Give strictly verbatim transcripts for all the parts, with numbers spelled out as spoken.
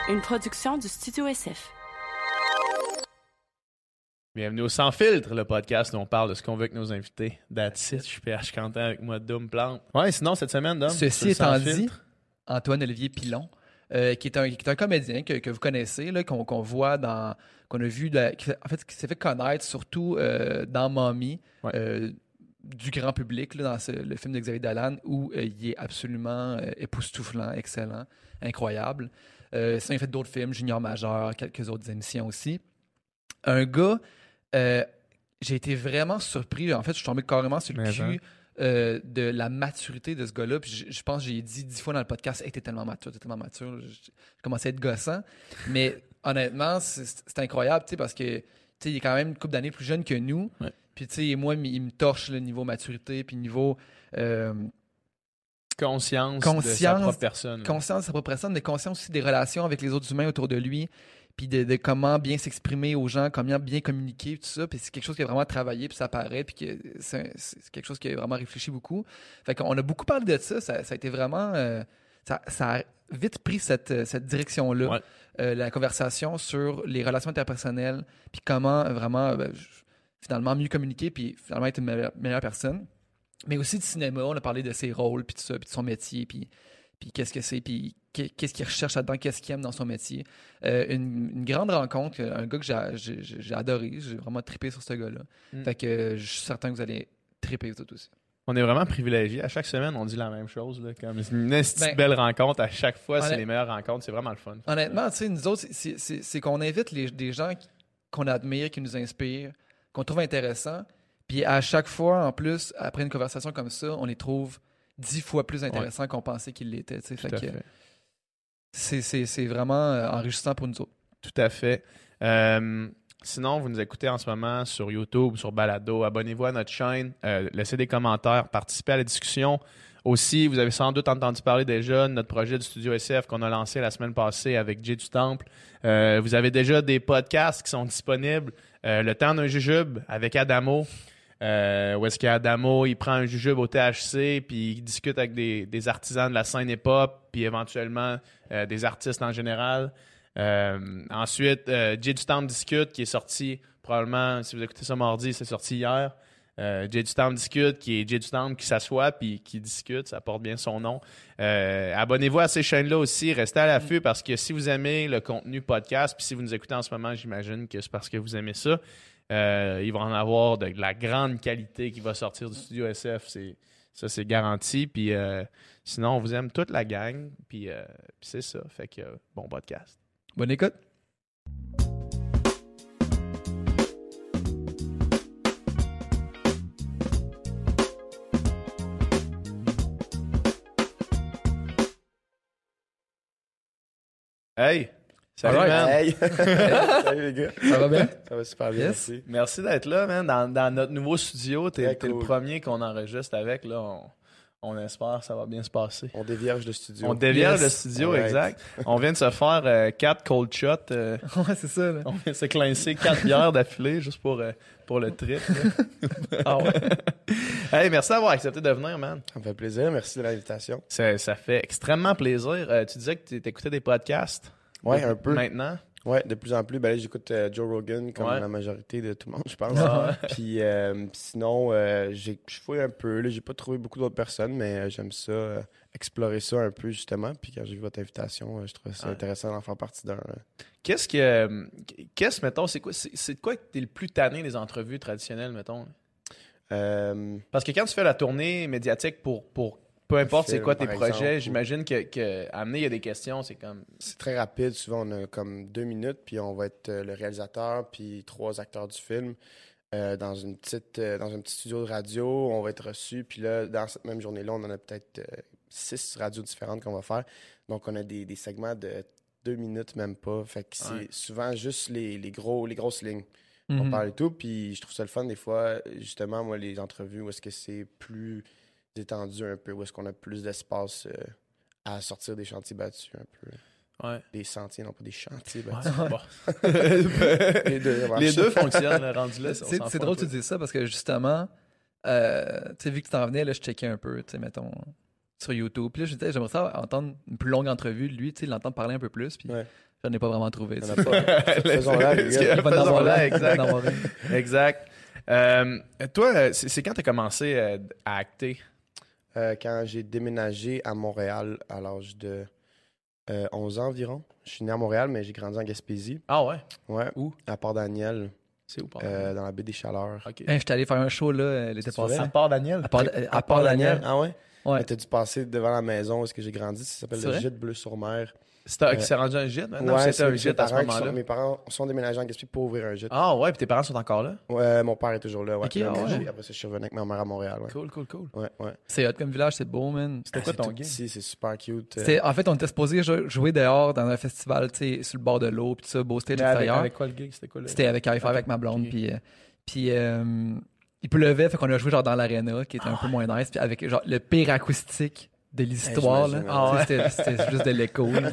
une production du Studio S F. Bienvenue au Sans Filtre, le podcast où on parle de ce qu'on veut avec nos invités. That's it, je suis P H Quentin avec moi, Dom Plante. Ouais, sinon, cette semaine, Dom, Ceci étant dit, Antoine-Olivier Pilon, euh, qui, est un, qui est un comédien que, que vous connaissez, là, qu'on, qu'on voit dans... qu'on a vu, de, qui, en fait, qui s'est fait connaître surtout euh, dans Mommy, ouais. euh, du grand public, là, dans ce, le film de Xavier Dolan, où euh, il est absolument euh, époustouflant, excellent, incroyable. Euh, sinon, il a fait d'autres films, Junior Majeur, quelques autres émissions aussi. Un gars... Euh, j'ai été vraiment surpris. En fait, je suis tombé carrément sur le Mais cul euh, de la maturité de ce gars-là. Puis je, je pense que j'ai dit dix fois dans le podcast hey, « T'es tellement mature, t'es tellement mature. » J'ai commencé à être gossant. Mais honnêtement, c'est, c'est incroyable parce que il est quand même une couple d'années plus jeune que nous. Ouais. Puis moi, il me torche le niveau maturité, puis niveau... Euh, conscience, conscience de sa propre personne. Conscience de sa propre personne, mais conscience aussi des relations avec les autres humains autour de lui. Puis de, de comment bien s'exprimer aux gens, comment bien communiquer, tout ça. Puis c'est quelque chose qui a vraiment travaillé, puis ça paraît, puis que c'est, c'est quelque chose qui a vraiment réfléchi beaucoup. Fait qu'on a beaucoup parlé de ça. Ça, ça a été vraiment... Euh, ça, ça a vite pris cette, cette direction-là, ouais. euh, la conversation sur les relations interpersonnelles, puis comment vraiment, ben, finalement, mieux communiquer, puis finalement être une meilleure, meilleure personne. Mais aussi du cinéma, on a parlé de ses rôles, puis tout ça, puis de son métier, puis... puis qu'est-ce que c'est, puis qu'est-ce qu'il recherche là-dedans, qu'est-ce qu'il aime dans son métier. Euh, une, une grande rencontre, un gars que j'ai, j'ai, j'ai adoré, j'ai vraiment trippé sur ce gars-là. Mm. Fait que je suis certain que vous allez tripper tout aussi. On est vraiment privilégiés. À chaque semaine, on dit la même chose. Là, comme une petite ben, belle rencontre. À chaque fois, honnête... c'est les meilleures rencontres. C'est vraiment le fun. Honnêtement, tu sais, nous autres, c'est, c'est, c'est qu'on invite les, des gens qui, qu'on admire, qui nous inspirent, qu'on trouve intéressants. Puis à chaque fois, en plus, après une conversation comme ça, on les trouve dix fois plus intéressant ouais. qu'on pensait qu'il l'était. Fait Tout que, à fait. C'est, c'est, c'est vraiment enrichissant pour nous autres. Tout à fait. Euh, sinon, vous nous écoutez en ce moment sur YouTube, sur Balado. Abonnez-vous à notre chaîne. Euh, laissez des commentaires. Participez à la discussion. Aussi, vous avez sans doute entendu parler déjà de notre projet du Studio S F qu'on a lancé la semaine passée avec Jay du Temple. Euh, vous avez déjà des podcasts qui sont disponibles. Euh, Le temps d'un jujube avec Adamo. Euh, où est-ce qu'Adamo, il prend un jujube au T H C, puis il discute avec des, des artisans de la scène hip-hop, puis éventuellement euh, des artistes en général. Euh, ensuite, euh, Jay du Temple discute, qui est sorti probablement, si vous écoutez ça mardi, c'est sorti hier. Euh, Jay du Temple discute, qui est Jay du Temple qui s'assoit puis qui discute, ça porte bien son nom. Euh, abonnez-vous à ces chaînes-là aussi, restez à l'affût parce que si vous aimez le contenu podcast, puis si vous nous écoutez en ce moment, j'imagine que c'est parce que vous aimez ça. Euh, il va en avoir de, de la grande qualité qui va sortir du Studio S F, c'est, ça c'est garanti. Puis euh, sinon, on vous aime toute la gang, puis, euh, puis c'est ça. Fait que euh, bon podcast. Bonne écoute. Hey! Salut, right. man! Hey. Salut, les gars! Ça va bien? Ça va super bien, yes. merci. Merci d'être là, man. Dans, dans notre nouveau studio, t'es, t'es cool. le premier qu'on enregistre avec. Là, on, on espère que ça va bien se passer. On dévierge le studio. On dévierge yes. le studio, right. exact. On vient de se faire euh, quatre cold shots. Euh, ouais, c'est ça. Là. On vient de se clincer quatre bières d'affilée juste pour, euh, pour le trip. Ah ouais. Hey, merci d'avoir accepté de venir, man. Ça me fait plaisir. Merci de l'invitation. Ça, ça fait extrêmement plaisir. Euh, tu disais que tu écoutais des podcasts. Ouais, un peu. Maintenant. Ouais, de plus en plus. Ben là, j'écoute euh, Joe Rogan comme ouais. la majorité de tout le monde, je pense. Ouais. Puis euh, sinon, euh, j'ai, je fouille un peu. Là, j'ai pas trouvé beaucoup d'autres personnes, mais euh, j'aime ça, euh, explorer ça un peu, justement. Puis quand j'ai vu votre invitation, euh, je trouvais ça ouais. intéressant d'en faire partie d'un. Euh... Qu'est-ce que... Euh, qu'est-ce, mettons, c'est quoi, c'est, c'est de quoi que t'es le plus tanné des entrevues traditionnelles, mettons? Euh... Parce que quand tu fais la tournée médiatique pour... pour peu importe film, c'est quoi tes projets, exemple, j'imagine que, que amener il y a des questions, c'est comme... C'est très rapide. Souvent, on a comme deux minutes, puis on va être euh, le réalisateur, puis trois acteurs du film euh, dans une petite euh, dans un petit studio de radio. On va être reçus, puis là, dans cette même journée-là, on en a peut-être euh, six radios différentes qu'on va faire. Donc, on a des, des segments de deux minutes, même pas. Fait que c'est ouais. souvent juste les, les, gros, les grosses lignes. Mm-hmm. On parle et tout, puis je trouve ça le fun des fois, justement, moi, les entrevues où est-ce que c'est plus... étendu un peu, où est-ce qu'on a plus d'espace euh, à sortir des chantiers battus un peu. Ouais. Des sentiers, non pas des chantiers battus. Ouais, bon. les deux, les deux fonctionnent, là, rendu là. C'est, c'est drôle que tu dises ça parce que justement, euh, tu sais, vu que tu t'en venais, là, je checkais un peu, tu sais, mettons, sur YouTube. Puis là, je disais, j'aimerais ça entendre une plus longue entrevue de lui, tu sais, l'entendre parler un peu plus. Puis Ouais. j'en ai pas vraiment trouvé. Il y tu en a sais. pas. Faisons-la, les gars. Il va en avoir Faisons-la, un, exact. il va en avoir un. Exact. Euh, toi, euh, c'est, c'est quand tu as commencé euh, à acter? Euh, quand j'ai déménagé à Montréal à l'âge de euh, onze ans environ. Je suis né à Montréal, mais j'ai grandi en Gaspésie. Ah ouais? Ouais. Où? À Port-Daniel, C'est où, pardon? euh, dans la baie des Chaleurs. OK. Hey, j'étais allé faire un show là, euh, l'été C'est passé. vrai? À part Daniel? À part, euh, à part Daniel. Ah ouais? Ouais. Mais t'as dû passer devant la maison où est-ce que j'ai grandi. Ça s'appelle C'est le vrai? Gîte Bleu-sur-Mer. C'était, Euh, c'est rendu un gîte? Non, Ouais, c'était c'est un mes gîte à ce parents qui moment-là. sont- Mes parents sont déménagés en Gaspésie pour ouvrir un gîte. Ah ouais, puis tes parents sont encore là? Ouais, mon père est toujours là. Ouais. Ok, Là, ah mais ouais. j'ai- Après ça, je suis revenu avec ma mère à Montréal. Ouais, Cool, cool, cool. ouais. ouais. C'est hot comme village, c'est beau, man. C'était Ah, quoi c'est ton tout game? petit, c'est super cute. euh. C'était- En fait, on était supposé jou- jouer dehors dans un festival, tu sais, sur le bord de l'eau, puis tout ça, beau stage Mais avec, extérieur. avec quoi le gig? C'était quoi le... C'était avec High Five, Ok. avec ma blonde, Ok. puis... euh, puis euh, il pleuvait, fait qu'on a joué genre dans l'aréna, qui était un peu moins nice, puis avec genre le pire acoustique de l'histoire, là. j'imagine, Ah ouais. ouais, c'était, c'était juste de l'écho, là.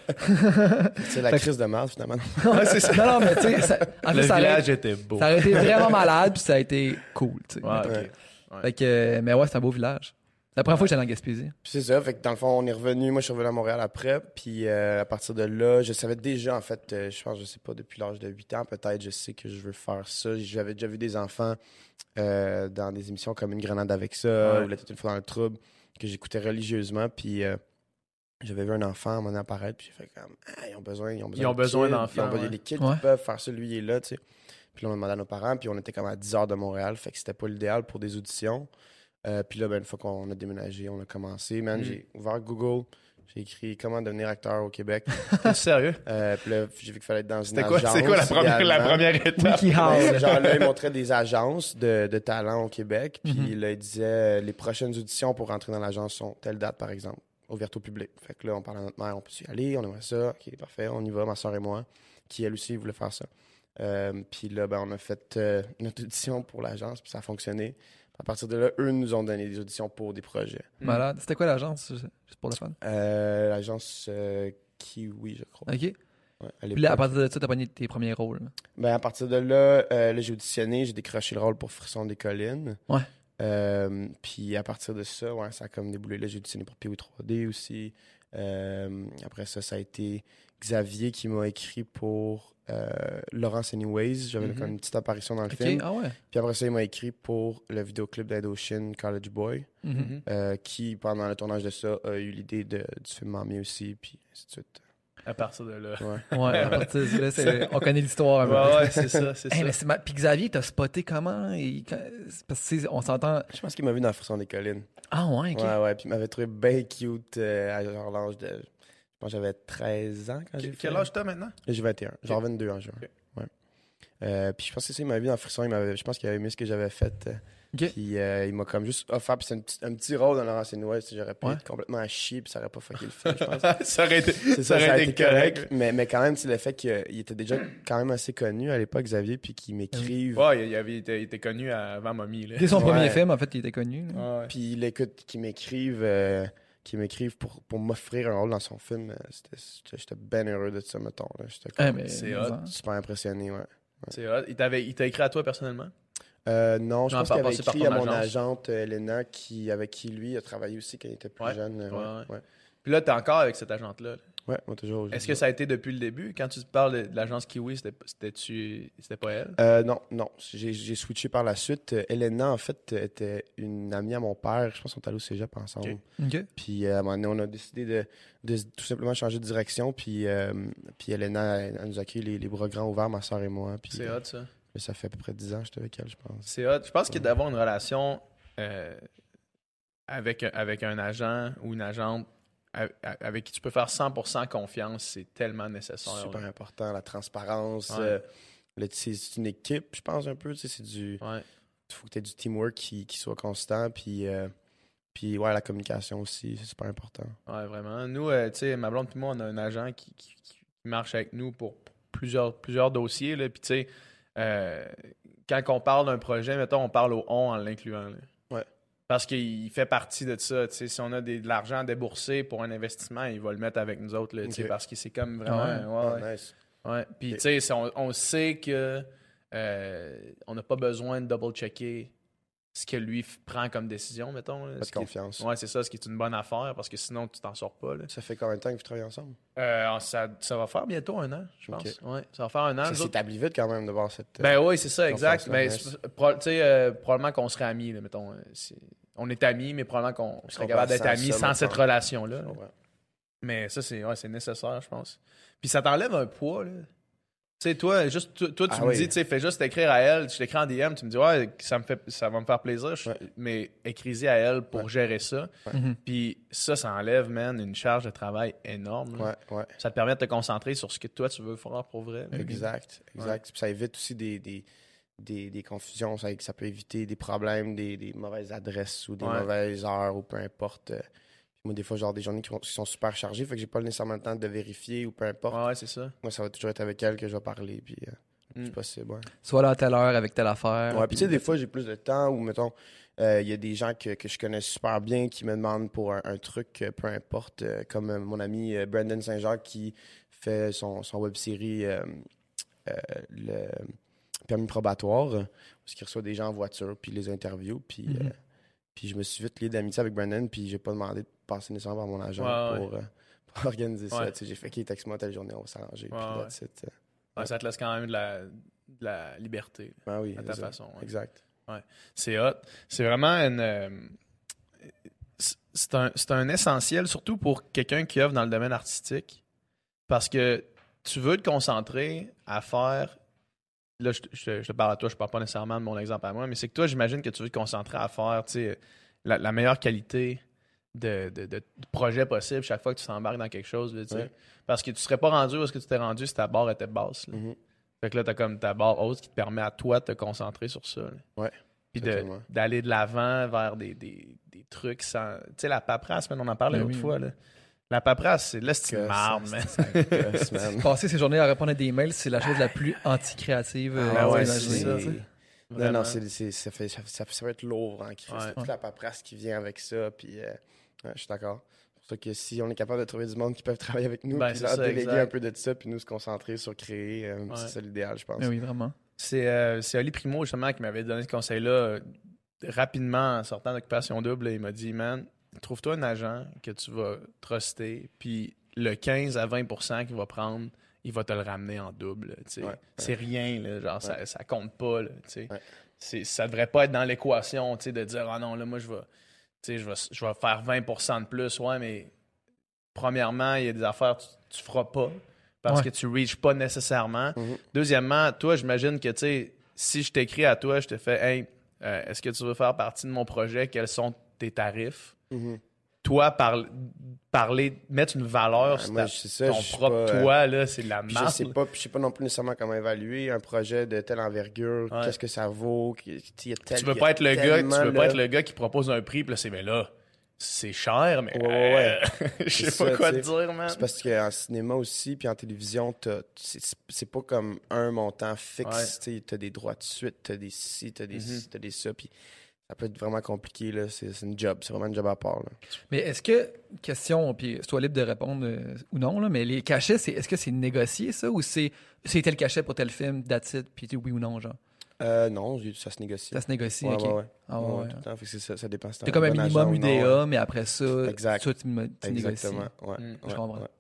C'est la Fait que- crise de merde, finalement. Ouais, c'est ça. Non, non, mais tu sais, ça- en Le fait, ça aurait, village était beau. ça aurait été vraiment malade, puis ça a été cool, tu sais. Ouais, ok. Ouais. Fait que, euh, mais ouais, c'est un beau village. C'est la première fois que j'allais en Gaspésie. Puis c'est ça, fait que dans le fond, on est revenu. Moi, je suis revenu à Montréal après. Puis euh, à partir de là, je savais déjà, en fait, euh, je pense, je sais pas, depuis l'âge de huit ans, peut-être, je sais que je veux faire ça. J'avais déjà vu des enfants euh, dans des émissions comme Une grenade avec ça, Ouais. ou La tête une fois dans le trouble, que j'écoutais religieusement. Puis euh, j'avais vu un enfant à un moment donné apparaître. Puis j'ai fait comme, ah, ils ont besoin, ils ont besoin, Ils ont de besoin kids, d'enfants, Ils ont besoin ouais. des kids Ouais. qui peuvent faire ça. Lui, il est là, tu sais. Puis là, on a demandé à nos parents. Puis on était comme à dix heures de Montréal. Fait que c'était pas l'idéal pour des auditions. Euh, puis là, ben, une fois qu'on a déménagé, on a commencé. Man, Mm. j'ai ouvert Google, j'ai écrit comment devenir acteur au Québec. T'es sérieux? Euh, puis là, j'ai vu qu'il fallait être dans une C'était quoi, agence. c'est quoi la première, la idéalement. première étape? Wiki Ben, House. genre là, il montrait des agences de, de talent au Québec. Puis Mhm. là, il disait euh, les prochaines auditions pour rentrer dans l'agence sont telle date, par exemple, ouvertes au public. Fait que là, on parle à notre mère, on peut y aller, on aimerait ça. Ok, parfait, on y va, ma soeur et moi, qui elle aussi voulait faire ça. Euh, puis là, ben, on a fait euh, notre audition pour l'agence, puis ça a fonctionné. À partir de là, eux nous ont donné des auditions pour des projets. Malade. C'était quoi l'agence, juste juste pour le fun? Euh, l'agence euh, Kiwi, je crois. OK. Ouais, à Puis là, l'époque. à partir de ça, t'as pogné tes premiers rôles. là. Ben, à partir de là, euh, là, j'ai auditionné, j'ai décroché le rôle pour Frisson des collines. Ouais. Euh, puis à partir de ça, ouais, ça a comme déboulé. Là, j'ai auditionné pour P O trois D aussi. Euh, après ça, ça a été Xavier qui m'a écrit pour euh, Laurence Anyways. J'avais Mhm. comme une petite apparition dans le OK. film. Ah ouais. Puis après ça, il m'a écrit pour le vidéoclip d'Indochine, College Boy, Mhm. Mhm. euh, qui, pendant le tournage de ça, a eu l'idée de, du film Mamie aussi, puis ainsi de suite. À partir de là. Ouais. Ouais, à partir de là, c'est- on connaît l'histoire un peu. Ouais, ouais, c'est ça, c'est Hey, mais ça. c'est ma- Puis Xavier, t'as spoté comment? Et quand- c'est Parce que tu sais, on s'entend. Je pense qu'il m'a vu dans Frisson des collines. Ah ouais, ok. Ouais, ouais, puis il m'avait trouvé bien cute euh, à genre l'âge de. Je pense que j'avais treize ans quand j'ai fait. Quel âge t'as maintenant? Là, j'ai vingt et un. Genre vingt-deux en juin. Ok. Ouais. Euh, puis je pense que c'est ça, il m'avait vu dans Frisson. Il m'avait, je pense qu'il avait aimé ce que j'avais fait. euh, Ok. Puis euh, il m'a comme juste offert. Puis c'est un petit, un petit rôle dans Laurence Anyways. J'aurais pu Ouais. être complètement à chier, puis ça aurait pas fucké le film, je pense. ça aurait été, C'est ça aurait été correct. Mais, mais quand même, c'est le fait qu'il était déjà quand même assez connu à l'époque, Xavier, puis qu'il m'écrive. Ouais, il, avait, il, était, il était connu avant Mommy. Là. Dès son Ouais. premier film, en fait, il était connu. là. Ouais. Puis il écoute, qu'il m'écrive. euh, qu'il m'écrive pour, pour m'offrir un rôle dans son film. euh, C'était, j'étais, j'étais bien heureux de ça, mettons. Là. J'étais Ah, comme mais c'est mais hot. en- super impressionné, ouais. C'est hot. Il, t'avait, il t'a écrit à toi personnellement? Euh, non, je Non, pense par- qu'il avait passé par écrit à ton mon agence. agente, euh, Elena, qui, avec qui lui a travaillé aussi quand il était plus Ouais. jeune. euh, Ouais, ouais, ouais. ouais. Puis là, t'es encore avec cette agente-là. là. Ouais, moi toujours. Est-ce que ça a été depuis le début? Quand tu parles de, de l'agence Kiwi, c'était, c'était-tu, c'était pas elle? Euh, non, non. J'ai, j'ai switché par la suite. Euh, Elena, en fait, était une amie à mon père. Je pense qu'on est allés au cégep ensemble. Ok. Ok. Puis euh, à un moment donné, on a décidé de, de tout simplement changer de direction. Puis, euh, puis Elena, elle, elle nous a accueilli les, les bras grands ouverts, ma soeur et moi. Puis, C'est euh, hot, ça. ça fait à peu près dix ans que j'étais avec elle, je pense. C'est hot. Je pense que d'avoir une relation euh, avec, un- avec un agent ou une agente a- a- avec qui tu peux faire cent pour cent confiance, c'est tellement nécessaire. Super là. important, la transparence. Ouais. euh, le- c'est, c'est une équipe, je pense, un peu. Tu sais, c'est du. Ouais. Il faut que tu aies du teamwork qui, qui soit constant. Puis, euh, puis ouais, la communication aussi, c'est super important. Ouais, vraiment. Nous, euh, tu sais, ma blonde et moi, on a un agent qui, qui- qui marche avec nous pour plusieurs, plusieurs dossiers. Là. Puis, tu sais, euh, quand on parle d'un projet, mettons, on parle au on en l'incluant. là. Ouais. Parce qu'il fait partie de ça. Tu sais, si on a des- de l'argent à débourser pour un investissement, il va le mettre avec nous autres. Là, tu sais, Ok. parce que c'est comme vraiment. Ah ouais, Ah, ouais. nice. Ouais. Puis, Ok. tu sais, c'est- on, on sait que euh, on n'a pas besoin de double-checker ce que lui f- prend comme décision, mettons. Là, Pas de ce qui est- confiance. Ouais, c'est ça, ce qui est une bonne affaire, parce que sinon, tu t'en sors pas. Là. Ça fait combien de temps que vous travaillez ensemble? Euh, ça, ça va faire bientôt un an, je pense. Ok. Ouais, ça va faire un an. Ça nous s'est autres. établi vite quand même de voir cette. Ben oui, c'est ça, exact. confiance-là, Mais nice. c'est- pro- tu sais, euh, probablement qu'on serait amis, là, mettons. euh, c'est- On est amis, mais probablement qu'on serait comprends, capable d'être sans amis ça, sans mettons. cette relation-là. Je là. comprends. Mais ça, c'est ouais, c'est nécessaire, je pense. Puis ça t'enlève un poids, là. Tu sais, toi, juste, toi, toi, tu Ah me oui. dis, tu sais, fais juste écrire à elle, je t'écris en D M, tu me dis, ouais, ça, me fait, ça va me faire plaisir, je- Ouais. mais écris-y à elle pour Ouais. gérer ça. Mhm. Puis ça, ça enlève, man, une charge de travail énorme. là. Ouais, ouais. Ça te permet de te concentrer sur ce que toi, tu veux faire pour vrai. là. Exact, exact. Puis ça évite aussi des, des, des, des confusions. Ça, ça peut éviter des problèmes, des, des mauvaises adresses ou des Ouais. mauvaises heures ou peu importe. Euh, Moi, des fois, genre des journées qui, vont- qui sont super chargées, fait que j'ai pas nécessairement le temps de vérifier ou peu importe. Ouais, ouais, c'est ça. Moi, ça va toujours être avec elle que je vais parler, puis euh, le plus Mm. possible. Ouais, Soit là à telle heure avec telle affaire. ouais puis tu sais, des fois, j'ai plus de temps ou, mettons, euh, il y a des gens que, que je connais super bien qui me demandent pour un, un truc, euh, peu importe, euh, comme euh, mon ami euh, Brandon Saint-Jacques qui fait son, son web-série euh, euh, le permis probatoire, euh, où il reçoit des gens en voiture, puis il les interviews, puis, Mhm. euh, puis je me suis vite lié d'amitié avec Brandon, puis j'ai pas demandé de passer nécessairement par mon agent Ouais, pour, euh, pour organiser ça. Ouais. Tu sais, j'ai fait qu'il texte-moi telle journée, on va s'arranger, puis Ouais, that's it. Ouais, ça te laisse quand même de la, de la liberté, Ben oui, à ta c'est ça. façon. ouais. Exact. C'est hot. C'est vraiment une. euh, c'est- c'est un, c'est un essentiel, surtout pour quelqu'un qui œuvre dans le domaine artistique. Parce que tu veux te concentrer à faire. Là, je, te- je te- je te parle à toi, je parle pas nécessairement de mon exemple à moi, mais c'est que toi, j'imagine que tu veux te concentrer à faire tu sais, la, la meilleure qualité de, de, de- de projet possible chaque fois que tu t'embarques dans quelque chose. Là, tu sais. Ouais. Parce que tu serais pas rendu où est-ce que tu t'es rendu si ta barre était basse. là. Mhm. Fait que là, t'as comme ta barre haute qui te permet à toi de te concentrer sur ça. là. Ouais, Puis de- totalement. d'aller de l'avant vers des, des, des trucs sans. Tu sais, la paperasse, man, on en parlait Ben l'autre oui, fois. Là. La paperasse, c'est là, c'est une Que marde, ça, man. ça gosse, man. Passer ces journées à répondre à des mails, c'est la chose la plus anti-créative. euh, Ah à ouais, imaginer, c'est ça. tu sais. Non, Vraiment. non, c'est, c'est- ça, fait, ça, ça, ça va être lourd en Christ. Ouais. Toute la paperasse qui vient avec ça, puis euh, ouais, je suis d'accord. C'est pour ça que si on est capable de trouver du monde qui peuvent travailler avec nous, Ben, puis c'est leur ça, déléguer exact. un peu de ça, puis nous se concentrer sur créer, euh, Ouais. c'est ça l'idéal, je pense. Ben oui, vraiment. C'est euh, c'est Oli Primo, justement, qui m'avait donné ce conseil-là euh, rapidement en sortant d'Occupation Double. là, il m'a dit, man, trouve-toi un agent que tu vas truster, puis le quinze à vingt pour cent qu'il va prendre, il va te le ramener en double. là, tu sais. Ouais, ouais. C'est rien, là, genre, ça, Ouais. ça compte pas. Là, tu sais. Ouais. C'est- ça devrait pas être dans l'équation tu sais, de dire, ah non, là, moi, je vais, tu sais, je vais, je vais faire vingt pour cent de plus. Ouais, mais premièrement, il y a des affaires que tu, tu feras pas parce Ouais. que tu reaches pas nécessairement. Mhm. Deuxièmement, toi, j'imagine que, tu sais, si je t'écris à toi, je te fais, hey, euh, est-ce que tu veux faire partie de mon projet? Quels sont tes tarifs? Mhm. Toi, parle- parler, mettre une valeur Ouais, sur moi, ta- c'est ça, ton je suis propre pas, euh, toi, là, c'est de la Puis je marde. sais pas, puis je sais pas non plus nécessairement comment évaluer un projet de telle envergure, Ouais. qu'est-ce que ça vaut, qui- il y a tel- Tu veux il y pas a être le gars, tu tellement, veux pas là. être le gars qui propose un prix, puis là, c'est, mais là, c'est cher, mais Ouais, ouais, ouais. euh, je sais C'est pas ça, quoi tu te sais. dire, man. C'est parce qu'en cinéma aussi, puis en télévision, t'as- c'est c'est pas comme un montant fixe. Tu as des droits de suite, tu as des ci, tu as des Mhm. ci, t'as des ça. Puis ça peut être vraiment compliqué. là. C'est c'est une job. C'est vraiment une job à part. Là. Mais est-ce que, question, puis sois libre de répondre euh, ou non, là, mais les cachets, c'est, est-ce que c'est négocié ça ou c'est, c'est tel cachet pour tel film, that's it, puis tu dis oui ou non, genre? Euh, non, j'ai- ça se négocie. Ça se négocie, Ouais, ok. ouais, ouais. Ah ouais, Ouais, ouais. tout le temps. Fait que c'est ça, ça dépend. si t'as C'est comme un bon minimum agent ou U non, D A, ouais. mais après ça, Exact. toi, tu, me- tu négocies. Exactement. Ouais, Mm, ouais, je comprends. ouais.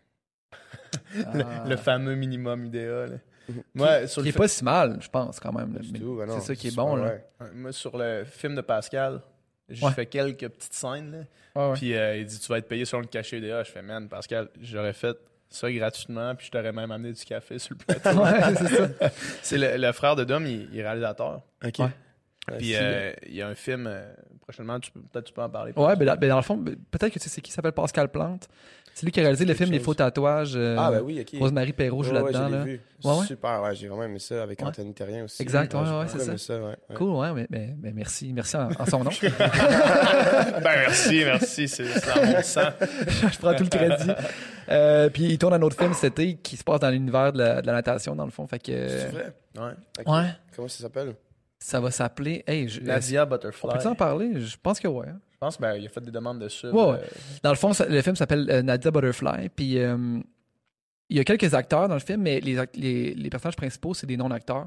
Le, Ah. le fameux minimum idéal. là. Mhm. Moi, sur Qui le est fi- pas si mal, je pense, quand même. là. Du Mais tout, ben non, c'est ça qui est super, bon, là. ouais. Ouais, Moi, sur le film de Pascal, j'ai Ouais. fait quelques petites scènes. Là. Ouais, ouais. Puis euh, il dit, tu vas être payé sur le cachet D A. Je fais, man, Pascal, j'aurais fait ça gratuitement, puis je t'aurais même amené du café sur le plateau. Ouais, c'est ça. C'est le, le frère de Dom, il, il est réalisateur. OK. Ouais. Ouais, Puis si, euh, il y a un film, euh, prochainement, tu peux, peut-être tu peux en parler. Ouais, ben, dans- ben, dans le fond, ben, peut-être que tu sais c'est qui s'appelle Pascal Plante. C'est lui qui a réalisé le Quelque film Les chose. Faux tatouages. euh, Ah, ben oui, OK. Rosemary Perrault joue Ouais, ouais, là-dedans. je l'ai là. vu. Ouais, ouais. Super, ouais, j'ai vraiment aimé ça avec Ouais. Anthony Terrien aussi. Exact, ouais, j'ai ouais, beaucoup c'est aimé ça, ouais, ouais. Cool, ouais, mais, mais, mais merci. Merci en, en son nom. Ben merci, merci, c'est c'est dans mon sang. Je prends tout le crédit. Euh, puis il tourne un autre film cet été qui se passe dans l'univers de la, de la natation, dans le fond. Fait que, C'est vrai? Ouais. Ok. ouais, Comment ça s'appelle? ça va s'appeler. Hey, je, Nadia on Butterfly. peut-tu en parler? Je pense que ouais. Je pense ben, il a fait des demandes de sub. Ouais, ouais. euh, Dans le fond, ça- le film s'appelle euh, Nadia Butterfly. Puis euh, il y a quelques acteurs dans le film, mais les, ac- les, les personnages principaux, c'est des non-acteurs.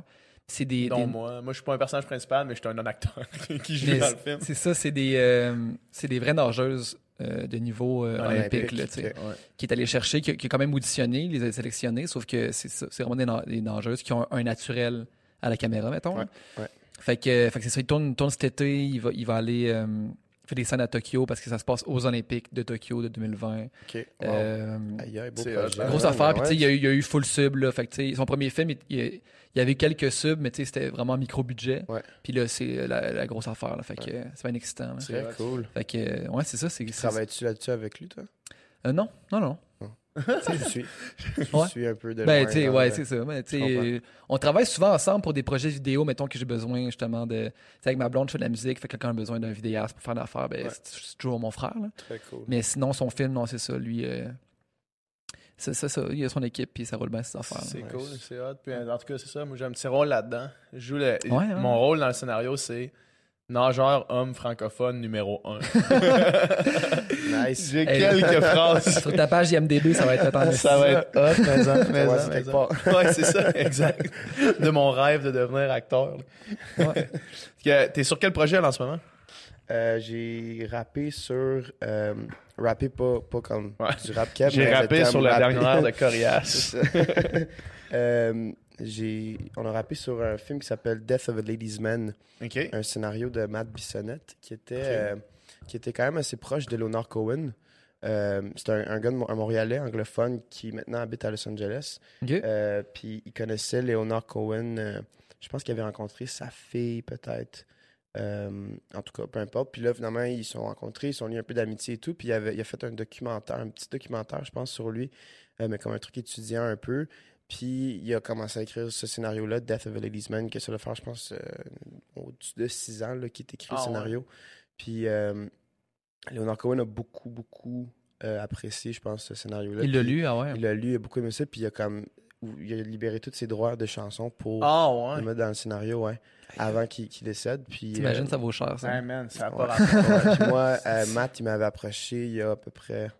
c'est des, Non, des- moi. Moi, je suis pas un personnage principal, mais je suis un non-acteur qui joue mais dans le film. c'est ça, c'est des, euh, c'est des vraies nageuses euh, de niveau euh, olympique, Olympique, là, tu sais, ok. Ouais. qui est allé chercher, qui, qui a quand même auditionné, les a sélectionnés, sauf que c'est ça, c'est vraiment des, na- des nageuses qui ont un, un naturel à la caméra, mettons. Ouais, là. ouais. Fait que, fait que c'est ça, il tourne, il tourne cet été, il va, il va aller euh, faire des scènes à Tokyo parce que ça se passe aux Olympiques de Tokyo de deux mille vingt. OK. Wow. Euh, Aïe, aïe, beau c'est projet. hot, Grosse Ouais, affaire, puis ouais, tu sais, il y, a eu- il y a eu full sub, là. Fait que tu sais, son premier film, il, il- il y avait quelques subs, mais tu sais, c'était vraiment micro-budget. Ouais. Puis là, c'est la, la grosse affaire, là. Fait que euh, c'est bien excitant, là. C'est Très hot. cool. Fait que, euh, ouais, c'est ça. C'est, c'est- Travailles-tu là-dessus avec lui, toi? Euh, non, non, non. Je suis. Je Ouais. suis un peu de Ben, loin tu sais, dans ouais, le- c'est ça. Mais, tu Je comprends. sais, on travaille souvent ensemble pour des projets vidéo, mettons que j'ai besoin justement de. Tu sais, avec ma blonde, je fais de la musique, fait que quand on a besoin d'un vidéaste pour faire l'affaire, ben, Ouais. c'est, c'est toujours mon frère, là. Très cool. Mais sinon, son film, non, c'est ça. Lui, euh, c'est ça, ça. Il a son équipe, puis ça roule bien, ces affaires. C'est Nice. cool, c'est hot. Puis, en tout cas, c'est ça. Moi, j'ai un petit rôle là-dedans. Je joue le- Ouais, ouais. Mon rôle dans le scénario, c'est nageur homme francophone numéro un. Nice. J'ai Hey. quelques phrases. Sur ta page I M D B, ça va être attendu. Ça va être hot, mais en- mais Ouais, en- c'est mais quelque en- part. Ouais, c'est ça, exact. De mon rêve de devenir acteur. là. Ouais. Que- T'es sur quel projet là, en ce moment? Euh, j'ai rappé sur... Euh, rappé pas, pas comme Ouais. du rap cap, J'ai mais le rappé terme sur la rappé. dernière heure de C'est Corias. ça. Euh, j'ai, on a rappé sur un film qui s'appelle Death of a Ladies Man, OK. un scénario de Matt Bissonnette qui était, Ok. euh, qui était quand même assez proche de Leonard Cohen. Euh, c'est un, un gars, de, Mo- un Montréalais anglophone qui maintenant habite à Los Angeles. OK. Euh, puis il connaissait Leonard Cohen. euh, je pense qu'il avait rencontré sa fille, peut-être. Euh, en tout cas, peu importe. Puis là, finalement, ils se sont rencontrés, ils sont liés un peu d'amitié et tout. Puis il, avait, il a fait un documentaire, un petit documentaire, je pense, sur lui, euh, mais comme un truc étudiant un peu. Puis il a commencé à écrire ce scénario-là, Death of a Ladies Man, que ça doit faire, je pense, euh, au-dessus de six ans là, qu'il est écrit Ah, le scénario. Puis euh, Leonard Cohen a beaucoup, beaucoup euh, apprécié, je pense, ce scénario-là. Il l'a Puis lu, ah ouais. Il l'a lu, il a beaucoup aimé ça, puis il a comme il a libéré tous ses droits de chansons pour Ah, le ouais. mettre dans le scénario, ouais, avant qu'il qu'il décède. Puis, T'imagines, euh, ça vaut cher, ça. Ouais, man, ça a ouais, pas rapport. ouais. Puis moi, euh, Matt, il m'avait approché il y a à peu près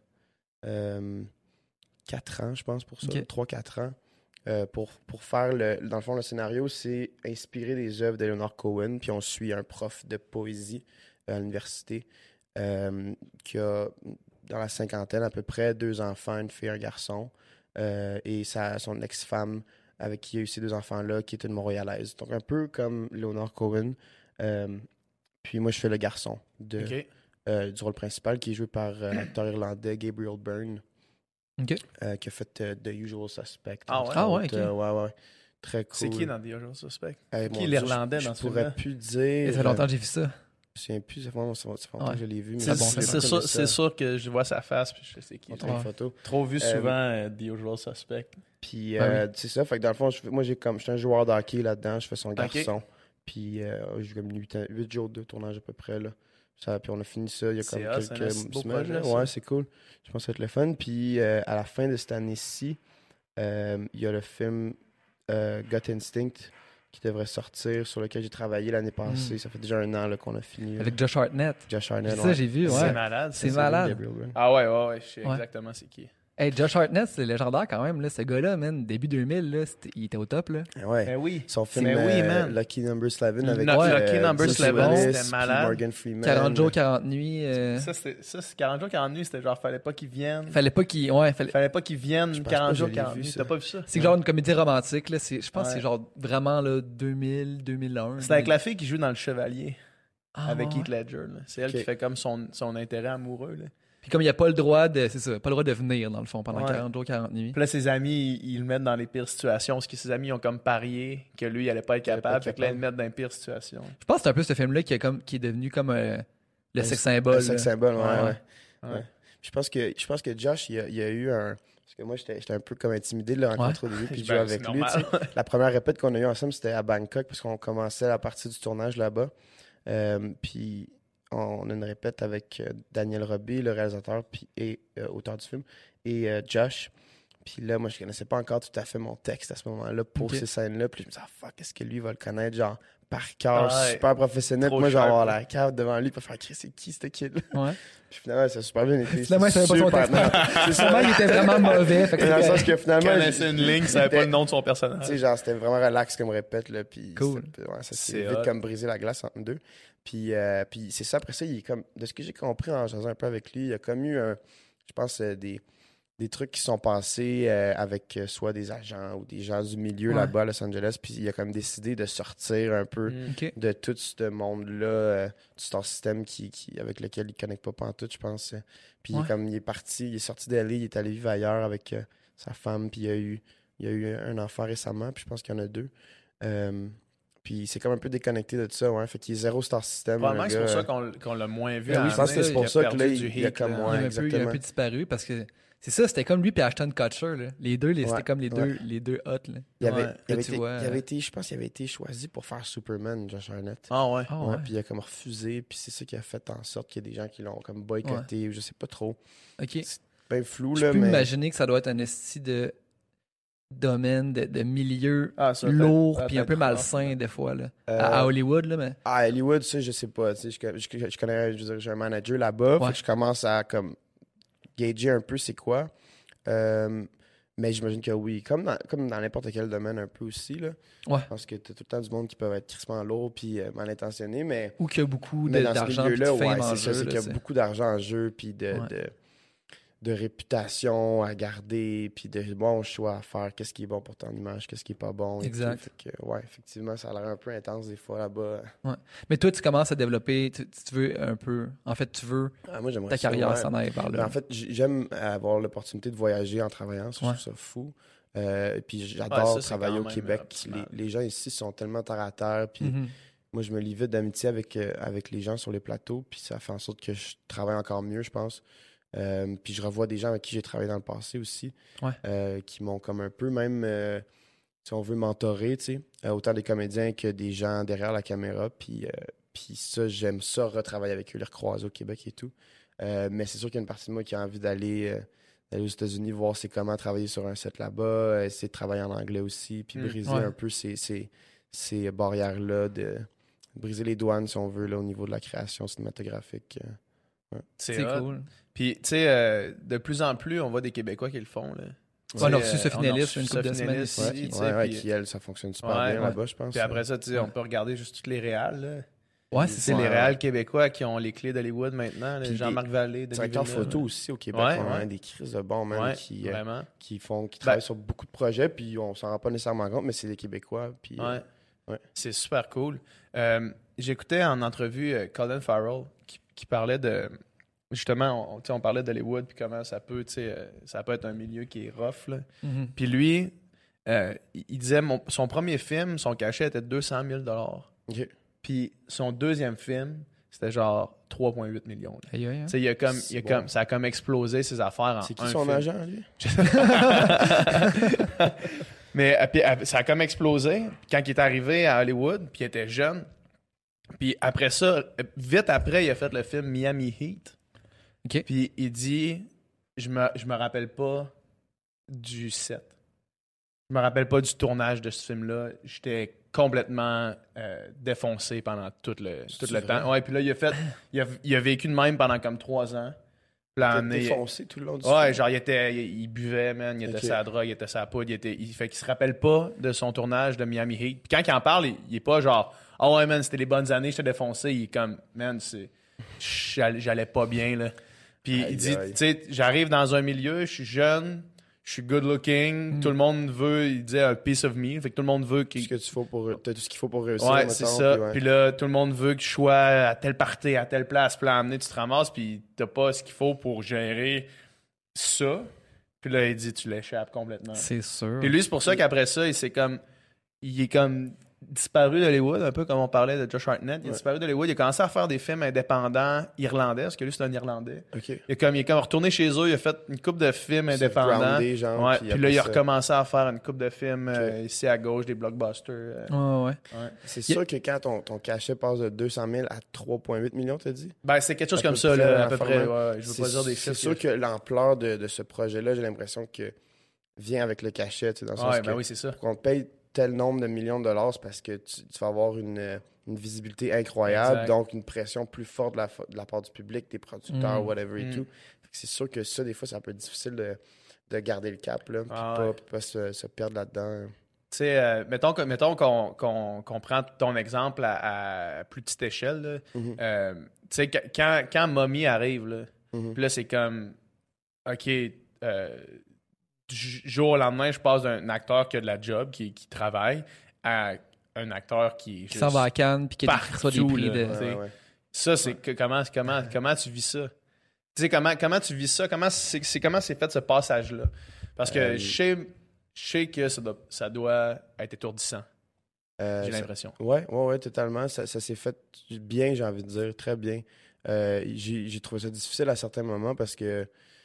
euh, quatre ans, je pense, pour ça, Ok. trois quatre ans. Euh, pour, pour faire, le, dans le fond, le scénario, c'est inspiré des œuvres de Leonard Cohen, puis on suit un prof de poésie euh, à l'université euh, qui a, dans la cinquantaine à peu près, deux enfants, une fille, un garçon, euh, et sa, son ex-femme avec qui il a eu ces deux enfants-là, qui est une Montréalaise. Donc un peu comme Leonard Cohen. Euh, puis moi, je fais le garçon de, OK. euh, du rôle principal, qui est joué par euh, l'acteur irlandais Gabriel Byrne, OK. euh, qui a fait euh, The Usual Suspect. Ah entre ouais? Ah ouais, autres. ok. Euh, ouais, ouais. Très cool. C'est qui dans The Usual Suspect? Hey, qui mon l'Irlandais Dieu, je- dans ce Je pourrais film-là? plus Et dire. ça fait longtemps que j'ai vu ça. Je me souviens plus, ça fait longtemps, ça fait longtemps Ouais. que je l'ai vu. Mais C'est bon, je c'est c'est connais sûr, ça. c'est sûr que je vois sa face, puis je sais qui. On c'est. trouve une Ouais. photo. Trop vu Euh, souvent euh, The Usual Suspect. Puis Ben euh, c'est ça, fait que dans le fond, je fais- moi j'ai comme je suis un joueur de hockey là-dedans, je fais son Ok. garçon. Puis euh, j'ai comme huit jours de tournage à peu près là. Ça, puis on a fini ça il y a C'est comme hot, c'est un quelques assez beau semaines. projet, là. ça. Ouais, c'est cool. Je pense que ça va être le fun. Puis euh, à la fin de cette année-ci, euh, il y a le film euh, Gut Instinct qui devrait sortir, sur lequel j'ai travaillé l'année passée. Mm. Ça fait déjà un an là, qu'on a fini. là. Avec Josh Hartnett. Josh Hartnett. Ça, ouais. j'ai vu, C'est ouais. malade. C'est ça. malade. Gabriel Byrne. Ah ouais, ouais, ouais, je sais Ouais. exactement c'est qui. Hey, Josh Hartnett, c'est légendaire quand même, là. Ce gars-là, man, début deux mille, là, c'était- il était au top, là. Ouais. Ben oui. Son film Mais oui, euh, man. Lucky Number eleven avec No- Ouais. Lucky Number Bruce eleven, Willis, c'était puis malade. Morgan Freeman. quarante jours, quarante nuits. euh, Ça, c'était, ça, c'est quarante jours, quarante nuits, c'était genre, fallait pas qu'ils viennent. Fallait pas qu'il. Ouais, fallait. Fallait pas qu'ils viennent Je pense quarante pas jours, que je l'ai quarante vu, nuits. ça. T'as pas vu ça? C'est genre une comédie romantique, là. C'est- Je pense que Ouais. c'est genre vraiment, là, deux mille, deux mille un. C'est avec la fille qui joue dans Le Chevalier, Ah, avec ouais. Heath Ledger. là. C'est elle Ok. qui fait comme son, son intérêt amoureux. Là. Puis comme il n'y a pas le droit de. C'est ça, pas le droit de venir, dans le fond, pendant Ouais. quarante jours, quarante nuits. Puis là, ses amis, ils, ils le mettent dans les pires situations, parce que ses amis ont comme parié que lui, il allait pas être Il allait pas capable. être Fait que là, ils capable. le mettent dans les pires situations. Je pense que c'est un peu ce film-là qui, est comme, qui est devenu comme euh, le Un- sex symbole. Un sex là. symbole, ouais, Ouais, ouais. ouais. Ouais. Je pense que je pense que Josh, il y a, il y a eu un. Parce que moi, j'étais j'étais un peu comme intimidé de le rencontrer au début, puis de jouer Ben, avec c'est lui. normal. tu sais. La première répète qu'on a eue ensemble, c'était à Bangkok, parce qu'on commençait la partie du tournage là-bas. Euh, puis on a une répète avec euh, Daniel Robbie, le réalisateur puis, et euh, auteur du film, et euh, Josh. Puis là, moi, je connaissais pas encore tout à fait mon texte à ce moment-là pour Ok. ces scènes-là. Puis je me disais, ah, fuck, est-ce que lui va le connaître, genre, par cœur, Ouais. super professionnel. Trop Puis moi, je vais sharp, avoir là. la carte devant lui pour faire, Chris, c'est qui, ce kid-là? Ouais. Puis finalement, ça a super bien été. Finalement, il savait pas son Super- texte. C'est ça. Sûrement, il était vraiment mauvais. Fait que Dans le c'était- sens que finalement, connaissait une ligne, il savait pas le nom de son tu personnage. sais, genre, c'était vraiment relax comme répète, là. Puis Cool. c'était- ouais, ça C'est s'est vite hot. comme brisé la glace entre nous deux. Puis, euh, puis c'est ça, après ça, il est comme, de ce que j'ai compris en jasant un peu avec lui, il y a comme eu, un, je pense, euh, des, des trucs qui sont passés euh, avec euh, soit des agents ou des gens du milieu Ouais. là-bas à Los Angeles. Puis il a comme décidé de sortir un peu Mm. Ok. de tout ce monde-là, euh, du star system qui, qui, avec lequel il ne connecte pas pantoute, je pense. Puis il est Ouais. comme il est parti, il est sorti d'L A, il est allé vivre ailleurs avec euh, sa femme, puis il a eu il a eu un enfant récemment, puis je pense qu'il y en a deux. Euh, puis c'est comme un peu déconnecté de tout ça, ouais. Fait qu'il est zéro star system. Probablement le que c'est pour gars. ça qu'on qu'on l'a moins vu. Ben oui, à je pense amener. que c'est pour Il a ça que perdu là, du il- il y a hit, comme là. moins- il, a un peu, il a un exactement. peu disparu parce que c'est ça, c'était comme lui et Ashton Kutcher. Là. Les deux, les- c'était Ouais, comme les deux, ouais. les deux hot. Là. Il avait, Ouais. il avait Là, tu été, vois, il avait été, je pense qu'il avait été choisi pour faire Superman, Josh Hartnett. Ah ouais. Ah Ouais, ouais. puis il a comme refusé, puis c'est ça qui a fait en sorte qu'il y a des gens qui l'ont comme boycotté, ou je sais pas trop. Ok. C'est bien flou, Je là, peux mais... m'imaginer que ça doit être un esti de domaine, de, de milieu Ah, ça, lourd peut- puis un peu peut-être malsain des fois. Là. Euh, À, à Hollywood, là, mais. À Hollywood, ça, je sais pas. Tu sais, je, je, je connais, je veux dire, j'ai un manager là-bas, Ouais. fait que je commence à comme gager un peu c'est quoi. Euh, mais j'imagine que oui, comme dans, comme dans n'importe quel domaine un peu aussi, là. Ouais. Je pense que t'as tout le temps du monde qui peuvent être crissement lourd puis euh, mal intentionné, mais, Ou qu'il y a beaucoup de- mais dans ce d'argent puis de milieu-là, fame ouais, en c'est ça, jeu. c'est là, qu'il y a c'est- beaucoup d'argent en jeu puis de, Ouais. de, de réputation à garder puis de bons choix à faire. Qu'est-ce qui est bon pour ton image, qu'est-ce qui est pas bon. et Exact. tout. Fait que, ouais, effectivement, ça a l'air un peu intense des fois là-bas. Mais toi, tu commences à développer, tu, tu veux un peu. En fait, tu veux Ah, moi, j'aimerais ta ça, carrière ouais. s'en aille par Ben, là. en fait, j- j'aime avoir l'opportunité de voyager en travaillant. Ça, Ouais. Je trouve ça fou. Euh, puis Ouais, j'adore ça, c'est travailler quand au même, Québec. euh, Les, optimal. les gens ici sont tellement terre à terre. Puis Mhm. moi, je me lie vite d'amitié avec, euh, avec les gens sur les plateaux. Puis ça fait en sorte que je travaille encore mieux, je pense. Euh, puis je revois des gens avec qui j'ai travaillé dans le passé aussi. Ouais. euh, qui m'ont comme un peu même, euh, si on veut, mentoré, tu sais. Euh, autant des comédiens que des gens derrière la caméra. Puis, euh, puis ça, j'aime ça, retravailler avec eux, les recroiser au Québec et tout. Euh, mais c'est sûr qu'il y a une partie de moi qui a envie d'aller euh, d'aller aux États-Unis, voir c'est comment travailler sur un set là-bas, euh, essayer de travailler en anglais aussi, puis Mm. briser Ouais. un peu ces, ces, ces barrières-là, de briser les douanes, si on veut, là, au niveau de la création cinématographique. euh. C'est hot. cool. Puis, tu sais, euh, de plus en plus, on voit des Québécois qui le font. Là. Ouais, on a reçu Euh, Sophie on a Nellis reçu une couple de Sophie semaines Nellis ici. Ouais, tu sais, ouais, ouais, puis- qui, elle, ça fonctionne super Ouais, bien ouais. là-bas, je pense. Puis après ça, tu sais, Ouais. on peut regarder juste toutes les réals. là. Ouais, C'est c'est ça. les Ouais, réals ouais. québécois qui ont les clés d'Hollywood maintenant. là, Puis Jean-Marc Vallée, Les Denis directeurs Villeneuve. photo aussi au Québec, Ouais, on a ouais. des crises de bons, man, Ouais, qui, euh, vraiment. qui font, qui travaillent Ben- sur beaucoup de projets, puis on s'en rend pas nécessairement compte, mais c'est des Québécois. Puis, euh, Ouais. ouais. C'est super cool. Euh, J'écoutais en entrevue euh, Colin Farrell qui, qui parlait de. Justement, on, tu sais, on parlait d'Hollywood puis comment ça peut, tu sais, euh, ça peut être un milieu qui est rough. Là. Mhm. Puis lui, euh, il il disait mon, son premier film, son cachet était de deux cent mille dollars. Ok. Puis son deuxième film, c'était genre trois virgule huit millions. là. Aïe, aïe, hein. Tu sais, il a comme, C'est il a bon. comme, ça a comme explosé ses affaires en C'est qui un son film. agent, lui? Mais euh, puis, euh, ça a comme explosé quand il est arrivé à Hollywood, puis il était jeune. Puis après ça, euh, vite après, il a fait le film Miami Heat. OK. Puis il dit je me, je me rappelle pas du set. Je me rappelle pas du tournage de ce film-là. J'étais complètement euh, défoncé pendant tout le, tout C'est le vrai? temps. Ouais, puis là, il a fait. Il a, il a vécu de même pendant comme trois ans. Puis là, T'es un moment donné, défoncé tout le long du Ouais, film. genre, il, était, il, il buvait, man, il était Ok. sa drogue, il était sa poudre, il était. Il fait qu'il se rappelle pas de son tournage de Miami Heat. Puis quand il en parle, il, il est pas genre, ah ouais, man, c'était les bonnes années, j'étais défoncé. Il est comme, man, c'est. J'allais j'allais pas bien, là. Puis Aïe, il dit, aïe. tu sais, j'arrive dans un milieu, je suis jeune, je suis good looking, Mm. tout le monde veut, il disait, a piece of me. Fait que tout le monde veut Tout qu'il. ce que tu faut pour, t'as tout ce qu'il faut pour réussir. Ouais, mettons, c'est ça. puis ouais. Puis là, tout le monde veut que je sois à telle party, à telle place. Puis là, à un moment donné, tu te ramasses, puis t'as pas ce qu'il faut pour gérer ça. Puis là, il dit, tu l'échappes complètement. C'est sûr. Puis lui, c'est pour ça qu'après ça, il s'est comme. Il est comme disparu d'Hollywood, un peu comme on parlait de Josh Hartnett. Il est Ouais. disparu d'Hollywood. Il a commencé à faire des films indépendants irlandais, parce que lui, c'est un Irlandais. OK. Il, a comme, il est comme retourné chez eux, il a fait une couple de films C'est indépendants. groundé, genre, Ouais, puis puis après là, il a ça- recommencé à faire une couple de films euh, ici à gauche, des blockbusters. euh, Ouais, ouais. ouais. C'est Y a- sûr que quand ton, ton cachet passe de deux cent mille à trois virgule huit millions, t'as dit? Ben, c'est quelque chose À comme peu ça, près, là, à la peu près. format. Ouais, je veux C'est pas dire des c'est chiffres. sûr que l'ampleur de, de ce projet-là, j'ai l'impression que vient avec le cachet, tu sais, dans le Ouais, sens ben que oui, c'est ça. pour qu'on te paye tel nombre de millions de dollars, c'est parce que tu, tu vas avoir une, une visibilité incroyable, Exact. donc une pression plus forte de la, de la part du public, des producteurs, Mm. whatever et Mm. tout. Fait que c'est sûr que ça, des fois, c'est un peu difficile de, de garder le cap, là, puis Ah pas, ouais. puis pas se, se perdre là-dedans. Tu sais, euh, mettons, que- mettons qu'on, qu'on, qu'on prend ton exemple à, à plus petite échelle. Là. Mhm. Euh, tu sais, qu- quand, quand Mommy arrive, là, Mhm. puis là, c'est comme, OK, euh, du jour au lendemain, je passe d'un acteur qui a de la job, qui, qui travaille, à un acteur qui est Qui s'en va à Cannes, puis qui partout, reçoit des prix là. de. Ouais, t'sais. ouais, ouais. Ça, c'est que, comment, comment, comment tu vis ça? Tu sais, comment, comment tu vis ça? Comment c'est, c'est, comment c'est fait ce passage-là? Parce que Euh, je sais, je sais que ça doit, ça doit être étourdissant, Euh, j'ai ça- l'impression. Ouais, ouais, ouais, totalement. Ça, ça s'est fait bien, j'ai envie de dire, très bien. Euh, j'ai, j'ai trouvé ça difficile à certains moments parce que,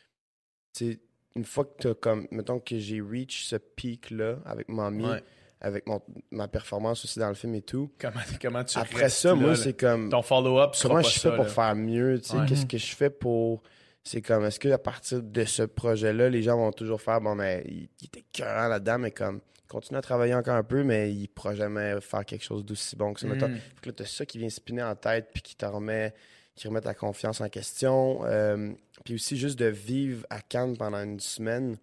tu sais, une fois que t'as comme, mettons que j'ai reach ce pic-là avec Mommy, Ouais. avec mon, ma performance aussi dans le film et tout. Comment, comment tu Après restes ça, là, moi, là? c'est comme, Ton follow-up sera comment pas je ça, fais pour là. faire mieux, tu sais, Ouais. qu'est-ce que je fais pour... C'est comme, est-ce qu'à partir de ce projet-là, les gens vont toujours faire, bon, mais il, il était écœurant là-dedans, mais comme, continue à travailler encore un peu, mais il ne pourra jamais faire quelque chose d'aussi bon que ça. Mettons, Mm. fait que là, t'as ça qui vient spinner en tête, puis qui te remet, qui remet ta confiance en question. Euh, puis aussi, juste de vivre à Cannes pendant une semaine.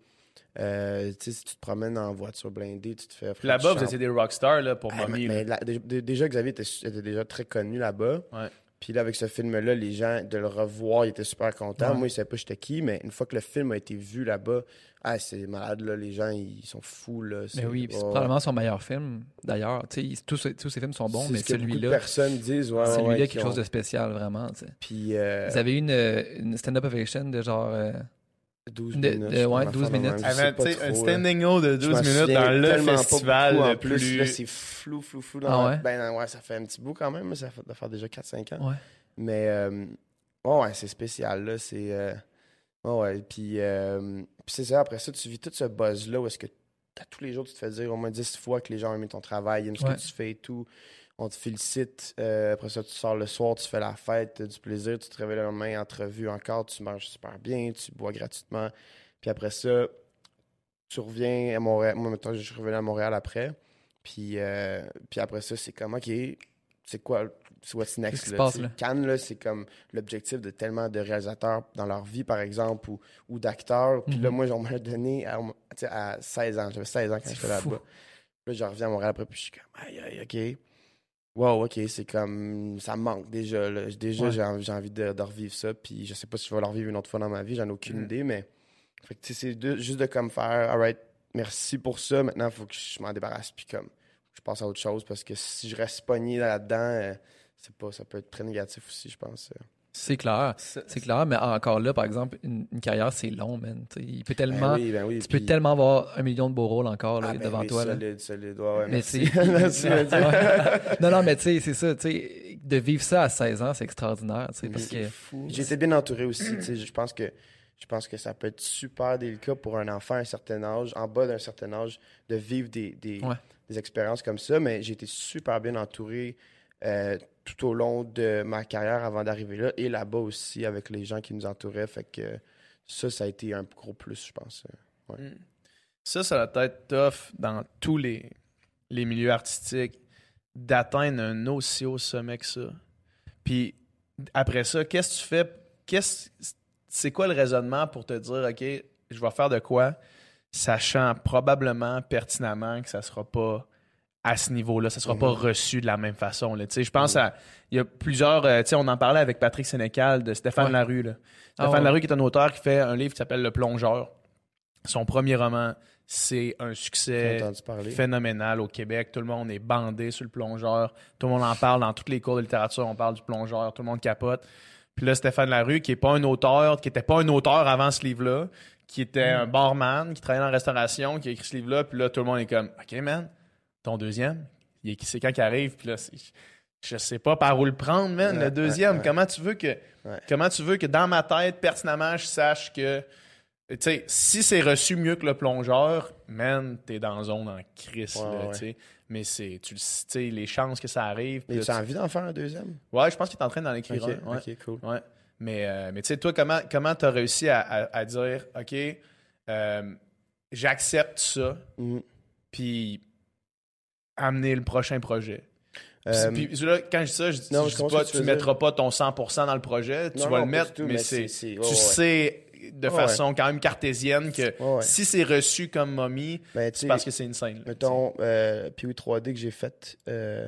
Euh, tu sais, si tu te promènes en voiture blindée, tu te fais... Puis là-bas, tu vous chantes. étiez des rockstars là, pour Ah, Mommy. mais, là. mais la- dé- déjà, Xavier était, était déjà très connu là-bas. Ouais. Puis là, avec ce film-là, les gens, de le revoir, ils étaient super contents. Ouais. Moi, ils ne savaient pas j'étais qui, mais une fois que le film a été vu là-bas, ah, c'est malade, là. Les gens, ils sont fous, là. Mais C'est- oui, puis c'est ouais, ouais. probablement son meilleur film, d'ailleurs. Tu sais, il- tous, ces- tous ces films sont bons, C'est mais ce que beaucoup de celui-là, personnes disent, ouais, celui-là ouais, est qui quelque ont- chose de spécial, vraiment. tu sais. Puis euh, Vous avez eu une, une stand-up ovation de genre. euh, douze de- minutes. de- je ouais, pense, douze affaire de minutes. même, je Ah, sais mais, pas tu sais, trop, un là. standing O de Je douze m'en minutes souviens dans le tellement pas festival beaucoup, en le plus. plus... Là, c'est flou, flou, flou. Dans Ah la- ouais? Ben ouais, ça fait un petit bout quand même. Ça fait de faire déjà quatre cinq ans. Ouais. Mais euh, ouais, ouais, c'est spécial, là. C'est... euh, ouais, ouais. Puis, euh, puis c'est ça, après ça, tu vis tout ce buzz-là où est-ce que à tous les jours, tu te fais dire au moins dix fois que les gens ont aimé ton travail, ils aiment ce Ouais. que tu fais et tout. On te félicite. Euh, après ça, tu sors le soir, tu fais la fête, t'as du plaisir, tu te réveilles le lendemain, entrevue encore, tu manges super bien, tu bois gratuitement. Puis après ça, tu reviens à Montréal. Moi, maintenant, je suis revenu à Montréal après. Puis, euh, puis après ça, c'est comme, OK, c'est quoi, c'est what's next? Qu'est-ce qui se là, passe, tu sais. là? Cannes, là, c'est comme l'objectif de tellement de réalisateurs dans leur vie, par exemple, ou, ou d'acteurs. Puis là, Mhm. moi, on me l'a donné à, tu sais, à seize ans. J'avais seize ans quand C'est je suis fou. là-bas. Là, je reviens à Montréal après, puis je suis comme, aïe, aïe, OK. Wow, OK, c'est comme, ça me manque déjà. Là. Déjà, Ouais. j'ai envie, j'ai envie de, de revivre ça. Puis je sais pas si je vais le revivre une autre fois dans ma vie, j'en ai aucune Mhm. idée, mais. Fait que, tu sais, c'est de- juste de comme faire, alright, merci pour ça. Maintenant, il faut que je m'en débarrasse. Puis comme, je passe à autre chose parce que si je reste pogné là-dedans, euh, c'est pas, ça peut être très négatif aussi, je pense. euh. C'est clair. C'est clair, mais encore là, par exemple, une, une carrière, c'est long, man. Tu sais, il peut tellement. Ben oui, ben oui. Tu peux puis- tellement avoir un million de beaux rôles encore là, Ah, ben devant oui, toi. Là. Solide, solide. Ouais, ouais, Mais merci. c'est- Merci, merci. Ouais. Non, non, mais tu sais, c'est ça. Tu sais, de vivre ça à seize ans, c'est extraordinaire. Tu sais, parce C'est que. fou. J'ai été bien entouré aussi. tu sais, Je pense que je pense que ça peut être super délicat pour un enfant à un certain âge, en bas d'un certain âge, de vivre des, des, Ouais. des expériences comme ça. Mais j'ai été super bien entouré euh, tout au long de ma carrière avant d'arriver là et là-bas aussi avec les gens qui nous entouraient. Fait que ça, ça a été un gros plus, je pense. Mm. Ça, ça va être tough dans tous les, les milieux artistiques d'atteindre un aussi haut sommet que ça. Puis après ça, qu'est-ce que tu fais? Qu'est-ce, c'est quoi le raisonnement pour te dire, OK, je vais faire de quoi, sachant probablement, pertinemment que ça sera pas à ce niveau-là, ça sera Mhm. pas reçu de la même façon. Là. Tu sais, je pense à... Il y a plusieurs... euh, tu sais, on en parlait avec Patrick Sénécal de Stéphane Ouais. Larue. Là. Ah Stéphane ouais. Larue qui est un auteur qui fait un livre qui s'appelle Le Plongeur. Son premier roman, c'est un J'ai succès entendu parler. phénoménal au Québec. Tout le monde est bandé sur le plongeur. Tout le monde en parle dans tous les cours de littérature. On parle du plongeur. Tout le monde capote. Puis là, Stéphane Larue, qui est pas un auteur, qui était pas un auteur avant ce livre-là, qui était un barman, qui travaillait en restauration, qui a écrit ce livre-là. Puis là, tout le monde est comme, OK, man, ton deuxième, il est- c'est quand qu'il arrive. Puis là, c'est- je sais pas par où le prendre, man. Ouais, le deuxième, ouais, ouais. comment tu veux que, Ouais. comment tu veux que dans ma tête, pertinemment, je sache que tu sais, si c'est reçu mieux que le plongeur, man, t'es dans la zone en crise, Ouais, là, ouais. tu sais. Mais c'est, tu le sais, tu sais, les chances que ça arrive. puis Mais là, tu as tu- envie d'en faire un deuxième? Ouais, je pense qu'il est en train d'en écrire Ok, un. Ouais. ok, cool. Ouais. Mais, euh, mais tu sais, toi, comment comment t'as réussi à, à, à dire, OK, euh, j'accepte ça, Mm. puis amener le prochain projet. Euh, Puis, puis là, quand je dis ça, je, non, je je dis comprends pas ce que que tu tu veux mettras pas ton cent pour cent dans le projet, tu Non, vas non, le pas mettre, du tout, mais, mais c'est, c'est- c'est- tu ouais, ouais. sais de Ouais, façon quand même cartésienne que Ouais, ouais. si c'est reçu comme mommy, Ben, tu c'est sais, parce que c'est une scène. là, mettons, euh, P O E trois D que j'ai fait euh,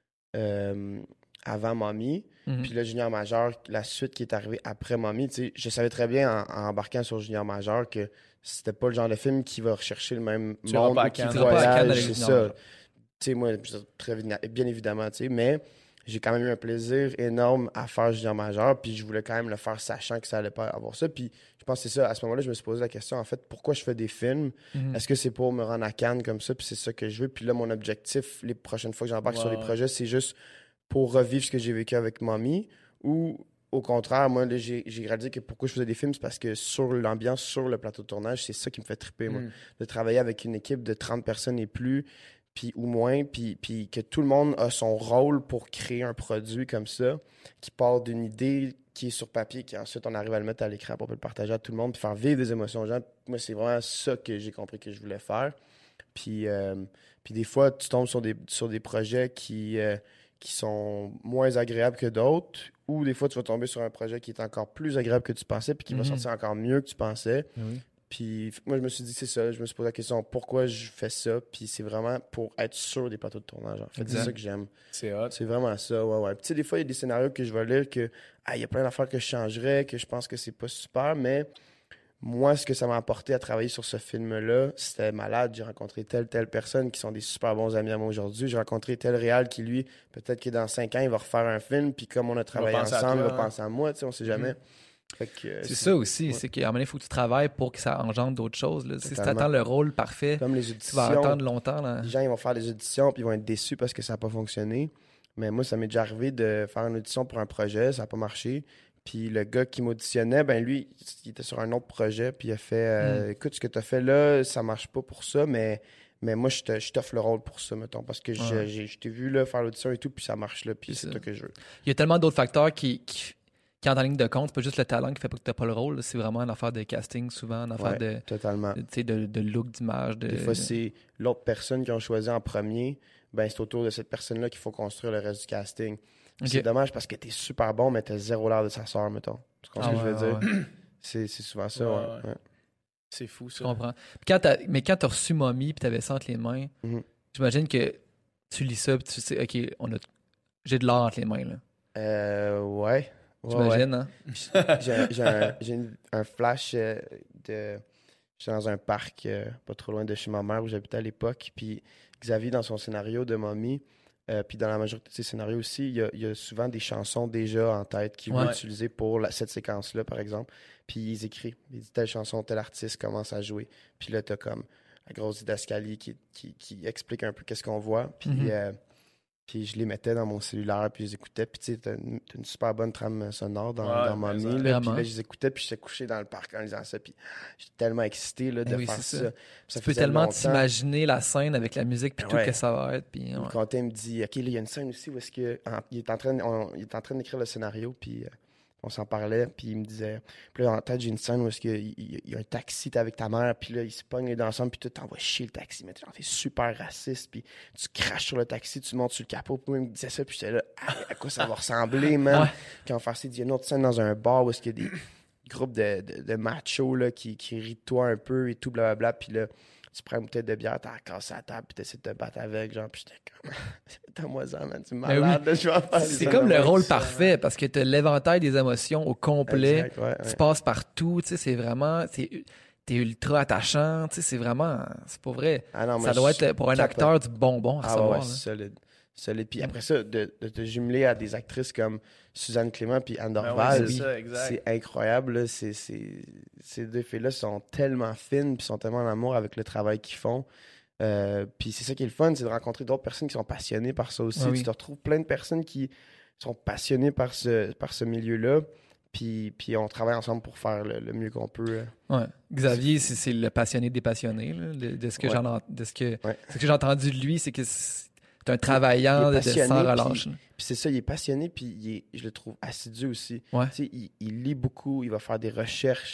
euh, avant Mommy, Mhm. puis là, Junior Majeur, la suite qui est arrivée après Mommy, tu sais, je savais très bien en, en embarquant sur Junior Majeur que c'était pas le genre de film qui va rechercher le même Tu iras monde pas à ou qui Cannes. Tu iras pas à Cannes voyage, avec c'est Junior ça. Major. Tu sais, moi, je- très, bien évidemment, tu sais, mais j'ai quand même eu un plaisir énorme à faire Junior Majeur, puis je voulais quand même le faire sachant que ça allait pas avoir ça, puis je pense que c'est ça, à ce moment-là, je me suis posé la question, en fait, pourquoi je fais des films? Mhm. Est-ce que c'est pour me rendre à Cannes comme ça, puis c'est ça que je veux, puis là, mon objectif, les prochaines fois que j'embarque Ouais, sur les ouais. projets, c'est juste pour revivre ce que j'ai vécu avec Mommy, ou au contraire, moi, là, j'ai j'ai réalisé que pourquoi je faisais des films, c'est parce que sur l'ambiance, sur le plateau de tournage, c'est ça qui me fait triper, moi. Mm. De travailler avec une équipe de trente personnes et plus, puis ou moins, puis, puis que tout le monde a son rôle pour créer un produit comme ça, qui part d'une idée qui est sur papier, qui ensuite on arrive à le mettre à l'écran pour le partager à tout le monde, puis faire vivre des émotions aux gens. Moi, c'est vraiment ça que j'ai compris que je voulais faire. Puis, euh, puis des fois, tu tombes sur des, sur des projets qui, euh, qui sont moins agréables que d'autres, ou des fois, tu vas tomber sur un projet qui est encore plus agréable que tu pensais, puis qui va Mhm. sortir encore mieux que tu pensais. Oui. Puis f- moi, je me suis dit, c'est ça. Je me suis posé la question, pourquoi je fais ça? Puis c'est vraiment pour être sûr des plateaux de tournage. En fait, Exact. c'est ça que j'aime. C'est hot. C'est vraiment ça, ouais, ouais. Puis tu sais, des fois, il y a des scénarios que je vais lire que, ah, il y a plein d'affaires que je changerais, que je pense que c'est pas super, mais moi, ce que ça m'a apporté à travailler sur ce film-là, c'était malade. J'ai rencontré telle, telle personne qui sont des super bons amis à moi aujourd'hui. J'ai rencontré tel réal qui, lui, peut-être que dans cinq ans, il va refaire un film, puis comme on a travaillé penser à ensemble, il toi, va hein. penser à moi, tu sais, on sait jamais. Fait que, euh, C'est ça aussi, ouais. c'est qu'à un moment donné, il faut que tu travailles pour que ça engendre d'autres choses. Là. Si tu Totalement. attends le rôle parfait, Comme les tu auditions. vas attendre longtemps. Là. Les gens, ils vont faire des auditions, puis ils vont être déçus parce que ça n'a pas fonctionné. Mais moi, ça m'est déjà arrivé de faire une audition pour un projet, ça n'a pas marché. Puis le gars qui m'auditionnait, ben lui, il était sur un autre projet, puis il a fait euh, Mm. écoute, ce que tu as fait là, ça marche pas pour ça, mais, mais moi, je te- je t'offre le rôle pour ça, mettons, parce que je- Ouais. j'ai- je t'ai vu là, faire l'audition et tout, puis ça marche là, puis C'est c'est ça. ça que je veux. Il y a tellement d'autres facteurs qui, qui, qui entrent en ligne de compte. C'est pas juste le talent qui fait pas que tu n'as pas le rôle. là. C'est vraiment une affaire de casting, souvent, une affaire Ouais, de, totalement. de, tu sais, de, de look, d'image. De, Des fois, c'est l'autre personne qui ont choisi en premier, ben c'est autour de cette personne-là qu'il faut construire le reste du casting. Puis Ok. C'est dommage parce que t'es super bon, mais t'as zéro l'air de sa sœur, mettons. Tu comprends Ah ce que je veux ouais, dire? ouais, ouais. C'est c'est souvent ça, Ouais, ouais. ouais. ouais. C'est fou, ça. Je comprends. Puis quand t'as- mais quand tu as reçu Mommy et tu avais ça entre les mains, Mhm. j'imagine que tu lis ça et tu sais, OK, on a, j'ai de l'or entre les mains. Là. Euh, ouais. Ouais, J'imagine, hein? ouais. J'ai j'ai un, j'ai une- un flash euh, de. J'étais dans un parc euh, pas trop loin de chez ma mère où j'habitais à l'époque. Puis Xavier, dans son scénario de Mommy, euh, puis dans la majorité de ses scénarios aussi, il y, a, il y a souvent des chansons déjà en tête qu'il veut Ouais. utiliser pour la- cette séquence-là, par exemple. Puis il écrit. Il dit telle chanson, tel artiste commence à jouer. Puis là, t'as comme la grosse didascalie qui, qui, qui explique un peu qu'est-ce qu'on voit. Puis, Mhm. euh, puis je les mettais dans mon cellulaire, puis je les écoutais. Puis tu sais, t'as une, t'as une super bonne trame sonore dans, Ouais, dans mais Mommy. ça. Là, puis Vraiment. là, je les écoutais, puis j'étais couché dans le parc en lisant ça. Puis j'étais tellement excité là, de Eh oui, faire c'est ça. ça. Puis ça Tu peux faisait tellement longtemps. t'imaginer la scène avec la musique puis Ben tout ouais. que ça va être. Puis, Il ouais. me comptait, il me dit OK, là, il y a une scène aussi où est-ce que en- il est en train de- on- il est en train d'écrire le scénario, puis euh, on s'en parlait, puis il me disait puis là, en tête, j'ai une scène où est-ce qu'il y, il y a un taxi, t'es avec ta mère, puis là, ils se pognent les deux ensemble, puis toi, t'envoies chier le taxi, mais genre, t'es super raciste, puis tu craches sur le taxi, tu montes sur le capot, puis moi, il me disait ça, puis j'étais là, ah, à quoi ça va ressembler, man? Ouais. Puis on fait ça, il y a une autre scène dans un bar où est-ce qu'il y a des groupes de, de, de machos là, qui, qui rient de toi un peu et tout, blablabla, puis là, tu prends une bouteille de bière, t'as cassé la table, puis t'essaies de te battre avec, genre, puis j'étais comme, t'as-moi ça, man, tu es Ben oui. malade, là, je vais faire C'est des comme le scènes rôle de- parfait parce que tu as l'éventail des émotions au complet. Exact, ouais, Tu ouais. passes partout. Tu sais, c'est vraiment. c'est- T'es ultra attachant. Tu sais, c'est vraiment. C'est pas vrai. Ah non, moi, Ça doit je être pour un capote. acteur du bonbon à Ah ouais, recevoir. ouais, là. c'est solide. Solide. Puis après ça, de, de te jumeler à des actrices comme Suzanne Clément puis Anne Ben ouais, Dorval, c'est ça, exact. c'est incroyable. là. C'est, c'est- Ces deux filles-là sont tellement fines puis sont tellement en amour avec le travail qu'ils font. Euh, puis c'est ça qui est le fun, c'est de rencontrer d'autres personnes qui sont passionnées par ça aussi. Ah oui. Tu te retrouves plein de personnes qui sont passionnées par ce, par ce milieu-là. Puis, puis on travaille ensemble pour faire le, le mieux qu'on peut. Ouais. Xavier, c'est c'est le passionné des passionnés. Là, de, de ce que Ouais. j'en en- de ce que, Ouais. ce que j'ai entendu de lui, c'est que c'est un travaillant il est de, de passionné, sans puis- relâche. là. Puis c'est ça, il est passionné, puis il est- je le trouve assidu aussi. Ouais. Tu sais, il, il lit beaucoup, il va faire des recherches.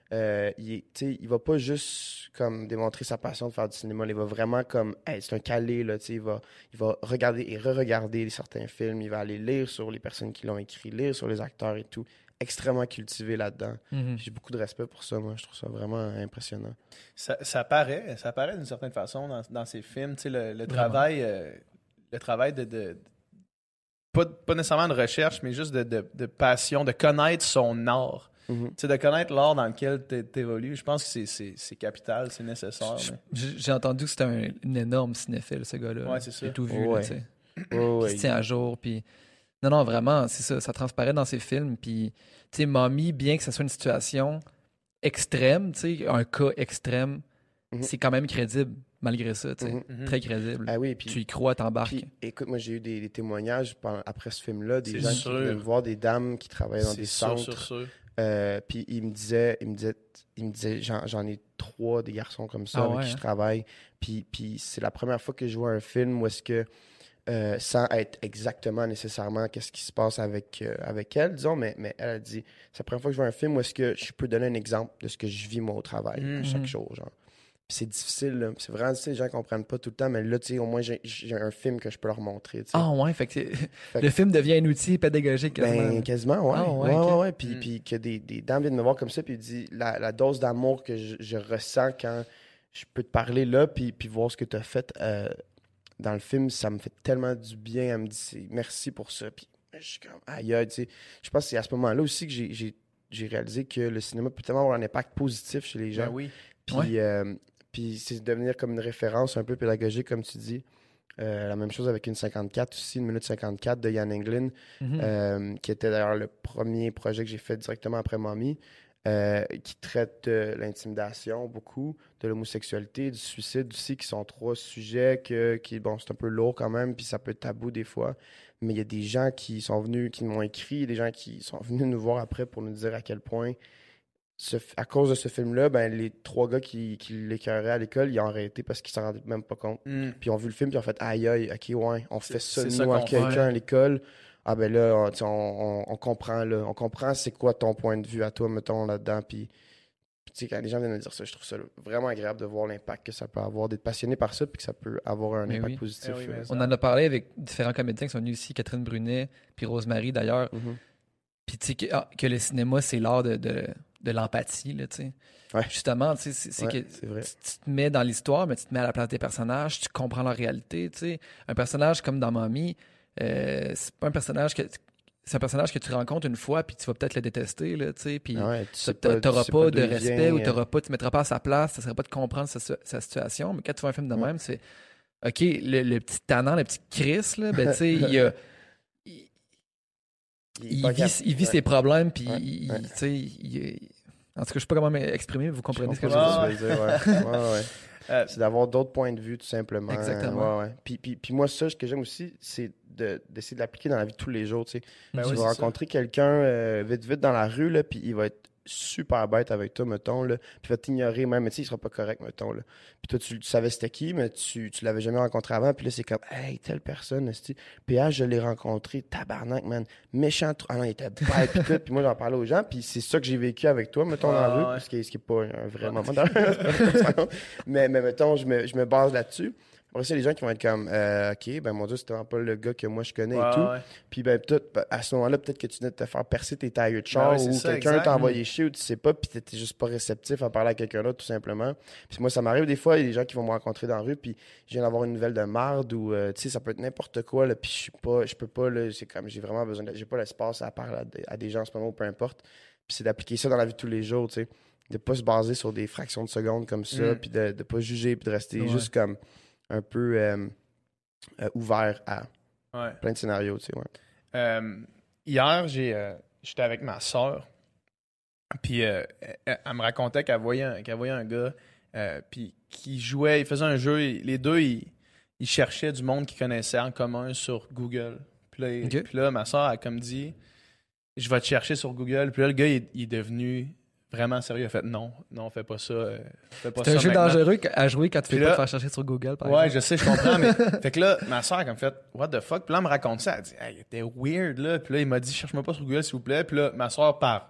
Euh, il, est- tu sais, il va pas juste comme démontrer sa passion de faire du cinéma, il va vraiment comme, hey, c'est un calé, là, tu sais, il va, il va regarder et re-regarder certains films, il va aller lire sur les personnes qui l'ont écrit, lire sur les acteurs et tout, extrêmement cultivé là-dedans. Mhm. J'ai beaucoup de respect pour ça, moi, je trouve ça vraiment impressionnant. Ça, ça paraît, ça paraît d'une certaine façon dans, dans ces films, tu sais, le, le Vraiment. travail, euh, le travail de, de pas, pas nécessairement de recherche, mais juste de, de, de passion, de connaître son art. Mhm. Tu sais, de connaître l'art dans lequel tu évolues, je pense que c'est- c'est c'est capital, c'est nécessaire. Je- mais- J'ai j'ai entendu que c'était un, une énorme cinéphile, ce gars-là. Ouais, c'est ça. J'ai tout vu, Ouais. là, tu sais. Ouais, Puis ouais, il se tient à jour, puis... Non, non, vraiment, c'est ça, ça transparaît dans ses films, puis, tu sais, Mommy, bien que ce soit une situation extrême, tu sais, un cas extrême, Mhm. c'est quand même crédible, malgré ça, tu sais. Mhm. Mhm. Très crédible. Ah oui, puis Tu y crois, t'embarques. Puis, écoute, moi, j'ai eu des, des témoignages pendant- après ce film-là, des C'est gens sûr. qui venaient me voir, des dames qui travaillaient dans C'est des sûr, centres. sûr, sûr. Euh, puis ils me disaient, ils me disaient, ils me disaient, j'en, j'en ai trois des garçons comme ça Ah avec ouais, qui hein? je travaille. Puis, puis c'est la première fois que je vois un film où est-ce que, euh, sans être exactement nécessairement qu'est-ce qui se passe avec, euh, avec elle, disons, mais, mais elle a dit, c'est la première fois que je vois un film où est-ce que je peux donner un exemple de ce que je vis moi au travail, Mhm. chaque jour, genre. Puis c'est difficile, là. C'est vraiment difficile, les gens comprennent pas tout le temps, mais là, tu sais, au moins, j'ai, j'ai un film que je peux leur montrer, tu sais. Ah ouais, fait que, c'est- Fait le film devient un outil pédagogique. quasiment. Ben, quasiment, ouais. Ah, ouais, ouais, ok. ouais, ouais. Puis, Mm. puis que des, des dames viennent me voir comme ça, puis ils disent la, la dose d'amour que je, je ressens quand je peux te parler là, puis, puis voir ce que tu as fait euh, dans le film, ça me fait tellement du bien. Elle me dit c'est- merci pour ça. Puis je suis comme aïe, aïe, tu sais. Je pense que c'est à ce moment-là aussi que j'ai, j'ai, j'ai réalisé que le cinéma peut tellement avoir un impact positif chez les gens. Ben oui. Puis, Ouais. euh, puis c'est devenir comme une référence un peu pédagogique, comme tu dis. Euh, la même chose avec une cinquante-quatre aussi, une minute cinquante-quatre de Yann Englund. Mhm. Euh, qui était d'ailleurs le premier projet que j'ai fait directement après Mommy, euh, qui traite de l'intimidation beaucoup, de l'homosexualité, du suicide aussi, qui sont trois sujets que, qui, bon, c'est un peu lourd quand même, puis ça peut être tabou des fois. Mais il y a des gens qui sont venus, qui m'ont écrit, des gens qui sont venus nous voir après pour nous dire à quel point, ce f- à cause de ce film-là, ben, les trois gars qui, qui l'écœuraient à l'école, ils ont arrêté parce qu'ils s'en rendaient même pas compte. Mm. Puis ils ont vu le film, puis ils ont fait aïe aïe, ok, ouais, on C'est- fait ça c'est nous ça à qu'on quelqu'un fait. à l'école. Ah ben là, on, tu sais, on, on- on comprend, là. On comprend c'est quoi ton point de vue à toi, mettons, là-dedans. Puis, puis tu sais, quand les gens viennent me dire ça, je trouve ça vraiment agréable de voir l'impact que ça peut avoir, d'être passionné par ça, puis que ça peut avoir un Mais impact oui. positif. Eh oui, euh. mais- On en a parlé avec différents comédiens qui sont venus ici, Catherine Brunet, puis Rosemary d'ailleurs. Mhm. Puis tu sais que, ah, que le cinéma, c'est l'art de, de, de l'empathie, là, tu sais. Ouais. Justement, tu sais, c'est c'est Ouais, que c'est vrai. tu, tu te mets dans l'histoire, mais tu te mets à la place des personnages, tu comprends leur réalité, tu sais. Un personnage comme dans Mommy, euh, c'est pas un personnage que... C'est un personnage que tu rencontres une fois, puis tu vas peut-être le détester, là, tu sais, puis Ah ouais, tu sais t'a- tu t'auras sais pas, d'où de il respect vient, ou euh. t'auras pas, tu mettras pas à sa place, ça serait pas de comprendre sa, sa situation, mais quand tu vois un film de Ouais. même, c'est... OK, le, le petit tannant, le petit Chris, là, ben, tu sais, il a... Il, il pas vit, cap- il vit ouais. ses problèmes, puis Ouais, il, ouais. tu sais, il- en tout cas, je sais pas comment m'exprimer, mais vous comprenez ce que je veux comprends dire. ce que tu veux dire, ouais. Ouais, ouais. Euh, C'est d'avoir d'autres points de vue, tout simplement. Exactement. Ouais, ouais. Puis, puis, puis moi, ça, ce que j'aime aussi, c'est de- d'essayer de l'appliquer dans la vie de tous les jours. Tu sais. Ben tu oui, vas c'est rencontrer quelqu'un euh, vite, vite dans la rue, là, puis il va être super bête avec toi, mettons, là, puis il va t'ignorer même, mais tu sais, il sera pas correct, mettons, là. Puis toi, tu, tu savais c'était qui, mais tu, tu l'avais jamais rencontré avant, puis là, c'est comme, hey, telle personne, esti. P H, je l'ai rencontré, tabarnak, man, méchant, trou- ah non, il était bête, puis tout, puis moi, j'en parlais aux gens, puis c'est ça que j'ai vécu avec toi, mettons, dans la Ah, rue, ouais. ce qui est, ce qui est pas un vrai moment dans mais, mais mettons, je me, je me base là-dessus. Après ça, les gens qui vont être comme, euh, OK, ben mon Dieu, c'est vraiment pas le gars que moi je connais ouais, et tout. ouais. Puis ben, peut-être, ben, à ce moment-là, peut-être que tu venais de te faire percer tes tailleurs de char Ben oui, c'est ou ça, quelqu'un exact. t'a envoyé chier ou tu sais pas, puis t'étais juste pas réceptif à parler à quelqu'un d'autre, tout simplement. Puis moi, ça m'arrive des fois, il y a des gens qui vont me rencontrer dans la rue, puis je viens d'avoir une nouvelle de marde ou, euh, tu sais, ça peut être n'importe quoi, là, puis je suis pas, je peux pas, là, c'est comme, j'ai vraiment besoin, de, j'ai pas l'espace à parler à, des- à des gens en ce moment, peu importe. Puis c'est d'appliquer ça dans la vie de tous les jours, tu sais. De pas se baser sur des fractions de secondes comme ça, Mm. puis de, de pas juger, puis de rester Ouais. juste comme un peu euh, euh, ouvert à Ouais. plein de scénarios, tu sais, ouais. Euh, hier, j'ai, euh, j'étais avec ma soeur. Puis euh, elle, elle me racontait qu'elle voyait un, qu'elle voyait un gars euh, puis qui jouait, il faisait un jeu. et les deux, ils, ils cherchaient du monde qu'ils connaissaient en commun sur Google. Puis là, il- Ok. puis là, ma soeur a comme dit, je vais te chercher sur Google. Puis là, le gars, il, il est devenu vraiment sérieux. Il a fait non, non, fais pas ça. euh, fais pas C'est ça un jeu maintenant. dangereux à jouer quand tu fais Puis pas là- te faire chercher sur Google, par Ouais, exemple. je sais, je comprends, mais fait que là, ma soeur a comme fait what the fuck, puis là elle me raconte ça, elle dit hey, il était weird là, puis là il m'a dit cherche-moi pas sur Google s'il vous plaît, puis là ma soeur part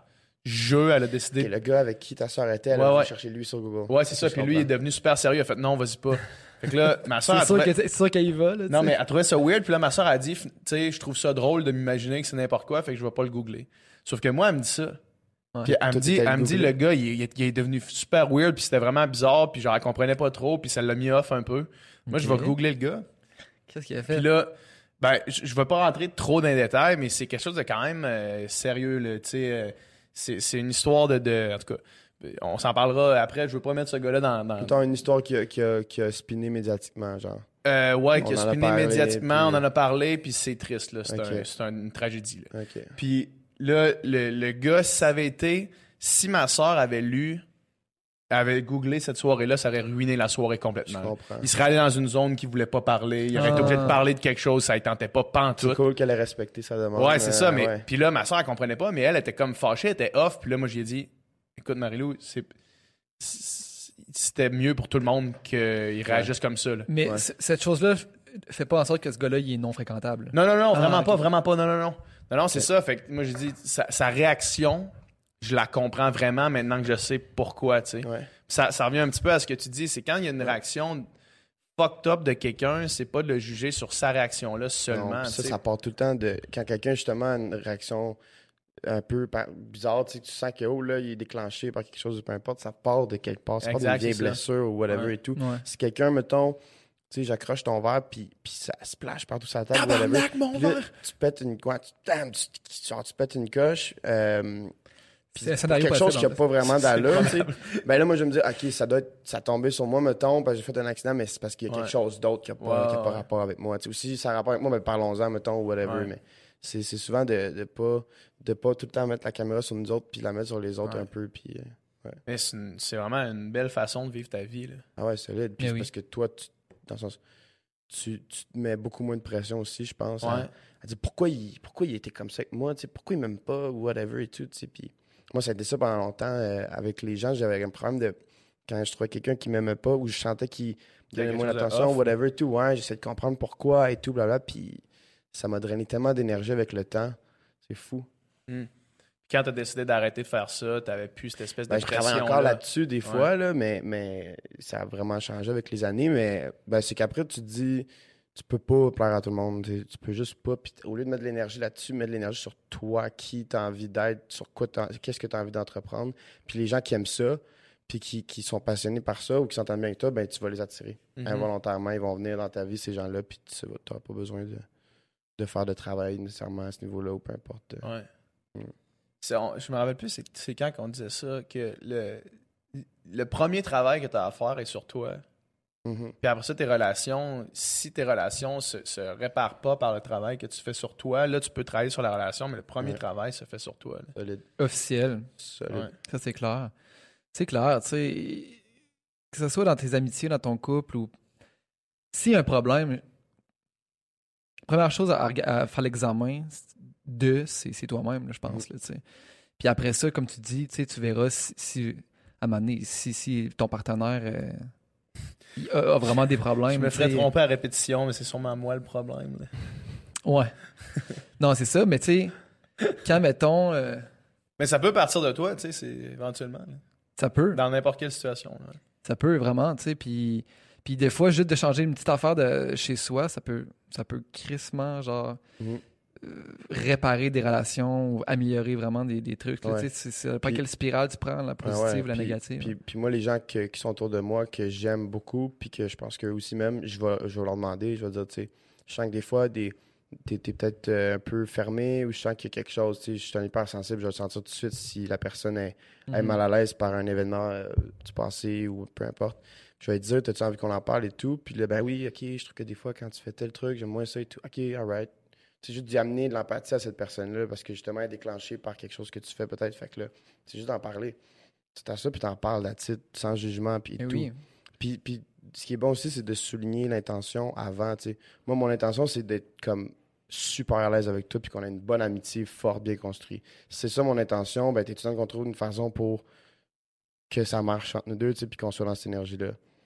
jeu, elle a décidé. Ok, le gars avec qui ta soeur était, elle Ouais, a ouais. été chercher lui sur Google. Ouais, c'est ça. Je Puis lui, il est comprends. devenu super sérieux. Il a fait non, vas-y pas. Fait que là, ma soeur. C'est sûr, que- c'est sûr qu'elle y va. Là, Non, tu mais sais. elle trouvait ça weird. Puis là, ma soeur a dit, tu sais, je trouve ça drôle de m'imaginer que c'est n'importe quoi, fait que je vais pas le googler. Sauf que moi, elle me dit ça. Ouais. Puis elle me Toi, dit, t'étais elle me dit, googlé. le gars, il est, il est devenu super weird, puis c'était vraiment bizarre, puis genre, elle comprenait pas trop, puis ça l'a mis off un peu. Moi, je vais Ok. googler le gars. Qu'est-ce qu'il a fait? Puis là, ben, je je vais pas rentrer trop dans les détails, mais c'est quelque chose de quand même euh, sérieux, là. Tu sais, euh, c'est c'est une histoire de, de. En tout cas, on s'en parlera après. Je veux pas mettre ce gars-là dans. dans... Plutôt une histoire qui a, qui a, qui a spiné médiatiquement, genre. Euh, ouais, qui On a en a spiné parlé, médiatiquement, puis- on en a parlé, puis c'est triste, là. C'est Ok. un- c'est un- une tragédie, là. Ok. Puis là, le, le gars, si ça avait été. Si ma soeur avait lu, avait googlé cette soirée-là, ça aurait ruiné la soirée Je complètement. comprends. Il serait allé dans une zone qu'il voulait pas parler. Il aurait été Ah. obligé de parler de quelque chose, ça ne tentait pas C'est pantoute. cool qu'elle ait respecté sa demande. Ouais, c'est ça. euh, Mais ouais. puis là, ma soeur, elle comprenait pas, mais elle était comme fâchée, elle était off. Puis là, moi, j'ai dit, écoute, Marie-Lou, c'est c'est- c'était mieux pour tout le monde qu'il réagisse comme ça. là. Mais Ouais. c- cette chose-là f- fait pas en sorte que ce gars-là il est non fréquentable. Non, non, non, Ah, vraiment ok. pas, vraiment pas. Non, non, non. Non, non, c'est ça. Fait que moi, j'ai dit, sa, sa réaction, je la comprends vraiment maintenant que je sais pourquoi, tu sais. Ouais. Ça, ça revient un petit peu à ce que tu dis, c'est quand il y a une réaction fucked up de quelqu'un, c'est pas de le juger sur sa réaction-là seulement. Non, puis tu ça, sais. ça part tout le temps de. Quand quelqu'un, justement, a une réaction un peu par- bizarre, tu sais, tu sens que, oh, là, il est déclenché par quelque chose, peu importe, ça part de quelque part. Ça part d'une Exact, vieille c'est ça. blessure ou whatever Ouais. et tout. Ouais. Si quelqu'un, mettons, tu sais, j'accroche ton verre, puis, puis ça splash partout sur la table, whatever. Tabarnak, mon Puis là, verre! tu pètes une. Quoi, tu, damn, tu, tu- genre, tu pètes une coche. Euh, puis C'est un pour scénario quelque chose possible, qui n'a en pas vraiment C'est d'allure, tu sais. Ben là, moi, je me dis, OK, ça doit être, ça a tombé sur moi, mettons, parce que j'ai fait un accident, mais c'est parce qu'il y a quelque Ouais. chose d'autre qui n'a pas, Ouais, qui a pas ouais. rapport avec moi. Tu sais, ou si ça a rapport avec moi, ben parlons-en, mettons, ou whatever. Ouais. Mais c'est, c'est souvent de ne pas, de pas tout le temps mettre la caméra sur nous autres, puis la mettre sur les autres Ouais. un peu. Puis, euh, Mais c'est une- c'est vraiment une belle façon de vivre ta vie. Là. ah ouais, solide. Puis Mais c'est oui. parce que toi, tu, dans le sens, tu, tu te mets beaucoup moins de pression aussi, je pense. à- Ouais. à dire pourquoi il, pourquoi il était comme ça avec moi, tu sais, pourquoi il m'aime pas, ou whatever et tout, tu sais. Puis moi, ça a été ça pendant longtemps euh, avec les gens. J'avais un problème de quand je trouvais quelqu'un qui m'aimait pas ou je sentais qu'il Il y a donnait quelque moins chose de d'attention, off. whatever et tout. Ouais, j'essayais de comprendre pourquoi et tout, blablabla. Puis ça m'a drainé tellement d'énergie avec le temps. C'est fou. Quand tu as décidé d'arrêter de faire ça, tu n'avais plus cette espèce Ben, de je pression. travaille encore là-dessus des Ouais. fois, là, mais, mais ça a vraiment changé avec les années. Mais ben, c'est qu'après, tu te dis, tu peux pas plaire à tout le monde. Tu tu peux juste pas. Puis au lieu de mettre de l'énergie là-dessus, mettre de l'énergie sur toi, qui tu as envie d'être, sur quoi t'as- qu'est-ce que tu as envie d'entreprendre. Puis les gens qui aiment ça, puis qui, qui sont passionnés par ça ou qui s'entendent bien avec toi, ben, tu vas les attirer. Mhm. Involontairement, ils vont venir dans ta vie, ces gens-là, puis tu n'auras pas besoin de, de faire de travail nécessairement à ce niveau-là ou peu importe. Ouais. Mm. C'est- on- je me rappelle plus, c'est, c'est quand qu'on disait ça, que le, le premier travail que tu as à faire est sur toi. Mhm. Puis après ça, tes relations, si tes relations se, se réparent pas par le travail que tu fais sur toi, là, tu peux travailler sur la relation, mais le premier Ouais. travail se fait sur toi. là. Solide. Officiel. Solide. Ouais. Ça, c'est clair. C'est clair, tu sais, que ce soit dans tes amitiés, dans ton couple ou s'il y a un problème, première chose à, rega- à faire l'examen de, c'est, c'est toi-même, là, je pense. Là, tu sais. Puis après ça, comme tu dis, tu sais, tu verras si, si- à un moment donné, si, si ton partenaire euh, il a, a vraiment des problèmes. Je me tu ferais sais. tromper à répétition, mais c'est sûrement moi le problème. là. Ouais. Non, c'est ça, mais tu sais, quand, mettons, euh, Mais ça peut partir de toi, tu sais, c'est éventuellement. là. ça peut. Dans n'importe quelle situation. là. Ça peut vraiment, tu sais, puis, puis des fois, juste de changer une petite affaire de chez soi, ça peut, ça peut crissement, genre, Mhm. euh, réparer des relations ou améliorer vraiment des, des trucs. là, Ouais. tu sais, c'est, c'est pas Puis- quelle spirale tu prends, la Ah positive ouais, ou la puis- négative. Puis, puis moi, les gens que- qui sont autour de moi, que j'aime beaucoup, puis que je pense qu'eux aussi même, je vais, je vais leur demander, je vais dire, tu sais, je sens que des fois, des, t'es, t'es peut-être euh, un peu fermé ou je sens qu'il y a quelque chose, tu sais, je suis un hyper sensible, je vais le sentir tout de suite si la personne est, est Mhm. mal à l'aise par un événement euh, du passé ou peu importe. Je vais te dire, t'as-tu envie qu'on en parle et tout? Puis là, ben oui, ok, je trouve que des fois, quand tu fais tel truc, j'aime moins ça et tout. Ok, alright. C'est juste d'y amener de l'empathie à cette personne-là parce que justement, elle est déclenchée par quelque chose que tu fais peut-être. Fait que là, c'est juste d'en parler. Tu t'as ça, puis t'en parles là-dessus, sans jugement, puis Eh tout. oui. Puis, puis ce qui est bon aussi, c'est de souligner l'intention avant, tu sais. Moi, mon intention, c'est d'être comme super à l'aise avec toi, puis qu'on a une bonne amitié forte, bien construite. Si c'est ça mon intention, ben, t'es-tu dans qu'on trouve une façon pour que ça marche entre nous deux, tu sais, puis qu'on soit dans cette énergie-là.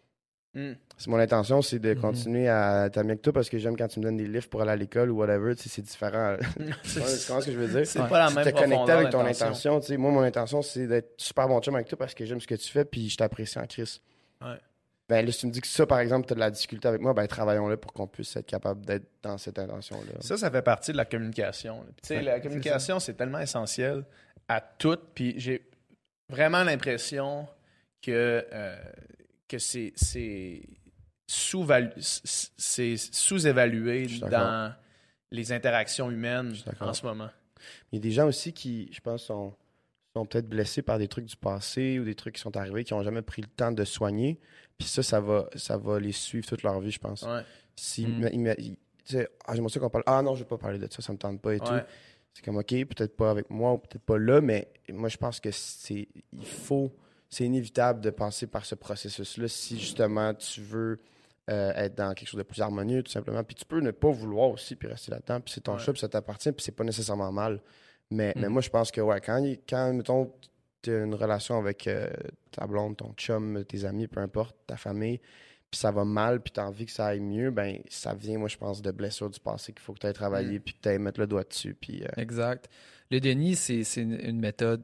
Mm. C'est mon intention, c'est de Mhm. continuer à être ami avec toi parce que j'aime quand tu me donnes des livres pour aller à l'école ou whatever. Tu sais, c'est différent. Tu comprends ce que je veux dire? C'est Ouais. pas la Tu même te connecter profondeur avec ton d'intention. intention. Tu sais, moi, mon intention, c'est d'être super bon chum avec toi parce que j'aime ce que tu fais puis je t'apprécie en Christ. Ouais. Ben là, si tu me dis que ça, par exemple, tu as de la difficulté avec moi, ben travaillons là pour qu'on puisse être capable d'être dans cette intention-là. Ça, ça fait partie de la communication. là. Puis, tu sais, Ouais, la communication, c'est tellement essentiel à tout. Puis j'ai vraiment l'impression que, euh, que c'est, c'est, sous-valu- c'est sous-évalué Je suis d'accord. dans les interactions humaines Je suis d'accord. en ce moment. Il y a des gens aussi qui, je pense, sont, sont peut-être blessés par des trucs du passé ou des trucs qui sont arrivés qui n'ont jamais pris le temps de soigner. Puis ça, ça va, ça va les suivre toute leur vie, je pense. Ouais. Si, Mm. mais- mais- il- tu sais, ah, j'aimerais ça qu'on parle. Ah non, je vais pas parler de ça, ça me tente pas et tout. Ouais. C'est comme, OK, peut-être pas avec moi ou peut-être pas là, mais moi, je pense que c'est, il faut, c'est inévitable de passer par ce processus-là si justement tu veux euh, être dans quelque chose de plus harmonieux, tout simplement. Puis tu peux ne pas vouloir aussi, puis rester là-dedans, puis c'est ton Ouais. choix, puis ça t'appartient, puis c'est pas nécessairement mal. Mais, mais Mhm. moi, je pense que, ouais, quand, il- quand mettons, tu as une relation avec euh, ta blonde, ton chum, tes amis, peu importe, ta famille, puis ça va mal, puis tu as envie que ça aille mieux, ben ça vient, moi, je pense, de blessures du passé qu'il faut que tu ailles travailler, Mm. puis que tu ailles mettre le doigt dessus, puis... euh, Exact. Le déni, c'est c'est une, une méthode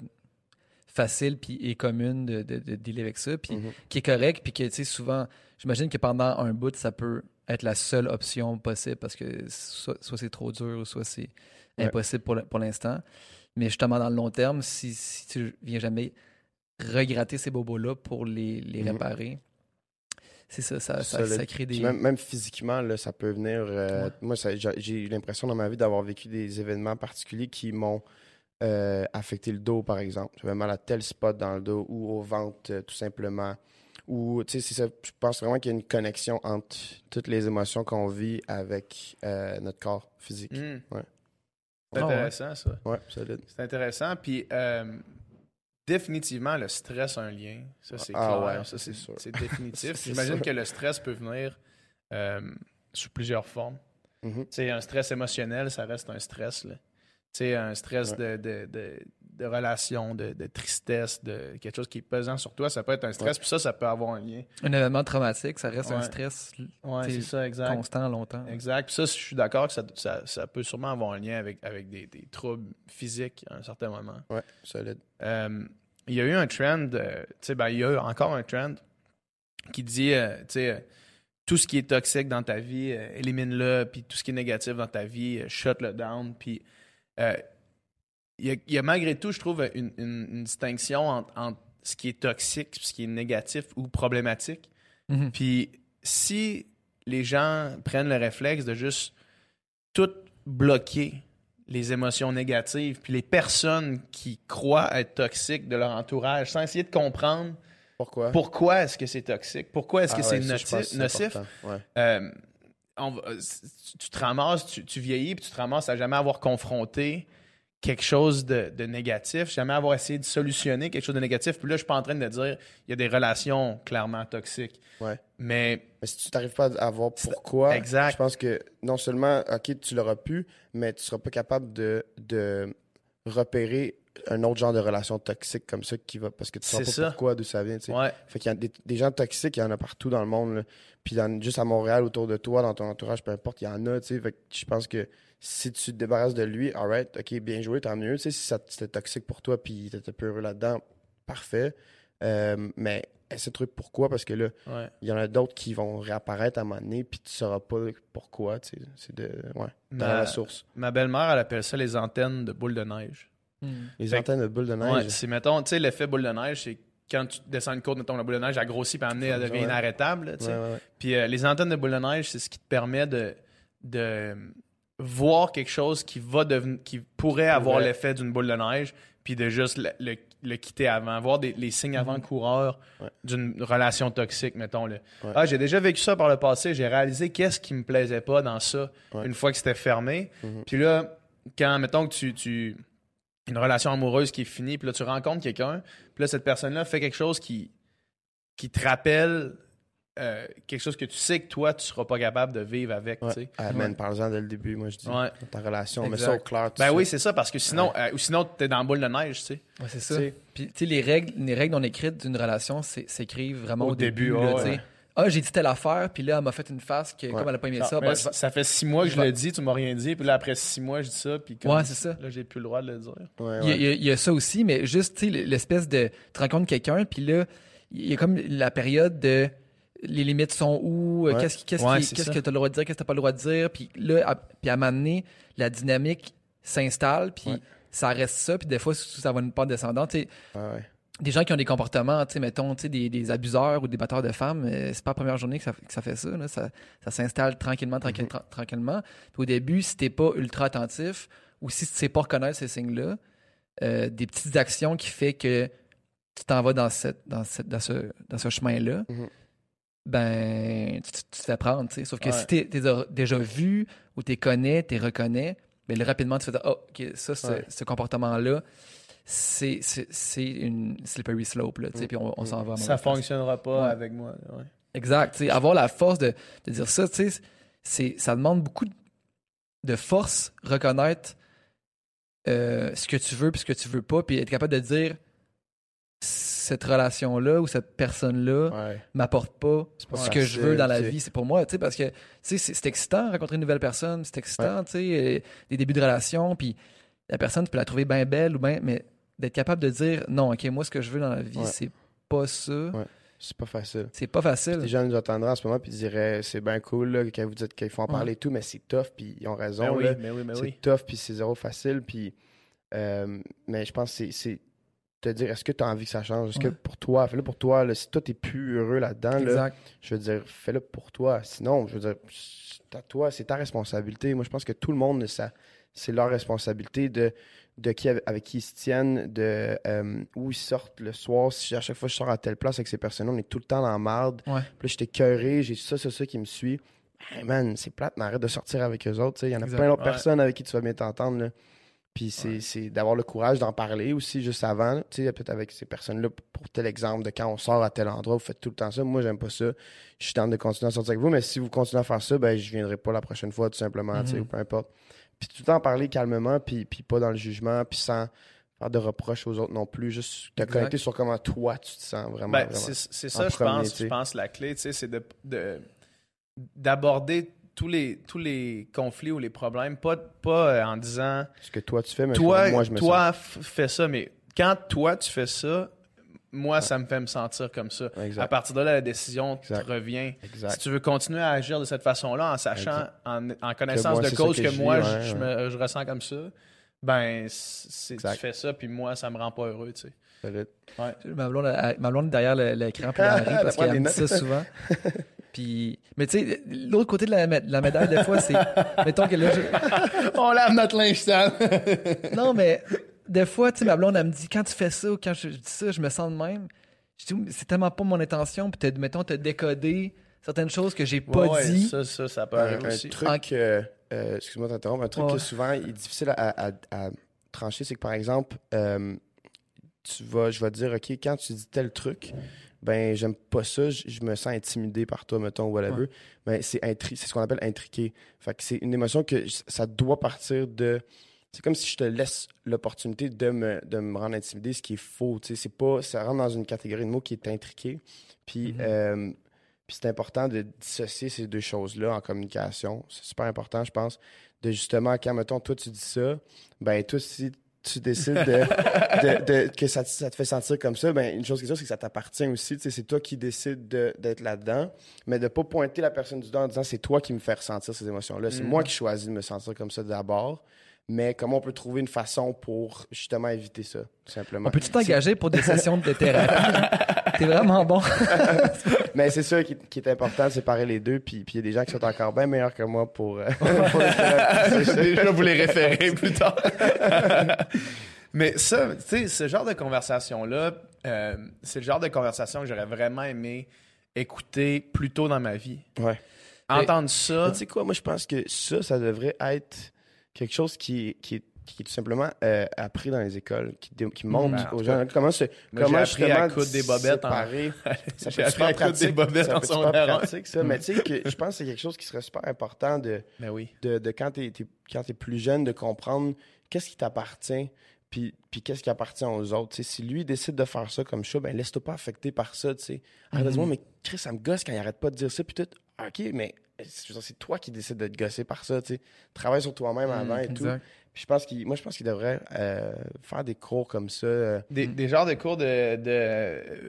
facile puis et commune de, de, de dealer avec ça, puis mhm. qui est correcte, puis que, tu sais, souvent, j'imagine que pendant un bout, ça peut être la seule option possible parce que soit, soit c'est trop dur ou soit c'est Ouais. impossible pour, le- pour l'instant. Mais justement, dans le long terme, si, si tu viens jamais regratter ces bobos-là pour les, les Mhm. réparer, c'est ça, ça, ça, Solide. ça crée Puis des... Même, même physiquement, là, ça peut venir. euh, Ouais. Moi, ça- j'ai j'ai eu l'impression dans ma vie d'avoir vécu des événements particuliers qui m'ont euh, affecté le dos, par exemple. J'avais mal à tel spot dans le dos ou au ventre, euh, tout simplement. Ou, tu sais, c'est ça. Je pense vraiment qu'il y a une connexion entre toutes les émotions qu'on vit avec euh, notre corps physique. Mm. Ouais. C'est Ah ouais. intéressant, ça. Ouais, solide. C'est intéressant. Puis, euh, définitivement, le stress a un lien. Ça, c'est Ah clair. ouais, ça, c'est c'est sûr. c'est définitif. C'est J'imagine sûr. que le stress peut venir euh, sous plusieurs formes. Mhm. Tu sais, un stress émotionnel, ça reste un stress. Là. Tu sais, un stress Ouais. de, de, de, de relation, de, de tristesse, de quelque chose qui est pesant sur toi, ça peut être un stress. Ouais. Puis ça, ça peut avoir un lien. Un événement traumatique, ça reste un Ouais. stress Ouais, T'sais, c'est ça, exact. constant longtemps. Exact. Puis ça, je suis d'accord que ça, ça, ça peut sûrement avoir un lien avec, avec des, des troubles physiques à un certain moment. Ouais, solide. Euh, il y a eu un trend, euh, tu sais, ben, il y a eu encore un trend qui dit, euh, tu sais, euh, tout ce qui est toxique dans ta vie, euh, élimine-le, puis tout ce qui est négatif dans ta vie, euh, shut le down, puis euh, il y, a, il y a malgré tout, je trouve, une, une- une distinction entre, entre ce qui est toxique et ce qui est négatif ou problématique. Mhm. Puis si les gens prennent le réflexe de juste tout bloquer les émotions négatives, puis les personnes qui croient être toxiques de leur entourage, sans essayer de comprendre Pourquoi? pourquoi est-ce que c'est toxique, pourquoi est-ce que Ah c'est ouais, ça, je noti- pense que c'est nocif. important. Ouais. Euh, on va- euh, tu- tu te ramasses, tu, tu vieillis, puis tu te ramasses à jamais avoir confronté quelque chose de, de négatif, jamais avoir essayé de solutionner quelque chose de négatif. Puis là, je suis pas en train de dire il y a des relations clairement toxiques. Ouais. Mais Mais si tu n'arrives pas à voir pourquoi, Exact. je pense que non seulement, OK, tu l'auras pu, mais tu ne seras pas capable de, de repérer un autre genre de relation toxique comme ça qui va. Parce que tu ne sais C'est pas ça. pourquoi, d'où ça vient. Tu sais. ouais, Fait qu'il y a des, des gens toxiques, il y en a partout dans le monde. Là. Puis dans- juste à Montréal, autour de toi, dans ton entourage, peu importe, il y en a. Tu sais. Fait que je pense que si tu te débarrasses de lui, alright, OK, bien joué, tant mieux. Tu sais, si ça, c'était toxique pour toi, puis tu étais peu heureux là-dedans, parfait. Euh, mais essaie de trouver pourquoi, parce que là, ouais. il y en a d'autres qui vont réapparaître à un moment donné, puis tu sauras pas pourquoi. Tu sais. C'est de. Ouais, dans Ma, la source. ma belle-mère, elle appelle ça les antennes de boule de neige. Mhm. Les Fait que- antennes de bulles de neige. Ouais, c'est, mettons, tu sais, l'effet boule de neige, c'est quand tu descends une côte, mettons, la boule de neige, elle grossit, puis à un moment donné, elle devient Ouais. inarrêtable, là, tu sais. Ouais, ouais, ouais. Puis euh, les antennes de boule de neige, c'est ce qui te permet de, de voir quelque chose qui va devenir, qui pourrait avoir Ouais. l'effet d'une boule de neige, puis de juste le, le- le quitter avant, voir des, les signes avant-coureurs Ouais. d'une relation toxique, mettons. Là. Ouais. Ah, j'ai déjà vécu ça par le passé, j'ai réalisé qu'est-ce qui me plaisait pas dans ça Ouais. une fois que c'était fermé. Mhm. Puis là, quand, mettons que tu, tu une relation amoureuse qui est finie, puis là, tu rencontres quelqu'un, puis là, cette personne-là fait quelque chose qui, qui te rappelle euh, quelque chose que tu sais que toi, tu seras pas capable de vivre avec, Ouais. tu sais. Ah, man, parle-en dès le début, moi, je dis. Ouais. Dans ta relation, mais Exact. ça au clair. tout Ben de oui, suite. c'est ça, parce que sinon, euh, ou sinon t'es dans la boule de neige, tu sais. Ouais, c'est ça. Tu sais. Puis, tu sais, les règles, les règles non écrites d'une relation c'est- s'écrivent vraiment Au au, début. début, là, ouais. tu sais. ah, j'ai dit telle affaire, puis là, elle m'a fait une face que, Ouais. comme elle a pas aimé Non, ça, mais ben, là, je vais- ça fait six mois que je je vais- le dis, tu m'as rien dit. Puis là, après six mois, je dis ça. Puis comme, Ouais, c'est ça. Là, j'ai plus le droit de le dire. Ouais, Il y, a, ouais. il y a- il y a ça aussi, mais juste, tu sais, l'espèce de. Tu rencontres quelqu'un, puis là, il y a comme la période de. Les limites sont où? euh, Ouais. Qu'est-ce, qui- qu'est-ce, Ouais, qui- c'est qu'est-ce ça. que tu as le droit de dire? Qu'est-ce que tu pas le droit de dire? Puis là, à, puis à un moment donné, la dynamique s'installe, puis Ouais. ça reste ça, puis des fois, ça va une pente descendante. Tu sais, Ouais, ouais. des gens qui ont des comportements, tu sais, mettons, tu sais, des, des abuseurs ou des batteurs de femmes, euh, c'est pas la première journée que ça, que ça fait ça. Là. Ça, ça s'installe tranquillement, tranquille- tra- tranquillement. Puis au début, si t'es pas ultra attentif ou si tu sais pas reconnaître ces signes-là, euh, des petites actions qui fait que tu t'en vas dans, cette, dans, cette, dans ce, dans ce chemin-là, Mhm. ben, tu, tu te fais prendre, tu sais. Sauf que Ouais. si t'es, t'es déjà vu ou t'es connais, t'es reconnais, ben là, rapidement, tu fais dire, oh, OK, ça, ce, Ouais. ce comportement-là, c'est, c'est, c'est une slippery slope, là, tu sais, Mm. puis on, on s'en va à Ça mauvaise place. fonctionnera pas Ouais. avec moi. Ouais. Exact. tu sais, avoir la force de, de dire ça, tu sais, c'est, ça demande beaucoup de, de force, reconnaître euh, ce que tu veux puis ce que tu veux pas, puis être capable de dire cette relation-là ou cette personne-là Ouais. m'apporte pas C'est pas ce que je facile, veux dans la tu sais. vie. C'est pour moi, tu sais, parce que tu sais, c'est, c'est excitant rencontrer une nouvelle personne, c'est excitant, tu sais, euh, des débuts de relation, puis la personne, tu peux la trouver bien belle ou bien, mais d'être capable de dire non, ok, moi, ce que je veux dans la vie, Ouais. c'est pas ça. Ouais. C'est pas facile. C'est pas facile. Les gens nous entendraient en ce moment puis ils diraient c'est bien cool là, quand vous dites qu'il faut en parler et tout, mais c'est tough puis ils ont raison. Ben oui, là. mais oui, mais c'est oui. tough puis c'est zéro facile puis euh, mais je pense que c'est, c'est te dire est-ce que tu as envie que ça change? Est-ce que Ouais. pour toi, fais-le pour toi, là, si toi t'es plus heureux là-dedans, là, Exact. je veux dire, fais-le pour toi. Sinon, je veux dire, c'est à toi, c'est ta responsabilité. Moi, je pense que tout le monde, ça, c'est leur responsabilité de, de qui avec qui ils se tiennent, de euh, où ils sortent le soir. Si à chaque fois je sors à telle place avec ces personnes-là, on est tout le temps dans la marde. Ouais. Puis là, j'étais cœuré, j'ai ça, ça, ça qui me suit. Hey man, c'est plate, mais arrête de sortir avec eux autres. tu sais. Il y en a Exact. plein d'autres Ouais. personnes avec qui tu vas bien t'entendre. là. Puis c'est, Ouais. c'est d'avoir le courage d'en parler aussi juste avant. là. Tu sais, peut-être avec ces personnes-là, pour tel exemple de quand on sort à tel endroit, vous faites tout le temps ça. Moi, j'aime pas ça. Je suis tente de continuer à sortir avec vous, mais si vous continuez à faire ça, ben je viendrai pas la prochaine fois, tout simplement, tu sais, Mhm. ou peu importe. Puis tout le temps en parler calmement, puis, puis pas dans le jugement, puis sans faire de reproches aux autres non plus. Juste te Exact. connecter sur comment toi tu te sens vraiment. Ben, vraiment. c'est, c'est En ça, je premier, pense. tu sais. Je pense la clé, tu sais, c'est de, de- d'aborder tous les, tous les conflits ou les problèmes, pas, pas euh, en disant Ce que toi tu fais, mais toi, comment moi je me sens. toi f- fais ça, mais quand toi tu fais ça, moi ça me fait me sentir comme ça. Exact. À partir de là, la décision Exact. te revient. Si Exact. tu veux continuer à agir de cette façon-là, en sachant, Exact. en, en connaissance moi, de c'est ça cause que que, je moi vis, je, ouais, je ouais. me, je ressens comme ça, ben c'est, tu Exact. fais ça, puis moi ça me rend pas heureux, tu sais. Solide. Ma blonde, elle- ma blonde est derrière le- l'écran puis elle rit Elle parce prend qu'elle des me dit ça notes. souvent. Puis, mais tu sais, l'autre côté de la, mé- de la médaille, des fois, c'est. Mettons que là, je- On lave notre linge sale. Non, mais des fois, tu sais, ma blonde, elle me dit quand tu fais ça ou quand je, je dis ça, je me sens de même. Je dis, c'est tellement pas mon intention. Puis, t'as- mettons, t'as décodé certaines choses que j'ai pas Ouais, ouais, dit. ça, ça, ça peut Un, arriver un aussi. truc, euh, euh, excuse-moi de t'interrompre, un truc Ouais. que souvent est difficile à, à- à trancher, c'est que par exemple, euh, tu vas, je vais te dire, OK, quand tu dis tel truc, ben j'aime pas ça, je, je me sens intimidé par toi, mettons, ou whatever. Ouais. Mais c'est intri- c'est ce qu'on appelle intriqué. Fait que c'est une émotion que j- ça doit partir de. C'est comme si je te laisse l'opportunité de me, de me rendre intimidé, ce qui est faux. Tu sais, c'est pas, ça rentre dans une catégorie de mots qui est intriqué. Puis, Mhm. euh, puis c'est important de dissocier ces deux choses-là en communication. C'est super important, je pense. De justement, quand, mettons, toi, tu dis ça, ben, toi, si tu décides de, de- de- que ça, te- ça te fait sentir comme ça, ben, une chose qui est sûre, c'est que ça t'appartient aussi. Tu sais, c'est toi qui décides de- d'être là-dedans, mais de ne pas pointer la personne du doigt en disant c'est toi qui me fais ressentir ces émotions-là. C'est Mhm. moi qui choisis de me sentir comme ça d'abord. Mais comment on peut trouver une façon pour justement éviter ça, tout simplement. On peut-tu t'engager pour des sessions de thérapie? T'es vraiment bon. Mais c'est ça qui, est- qui est important de séparer les deux. Puis puis il y a des gens qui sont encore bien meilleurs que moi pour, euh, pour les thérapies. C'est ça. Déjà vous les référer plus tard. Mais ça, tu sais, ce genre de conversation-là, euh, c'est le genre de conversation que j'aurais vraiment aimé écouter plus tôt dans ma vie. Ouais. Entendre ça. Mais tu sais quoi, moi je pense que ça, ça devrait être quelque chose qui, est- qui, est, qui est tout simplement euh, appris dans les écoles, qui, dé- qui montre Ben, en aux tout gens comment se moi, comment j'ai appris à justement coudre des bobettes en- séparer. Ça J'ai peut être appris super à coudre des pratique, bobettes ça en peut être super secondaire un. pratique, ça. Mais tu sais que je pense que c'est quelque chose qui serait super important de, Mais oui. de, de quand tu es, plus jeune, de comprendre qu'est-ce qui t'appartient, puis Puis, puis qu'est-ce qui appartient aux autres? T'sais, si lui décide de faire ça comme ça, ben laisse-toi pas affecter par ça. T'sais. Arrête de dire, mais Chris, ça me gosse quand il arrête pas de dire ça. Puis tout, OK, mais je veux dire, c'est toi qui décides de te gosser par ça. T'sais. Travaille sur toi-même avant et tout. Exact. Puis je pense qu'il, moi, je pense qu'il devrait euh, faire des cours comme ça. euh, Des, des genres de cours de, de euh,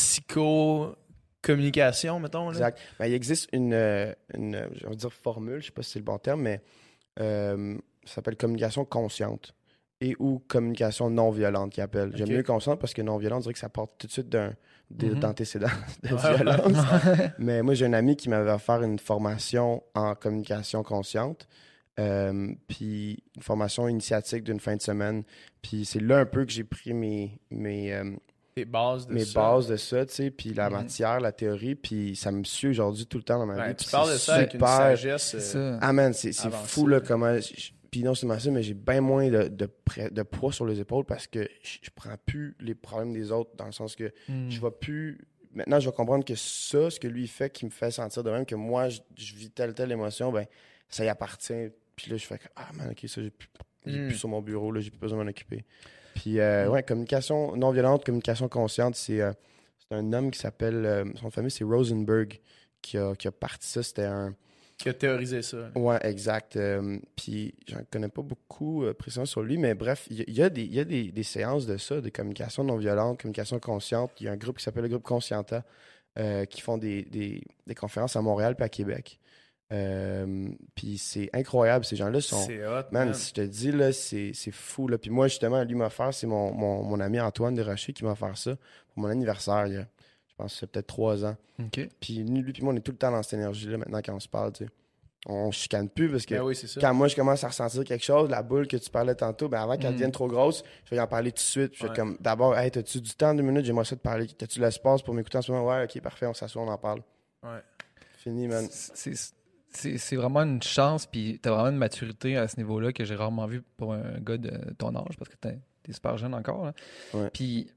psycho-communication, mettons. Là. Exact. Ben, il existe une, euh, une, je vais dire formule, je sais pas si c'est le bon terme, mais euh, ça s'appelle communication consciente et ou communication non violente qu'ils appellent. J'aime Ok. mieux consciente parce que non violente, on dirait que ça porte tout de suite d'un, de- Mhm. d'antécédents de Ouais. violence. Mais moi, j'ai un ami qui m'avait offert une formation en communication consciente. Euh, puis une formation initiatique d'une fin de semaine. Puis c'est là un peu que j'ai pris mes, mes, euh, Des bases de mes ça. bases de ça, tu sais, puis la Mhm. matière, la théorie, puis ça me suit aujourd'hui tout le temps dans ma Ouais, vie. tu puis parles de c'est ça avec une super- sagesse. euh, C'est ça. Ah man, c'est c'est avancée, fou là là. comment... j- Puis non seulement ça, mais j'ai bien moins de, de, pré- de poids sur les épaules parce que je je prends plus les problèmes des autres dans le sens que Mm. je vais plus... Maintenant, je vais comprendre que ça, ce que lui il fait, qui me fait sentir de même, que moi, je, je vis telle, telle émotion, ben ça y appartient. Puis là, je fais que, ah man, ok, ça, j'ai plus, j'ai Mm. plus sur mon bureau, là, j'ai plus besoin de m'en occuper. Puis, euh, Mm. ouais, communication non violente, communication consciente, c'est euh, c'est un homme qui s'appelle, euh, son famille, c'est Rosenberg, qui a, qui a parti ça. C'était un. Qui a théorisé ça. là. Ouais, exact. Euh, puis, j'en connais pas beaucoup euh, précisément sur lui, mais bref, il y, a- il y a, des, il y a des, des séances de ça, de communication non violente, communication consciente. Il y a un groupe qui s'appelle le groupe Conscienta, euh, qui font des, des, des conférences à Montréal puis à Québec. Euh, puis c'est incroyable, ces gens-là sont. C'est hot, Man, man. si je te dis, là, c'est, c'est fou. Là. Puis moi, justement, lui m'a offert, c'est mon, mon, mon ami Antoine Desrochers qui m'a offert ça pour mon anniversaire, il y a, je pense que c'est peut-être trois ans. OK. Puis lui, lui puis moi, on est tout le temps dans cette énergie-là maintenant quand on se parle, tu sais. On chicane plus parce que Ben oui, c'est ça. quand moi, je commence à ressentir quelque chose, la boule que tu parlais tantôt, ben avant qu'elle Mm. devienne trop grosse, je vais y en parler tout de suite. Puis je vais Ouais. comme, d'abord, hey, t'as-tu du temps, deux minutes, j'aimerais ça te parler. T'as-tu l'espace pour m'écouter en ce moment? Ouais, ok, parfait, on s'assoit, on en parle. Ouais. Fini, man. C'est- C'est c'est vraiment une chance, puis t'as vraiment une maturité à ce niveau-là que j'ai rarement vu pour un gars de ton âge, parce que t'es t'es super jeune encore. Là. Ouais. Puis,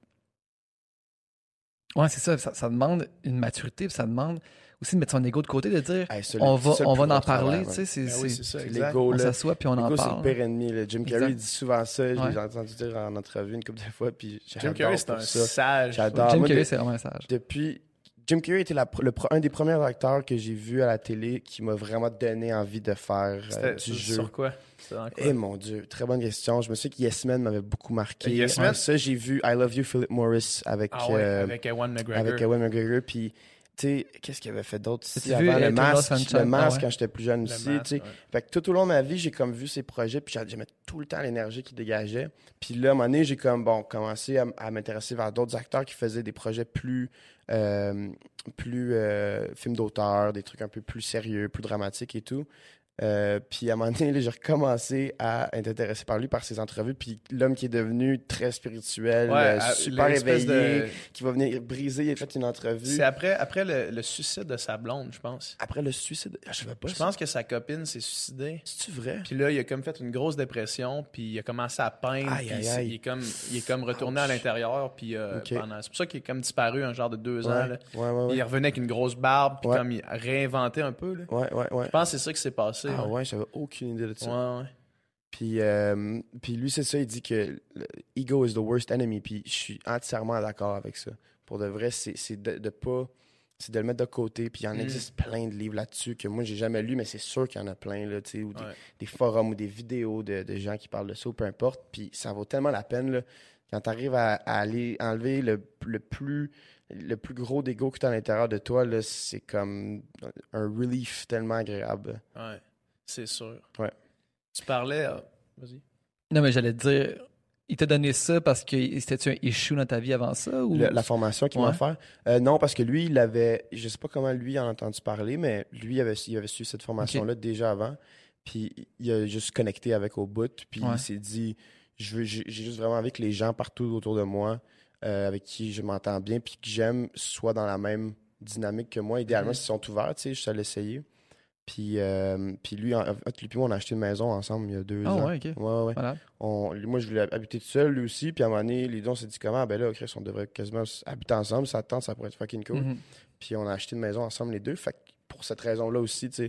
ouais, c'est ça, ça, ça demande une maturité, puis ça demande aussi de mettre son ego de côté, de dire Hey, ça, le- on c'est va, ça le on plus va gros en parler, travail, tu sais, c'est, Ben oui, c'est- c'est ça, C'est exact. l'ego, on là. s'assoit puis on en L'ego, c'est le parle. pire ennemi. là. Jim Carrey Exact. dit souvent ça. Je Ouais. l'ai entendu dire en entrevue une couple de fois. Puis Jim j'adore Carrey, c'est pour un ça. sage. J'adore. Jim Moi, Carrey, de- c'est vraiment un sage. Depuis. Jim Carrey était la pr- le, pr- un des premiers acteurs que j'ai vu à la télé qui m'a vraiment donné envie de faire euh, C'était du sur- jeu. Sur quoi? C'était dans quoi? Eh mon Dieu, très bonne question. Je me souviens que Yes Man m'avait beaucoup marqué. Yes Man? Ouais, ça, j'ai vu I Love You, Philip Morris avec, Ah ouais, euh, avec Ewan McGregor. avec Ewan McGregor. Puis, tu sais, qu'est-ce qu'il avait fait d'autre ici As-tu avant? vu Le Eternal masque, Sunshine? le masque Ah ouais. quand j'étais plus jeune Le aussi. masque, tu sais. ouais. Fait que tout au long de ma vie, j'ai comme vu ces projets, puis j'aimais tout le temps l'énergie qu'il dégageait. Puis là, à un moment donné, j'ai comme, bon, commencé à, m- à m'intéresser vers d'autres acteurs qui faisaient des projets plus, euh, plus euh, films d'auteur, des trucs un peu plus sérieux, plus dramatiques et tout. Euh, puis à un moment donné, là, j'ai recommencé à être intéressé par lui, par ses entrevues. Puis l'homme qui est devenu très spirituel, Ouais, euh, à- super l'espèce éveillé, de- qui va venir briser, il a fait une entrevue. C'est après, après le, le suicide de sa blonde, je pense. Après le suicide, ah, je savais pas Je ça. pense que sa copine s'est suicidée. C'est-tu vrai? Puis là, il a comme fait une grosse dépression, puis il a commencé à peindre, Aïe, puis aïe, il, s'est- aïe. il est comme, il est comme retourné à Ouch. l'intérieur, puis euh, Ok. pendant... C'est pour ça qu'il est comme disparu un genre de deux ans. Ouais, Là. ouais, ouais, ouais. Il revenait avec une grosse barbe, puis Ouais. comme il a réinventé un peu. Là. Ouais, ouais, ouais. Je pense que c'est ça qui s'est passé. Ah ouais. ouais, j'avais aucune idée de ça. Ouais, ouais. Puis, euh, puis lui, c'est ça, il dit que le ego is the worst enemy. Puis je suis entièrement d'accord avec ça. Pour de vrai, c'est c'est de, de pas. C'est de le mettre de côté. Puis il y en Mm. existe plein de livres là-dessus que moi, j'ai jamais lu, mais c'est sûr qu'il y en a plein, là, tu sais, ou des, Ouais. des forums ou des vidéos de, de gens qui parlent de ça, ou peu importe. Puis ça vaut tellement la peine, là, quand tu arrives à, à aller enlever le, le plus. Le plus gros d'ego que tu as à l'intérieur de toi, là, c'est comme un relief tellement agréable. Ouais, c'est sûr. Ouais. Tu parlais... ah, Vas-y. Non, mais j'allais te dire, il t'a donné ça parce que c'était-tu un issue dans ta vie avant ça? Ou... Le- la formation qu'il m'a Ouais. offert. Euh, non, parce que lui, il avait. Je sais pas comment lui en a entendu parler, mais lui, il avait, il avait suivi cette formation-là déjà avant. Puis il a juste connecté avec au bout. Puis Ouais. il s'est dit je veux, j'ai j'ai juste vraiment envie que les gens partout autour de moi, euh, avec qui je m'entends bien, puis que j'aime, soient dans la même dynamique que moi. Idéalement, Mhm. s'ils sont ouverts, tu sais, juste à l'essayer. Puis, euh, puis lui, en, en fait, lui puis moi, on a acheté une maison ensemble il y a deux Ah ans. ouais, ok. Ouais, ouais. Voilà. On, lui, moi, je voulais habiter tout seul, lui aussi. Puis à un moment donné, les deux, on s'est dit comment? Ben là, Chris, on devrait quasiment habiter ensemble. Ça tente, ça pourrait être fucking cool. Mhm. Puis on a acheté une maison ensemble, les deux. Fait que pour cette raison-là aussi, tu sais,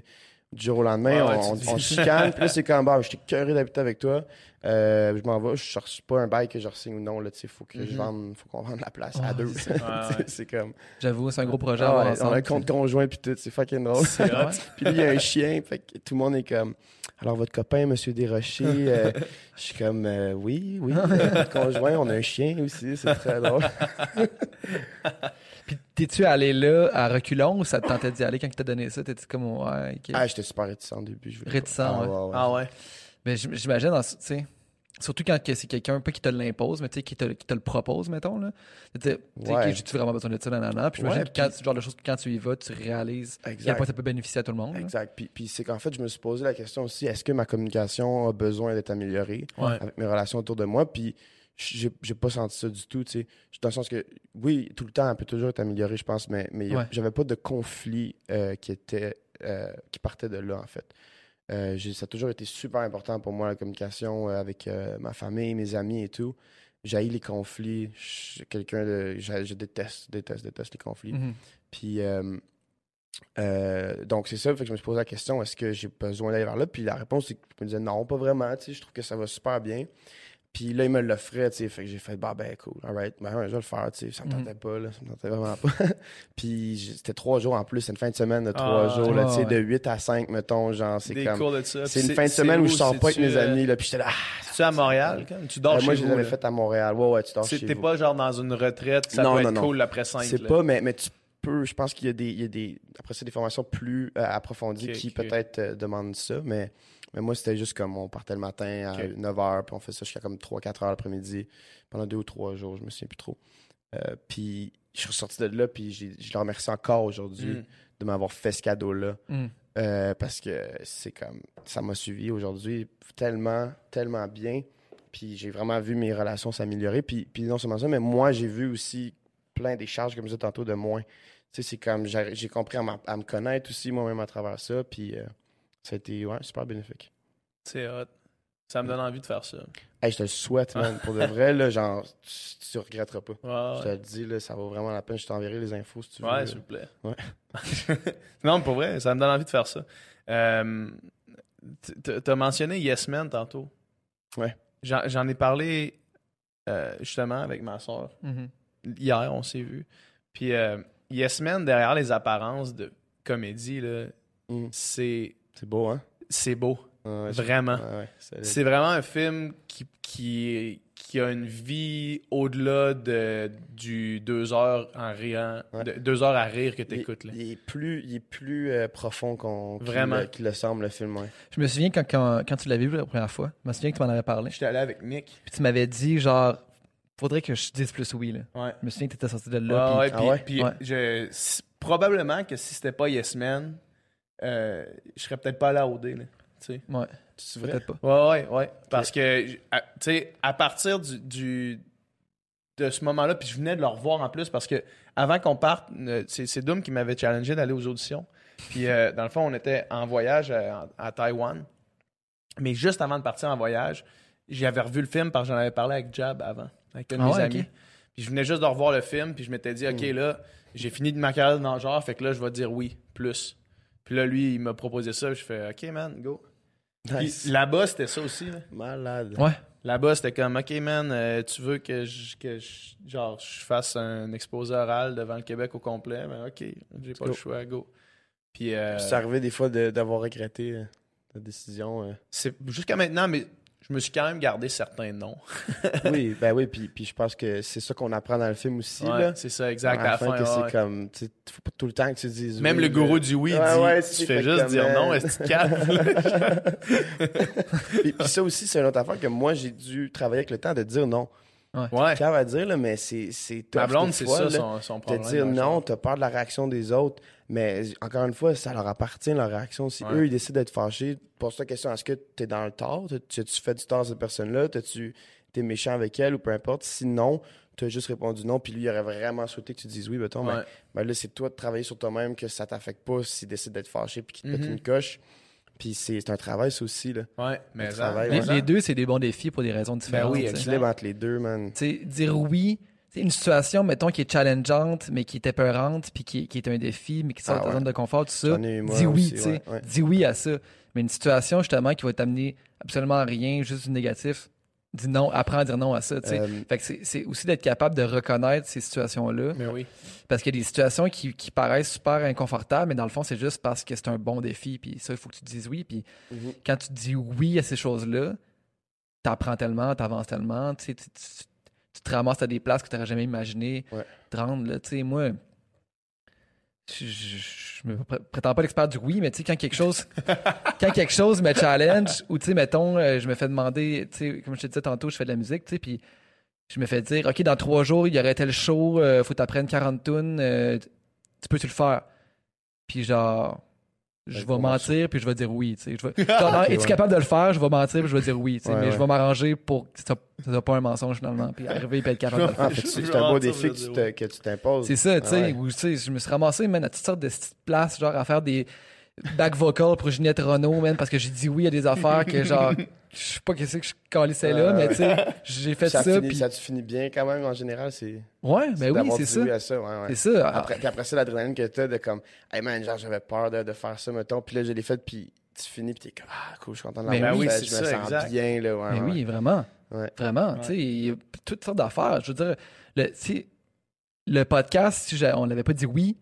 du jour au lendemain, Ouais, ouais, on, tu on, on dis- se chicane, puis là, c'est comme, bah, je t'ai cœuré d'habiter avec toi, euh, je m'en vais, je cherche pas un bail que je re-signe ou non, là, tu sais, faut que je Mhm. vende, faut qu'on vende la place Oh, à deux. c'est ça. Ouais, ouais. c'est comme, J'avoue, c'est un gros projet à ah avoir ouais, ensemble. on a un compte conjoint, puis tout, c'est fucking drôle. C'est hot. Ouais. Puis lui, il y a un chien, fait que tout le monde est comme, alors votre copain, Monsieur Desrochers, euh, je suis comme, euh, oui, oui, euh, notre conjoint, on a un chien aussi, c'est très drôle. Puis t'es-tu allé là à reculons ou ça te tentait d'y aller quand il t'a donné ça? T'étais comme, ouais, ok. Ah, j'étais super réticent au début. Je voulais Réticent, pas. ouais. Ah ouais. Mais j'im- j'imagine, dans ce- tu sais, surtout quand que c'est quelqu'un, pas qui te l'impose, mais tu sais, qui te, qui te le propose, mettons, là. Tu sais, tu sais, Ouais. ok, j'ai-tu vraiment besoin de ça, nanana. Puis j'imagine Ouais, que quand, puis- c'est le genre de choses que quand tu y vas, tu réalises à quel Exact. point ça peut bénéficier à tout le monde. là. Exact. Puis, puis c'est qu'en fait, je me suis posé la question aussi, est-ce que ma communication a besoin d'être améliorée Ouais. avec mes relations autour de moi? Puis j'ai, j'ai pas senti ça du tout, tu sais. Dans le sens que, oui, tout le temps, elle peut toujours être améliorée, je pense, mais, mais y a- Ouais. j'avais pas de conflit euh, qui était, euh, qui partait de là, en fait. Euh, j'ai- ça a toujours été super important pour moi, la communication euh, avec euh, ma famille, mes amis et tout. J'haïs les conflits. Je suis quelqu'un de... Je, je déteste, déteste, déteste les conflits. Mhm. Puis, euh, euh, donc, c'est ça. Fait que je me suis posé la question, est-ce que j'ai besoin d'aller vers là? Puis la réponse, c'est que je me disais non, pas vraiment. Tu sais, je trouve que ça va super bien. Puis là, il me l'offrait, tu sais. Fait que j'ai fait, bah, ben, cool, alright. Ben, ouais, je vais le faire, tu sais. Ça me Mhm. tentait pas, là. Ça me tentait vraiment pas. Puis j'ai- c'était trois jours en plus. C'est une fin de semaine de trois Ah, jours, là, ouais, tu sais, ouais. de huit à cinq, mettons. Genre, c'est Des comme. cours de ça. C'est Puis une fin de semaine où je sors pas avec C'est-tu, mes euh, amis, là. Puis j'étais là, ah, C'est-tu à Montréal, quand? Tu dors euh, chez moi, je les vous, avais là. fait à Montréal. Ouais, ouais, tu dors C'est- chez T'es vous. pas genre dans une retraite, ça Non, peut non, être non. cool après cinq. C'est là. pas, mais, mais tu peux, je pense qu'il y a des, il y a des, après ça, des formations plus euh, approfondies Ok, qui ok. peut-être euh, demandent ça, mais, mais moi, c'était juste comme on partait le matin à Ok. neuf heures, puis on fait ça jusqu'à comme trois quatre heures l'après-midi, pendant deux ou trois jours, je me souviens plus trop. Euh, puis je suis sorti de là, puis j'ai- je le remercie encore aujourd'hui Mm. de m'avoir fait ce cadeau-là, Mm. euh, parce que c'est comme, ça m'a suivi aujourd'hui tellement, tellement bien, puis j'ai vraiment vu mes relations s'améliorer, puis, puis non seulement ça, mais moi, j'ai vu aussi plein des charges, comme je disais tantôt, de moins. Tu sais, c'est comme, j'ai j'ai compris à, m'a- à me connaître aussi moi-même à travers ça, puis euh, ça a été, ouais, super bénéfique. C'est hot. Ça me donne envie de faire ça. Hey, je te le souhaite, man, pour de vrai, là, genre, tu, tu regretteras pas. Ouais, Je te le dis, là, ça vaut vraiment la peine, je t'enverrai les infos si tu veux. ouais, là. s'il vous plaît. Ouais. non, mais pour vrai, ça me donne envie de faire ça. Euh, t- T'as mentionné Yes Man tantôt. Ouais. J'en j'en ai parlé euh, justement avec ma soeur. Mhm. Hier, on s'est vu. Puis euh, Yes Man, derrière les apparences de comédie, là, Mm. c'est C'est beau, hein? c'est beau. Ouais, je- Vraiment. ouais, ouais, c'est- C'est vraiment un film qui, qui, qui a une vie au-delà de, du deux heures en riant, Ouais. de- deux heures à rire que il, t'écoutes. là. il est plus, il est plus euh, profond qu'on, qu'il Vraiment. le- qu'il le semble, le film, ouais. Je me souviens quand, quand, quand tu l'avais vu la première fois, je me souviens que tu m'en avais parlé. J'étais allé avec Nick. Puis tu m'avais dit, genre, faudrait que je dise plus oui, là. Ouais. Je me souviens que tu étais sorti de là. Ouais, puis- ouais, Ah puis- ouais? puis je- si- probablement que si c'était pas Yes Man, euh, je serais peut-être pas allé à O D. Là, tu sais. Ouais, C'est vrai? peut-être pas. Ouais, ouais, ouais. Parce que, à- tu sais, à partir du, du- de ce moment-là, puis je venais de le revoir en plus parce que avant qu'on parte, euh, c'est c'est Doom qui m'avait challengé d'aller aux auditions. Puis euh, dans le fond, on était en voyage à, à Taïwan. Mais juste avant de partir en voyage, j'avais revu le film parce que j'en avais parlé avec Jab avant, avec un de Ah mes ouais, amis. ok. Puis je venais juste de revoir le film, puis je m'étais dit, OK, Mm. là, j'ai fini de ma carrière de nageur, fait que là, je vais dire oui, plus. Puis là, lui, il m'a proposé ça, je fais, OK, man, go. Nice. Puis là-bas, c'était ça aussi, là. Malade. Ouais. Là-bas, c'était comme, OK, man, euh, tu veux que, je, que je, genre, je fasse un exposé oral devant le Québec au complet? Ben, OK, j'ai pas Go. le choix, go. Puis, euh, Puis c'est arrivé des fois de- d'avoir regretté euh, ta décision. euh. c'est jusqu'à maintenant, mais je me suis quand même gardé certains noms. Oui, ben oui, puis, puis je pense que c'est ça qu'on apprend dans le film aussi, Ouais, là. c'est ça, exact. À À la fin, fin, que ouais. c'est comme, tu sais, faut pas tout le temps que tu dises Même oui, le là. gourou du oui Ouais, dit, ouais, tu c'est fais fait juste comme, dire euh, non, est-ce que tu te calmes? puis, puis ça aussi, c'est une autre affaire que moi, j'ai dû travailler avec le temps de dire non. Ouais. Cave à dire, là, mais c'est c'est Ma tough blonde, des c'est fois, ça là, son, son de problème. dire dans le non, fond. t'as peur de la réaction des autres, mais encore une fois, ça leur appartient, leur réaction. Si Ouais. eux, ils décident d'être fâchés, pose-toi la question, est-ce que t'es dans le tort? T'as- Tu fait du tort à cette personne-là? T'as-tu été méchant avec elle ou peu importe? Sinon, t'as juste répondu non, puis lui, il aurait vraiment souhaité que tu dises oui, mettons, Ouais. ben, ben là, c'est toi de travailler sur toi-même, que ça t'affecte pas s'il décide d'être fâché puis qu'il te pète Mhm. une coche. Puis c'est c'est un travail, ça aussi, là. Ouais, mais Le ça, travail, Les, ouais. les deux, c'est des bons défis pour des raisons différentes. oui, tu sais. exact. L'équilibre entre les deux, man. Tu sais, dire oui c'est une situation, mettons, qui est challengeante, mais qui est épeurante, puis qui, qui est un défi, mais qui sort Ah de ta ouais. zone de confort, tout ça, J'en ai eu, moi, dis oui, aussi, tu sais. ouais, ouais. Dis oui à ça. Mais une situation, justement, qui va t'amener absolument à rien, juste du négatif, dis non, apprends à dire non à ça, tu sais. Euh, Fait que c'est, c'est aussi d'être capable de reconnaître ces situations-là. Mais oui. Parce qu'il y a des situations qui, qui paraissent super inconfortables, mais dans le fond, c'est juste parce que c'est un bon défi. Puis ça, il faut que tu te dises oui. Puis mhm. quand tu dis oui à ces choses-là, t'apprends tellement, t'avances tellement, tu sais, tu, tu- tu te ramasses à des places que tu n'aurais jamais imaginé Ouais. te rendre. Là, tu sais, moi, je, je, je me pré- prétends pas l'expert du oui, mais tu sais, quand quelque chose quand quelque chose me challenge, ou tu sais, mettons, euh, je me fais demander, tu sais, comme je te disais tantôt, je fais de la musique, tu sais, puis je me fais dire, OK, dans trois jours, il y aurait tel show, euh, faut t'apprendre quarante tunes, euh, tu peux-tu le faire? Puis genre, je Avec vais mon mentir, puis je vais dire oui. Tu sais. Je vais... Genre, non, Ok, es-tu ouais. capable de le faire? Je vais mentir, puis je vais dire oui. Tu sais, Ouais, mais ouais. je vais m'arranger pour que ça ne soit pas un mensonge finalement, puis arriver et être capable de le faire. Ah, fait que c'est Je c'est un beau rentre, défi ça, que je tu, veux te- que tu t'imposes. C'est ça, tu sais. Ah ouais. Où, tu sais, je me suis ramassé, man, à toutes sortes de petites places, genre à faire des back vocals pour Ginette Renault, man, parce que j'ai dit oui à des affaires que, genre, je sais pas qu'est-ce que je calissais là, Ah, mais ouais. tu sais, j'ai fait ça, ça, finit, puis... ça tu finis bien quand même en général. C'est Ouais, ben oui, d'avoir c'est dit ça. oui à ça. Ouais, ouais. C'est ça. Après, puis après ça, l'adrénaline que t'as de comme, hey man, genre j'avais peur de, de faire ça, mettons, puis là je l'ai fait, puis tu finis, puis t'es comme, ah cool, je suis content de Mais l'avoir oui, fait, c'est je me ça, sens exact. bien, là, ouais. Mais ouais. oui, vraiment. Ouais. Vraiment. Tu sais, il y a toutes sortes d'affaires. Je veux dire, le, si- le podcast, si j'a- on n'avait pas dit oui,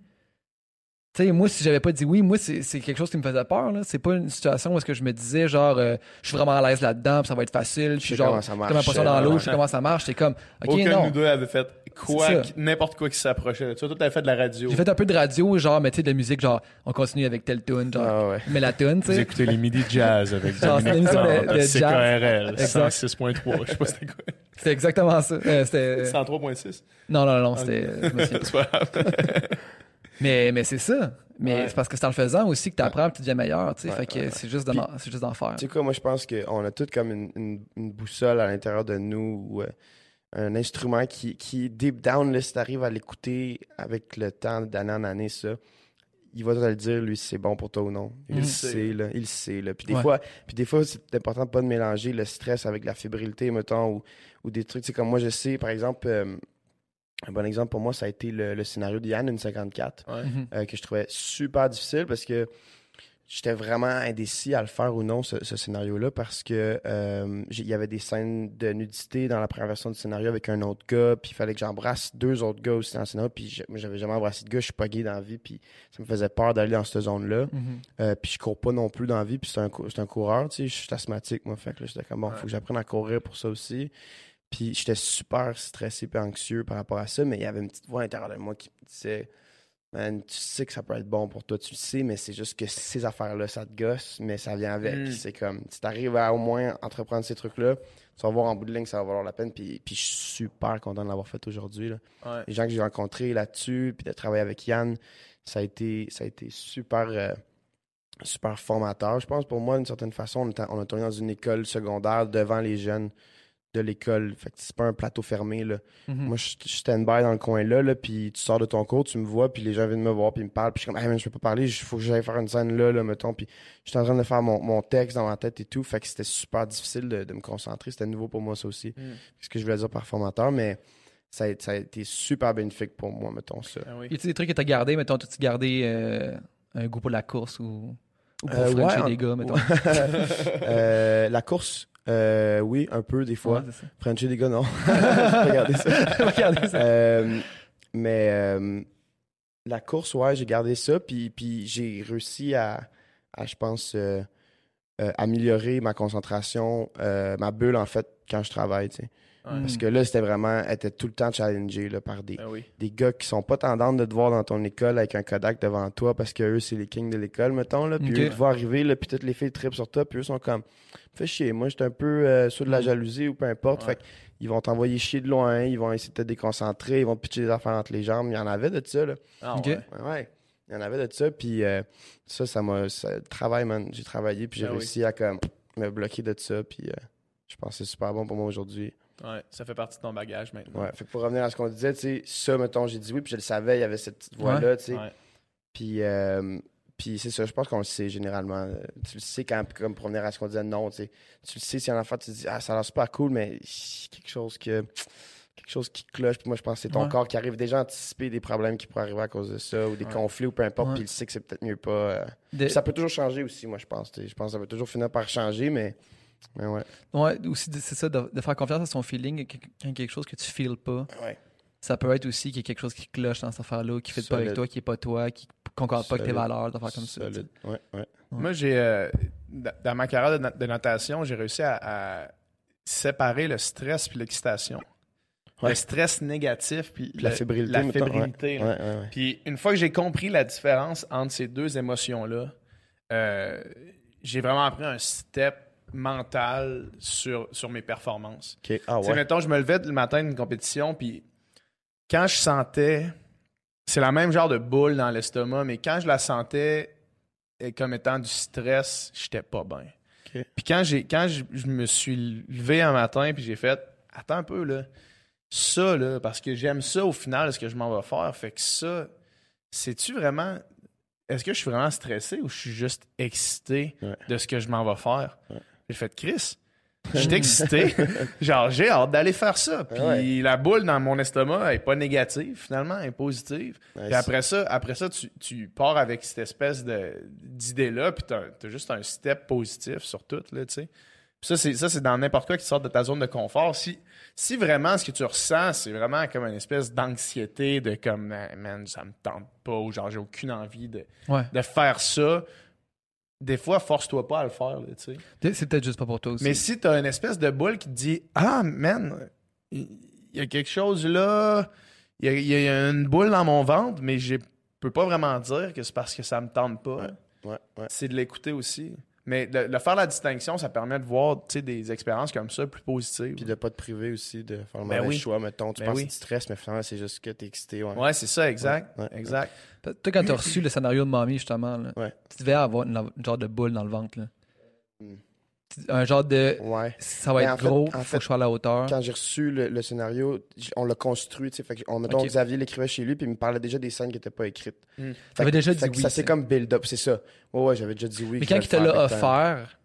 tu sais, moi, si j'avais pas dit oui, moi, c'est c'est quelque chose qui me faisait peur. Là. C'est pas une situation où est-ce que je me disais, genre, euh, je suis vraiment à l'aise là-dedans, puis ça va être facile. Puis sais genre, comment ça je marche, suis comme un poisson dans euh, l'eau, ouais. je sais comment ça marche. C'est comme, OK, Aucun de non. nous deux avait fait quoi, C'est ça. qui- n'importe quoi qui s'approchait. Tu vois, toi, t'avais fait de la radio. J'ai fait un peu de radio, genre, mais tu sais, de la musique, genre, on continue avec telle tune, genre, Ah ouais. mais la tune, tu Vous sais. écoutez les Midi Jazz avec Genre, c'est une Dominique émission de- Plante, de C K R L, Exact. cent six point trois. Je sais pas c'était quoi. C'était exactement ça. Euh, c'était... cent trois point six. Non, non, non, c'était... je me souviens. C'est pas grave. Mais, mais c'est ça. Mais Ouais. c'est parce que c'est en le faisant aussi que tu apprends et tu deviens meilleur. Tu sais. Ouais, fait que ouais, ouais. c'est juste, de Puis- m'en- c'est juste d'en faire. Tu sais quoi, moi je pense qu'on a tous comme une, une, une boussole à l'intérieur de nous, ou euh, un instrument qui, qui deep down, là, si t'arrives à l'écouter avec le temps d'année en année, ça, il va te le dire, lui, si c'est bon pour toi ou non. Il Mhm. le sait, là. Il le sait, là. Puis des Ouais. fois, puis des fois, c'est important de pas de mélanger le stress avec la fébrilité, mettons, ou, ou des trucs. Tu sais, comme moi, je sais, par exemple, euh, un bon exemple pour moi, ça a été le, le scénario d'Yann, une cinquante-quatre, Ouais. Mhm. euh, que je trouvais super difficile parce que j'étais vraiment indécis à le faire ou non, ce, ce scénario-là, parce que euh, j'ai- il y avait des scènes de nudité dans la première version du scénario avec un autre gars, puis il fallait que j'embrasse deux autres gars aussi dans le scénario, puis je- moi, j'avais jamais embrassé de gars, je suis pas gay dans la vie, puis ça me faisait peur d'aller dans cette zone-là. Mhm. Euh, puis je cours pas non plus dans la vie, puis c'est un, cou- c'est un coureur, tu sais, je suis asthmatique, moi, fait que là, j'étais comme, bon, Ouais. faut que j'apprenne à courir pour ça aussi. Puis j'étais super stressé et anxieux par rapport à ça, mais il y avait une petite voix à l'intérieur de moi qui me disait, man, tu sais que ça peut être bon pour toi, tu le sais, mais c'est juste que ces affaires-là, ça te gosse, mais ça vient avec. Mm. C'est comme, si t'arrives à au moins entreprendre ces trucs-là, tu vas voir en bout de ligne, ça va valoir la peine, puis, puis je suis super content de l'avoir fait aujourd'hui, là. Ouais. Les gens que j'ai rencontrés là-dessus, puis de travailler avec Yann, ça a été, ça a été super, euh, super formateur. Je pense pour moi, d'une certaine façon, on, était- on a tourné dans une école secondaire devant les jeunes de l'école. Fait que c'est pas un plateau fermé, là. Mhm. Moi, je je stand-by dans le coin là, là, puis tu sors de ton cours, tu me vois, puis les gens viennent me voir, puis ils me parlent, puis je suis comme, hey, man, je peux pas parler, il faut que j'aille faire une scène là, là, mettons, puis j'étais en train de faire mon, mon texte dans ma tête et tout, fait que c'était super difficile de, de me concentrer, c'était nouveau pour moi, ça aussi. Mm. Ce que je voulais dire par formateur, mais ça a, ça a été super bénéfique pour moi, mettons ça. Ah oui. Y a-t-il des trucs que t'as gardé, mettons, t'as-tu gardé euh, un goût pour la course ou, ou pour Euh, frencher ouais, des gars, mettons? Euh, la course, euh, oui, un peu, des fois. Ouais, c'est ça. Frencher des gars, non. J'ai pas regardé ça. Regardez ça. Euh, mais euh, la course, ouais, j'ai gardé ça. Puis, puis j'ai réussi à, à je pense, euh, euh, améliorer ma concentration, euh, ma bulle, en fait, quand je travaille. Tu sais. Ouais. Parce que là, c'était vraiment, elle était tout le temps challengée là, par des, Ah oui. des gars qui sont pas tendants de te voir dans ton école avec un Kodak devant toi parce que eux c'est les kings de l'école, mettons. Là, puis Ok. eux, ils te voient arriver, là, puis toutes les filles trippent sur toi, puis eux sont comme, fais chier, moi, j'étais un peu euh, sur de la Mm. jalousie ou peu importe. Ouais. Fait qu'ils vont t'envoyer chier de loin, ils vont essayer de te déconcentrer, ils vont te pitcher des affaires entre les jambes. Il y en avait de ça, là. Ah Ok. ouais. Ouais, ouais. Il y en avait de ça, puis euh, ça, ça m'a. ça- Le travail, man. J'ai travaillé, puis j'ai Ah oui. réussi à comme, me bloquer de ça, puis euh, je pense que c'est super bon pour moi aujourd'hui. Ouais, ça fait partie de ton bagage maintenant. Ouais, fait que pour revenir à ce qu'on disait, tu sais, ça, mettons, j'ai dit oui, puis je le savais, il y avait cette petite voix-là, tu sais. Ouais. Puis, euh, puis c'est ça, je pense qu'on le sait généralement. Euh, Tu le sais quand, comme pour revenir à ce qu'on disait non, tu sais. Tu le sais si un enfant, tu te dis, ah, ça a l'air super cool, mais c'est quelque chose que quelque chose qui cloche. Puis moi, je pense que c'est ton Ouais. corps qui arrive déjà à anticiper des problèmes qui pourraient arriver à cause de ça, ou des Ouais. conflits, ou peu importe, Ouais. puis il sait que c'est peut-être mieux pas. euh. De- Puis ça peut toujours changer aussi, moi, je pense. t'sais. Je pense que ça peut toujours finir par changer, mais, mais ouais. Ouais, aussi, de- c'est ça, de, de faire confiance à son feeling quand il y a quelque chose que tu feels pas. Ouais. Ça peut être aussi qu'il y a quelque chose qui cloche dans cette affaire-là, qui fait pas avec Solide. toi, qui est pas toi, qui concorde pas avec tes Solide. valeurs, d'affaires comme ça. tu sais. Solide. Ouais, ouais. Ouais. Moi, j'ai. euh, dans dans ma carrière de, na- de natation, j'ai réussi à, à séparer le stress puis l'excitation. Ouais. Le stress négatif puis Puis la le- fébrilité, La mettons, fébrilité. Ouais, là. ouais, ouais. Puis une fois que j'ai compris la différence entre ces deux émotions-là, euh, j'ai vraiment pris un step mental sur, sur mes performances. OK. Ah Tu sais, ouais. mettons, je me levais le matin d'une compétition, puis quand je sentais, c'est la même genre de boule dans l'estomac, mais quand je la sentais euh, comme étant du stress, j'étais pas bien. OK. Puis quand j'ai quand je, je me suis levé un matin, puis j'ai fait, attends un peu là, ça là, parce que j'aime ça au final, ce que je m'en vais faire, fait que ça, c'est-tu vraiment, est-ce que je suis vraiment stressé ou je suis juste excité Ouais. de ce que je m'en vais faire? Ouais. J'ai fait, Chris, je suis excité. Genre, j'ai hâte d'aller faire ça. Puis Ouais. la boule dans mon estomac, elle n'est pas négative, finalement, elle est positive. Ouais, Puis après ça, après ça tu, tu pars avec cette espèce de, d'idée-là, puis tu as juste un step positif sur tout, là, tu sais. Puis ça, c'est, ça, c'est dans n'importe quoi qui sort de ta zone de confort. Si, si vraiment ce que tu ressens, c'est vraiment comme une espèce d'anxiété, de comme, Ah, man, ça me tente pas, ou genre, j'ai aucune envie de, Ouais. de faire ça, des fois, force-toi pas à le faire, là, tu sais. C'est peut-être juste pas pour toi aussi. Mais si t'as une espèce de boule qui te dit Ah, man, il y a quelque chose là, il y a, il y a une boule dans mon ventre, mais je peux pas vraiment dire que c'est parce que ça me tente pas. Ouais. Ouais, ouais. C'est de l'écouter aussi. Mais de, de faire la distinction, ça permet de voir tu sais, des expériences comme ça plus positives. Puis de pas te priver aussi, de faire le Ben mauvais oui. choix, mettons. Tu Ben penses oui. que tu stresses, mais finalement, c'est juste que t'es excité. Ouais. Ouais, c'est ça, exact. Ouais, ouais, exact. Toi, quand t'as reçu le scénario de Mamie, justement, là, Ouais. tu devais avoir une, une genre de boule dans le ventre. Là. Hmm. Un genre de. Ouais. Ça va Ben, en être fait- gros, en il faut fait, que je sois à la hauteur. Quand j'ai reçu le, le scénario, j- on l'a construit, tu sais. Fait que, on, mettons, Ok. Xavier l'écrivait chez lui, puis il me parlait déjà des scènes qui n'étaient pas écrites. Mm. Fait T'avais que- déjà fait dit que oui, Ça tu s'est sais. comme build-up, c'est ça. Ouais, ouais, j'avais déjà dit oui. Mais que quand je il te vais le l'a faire avec offert,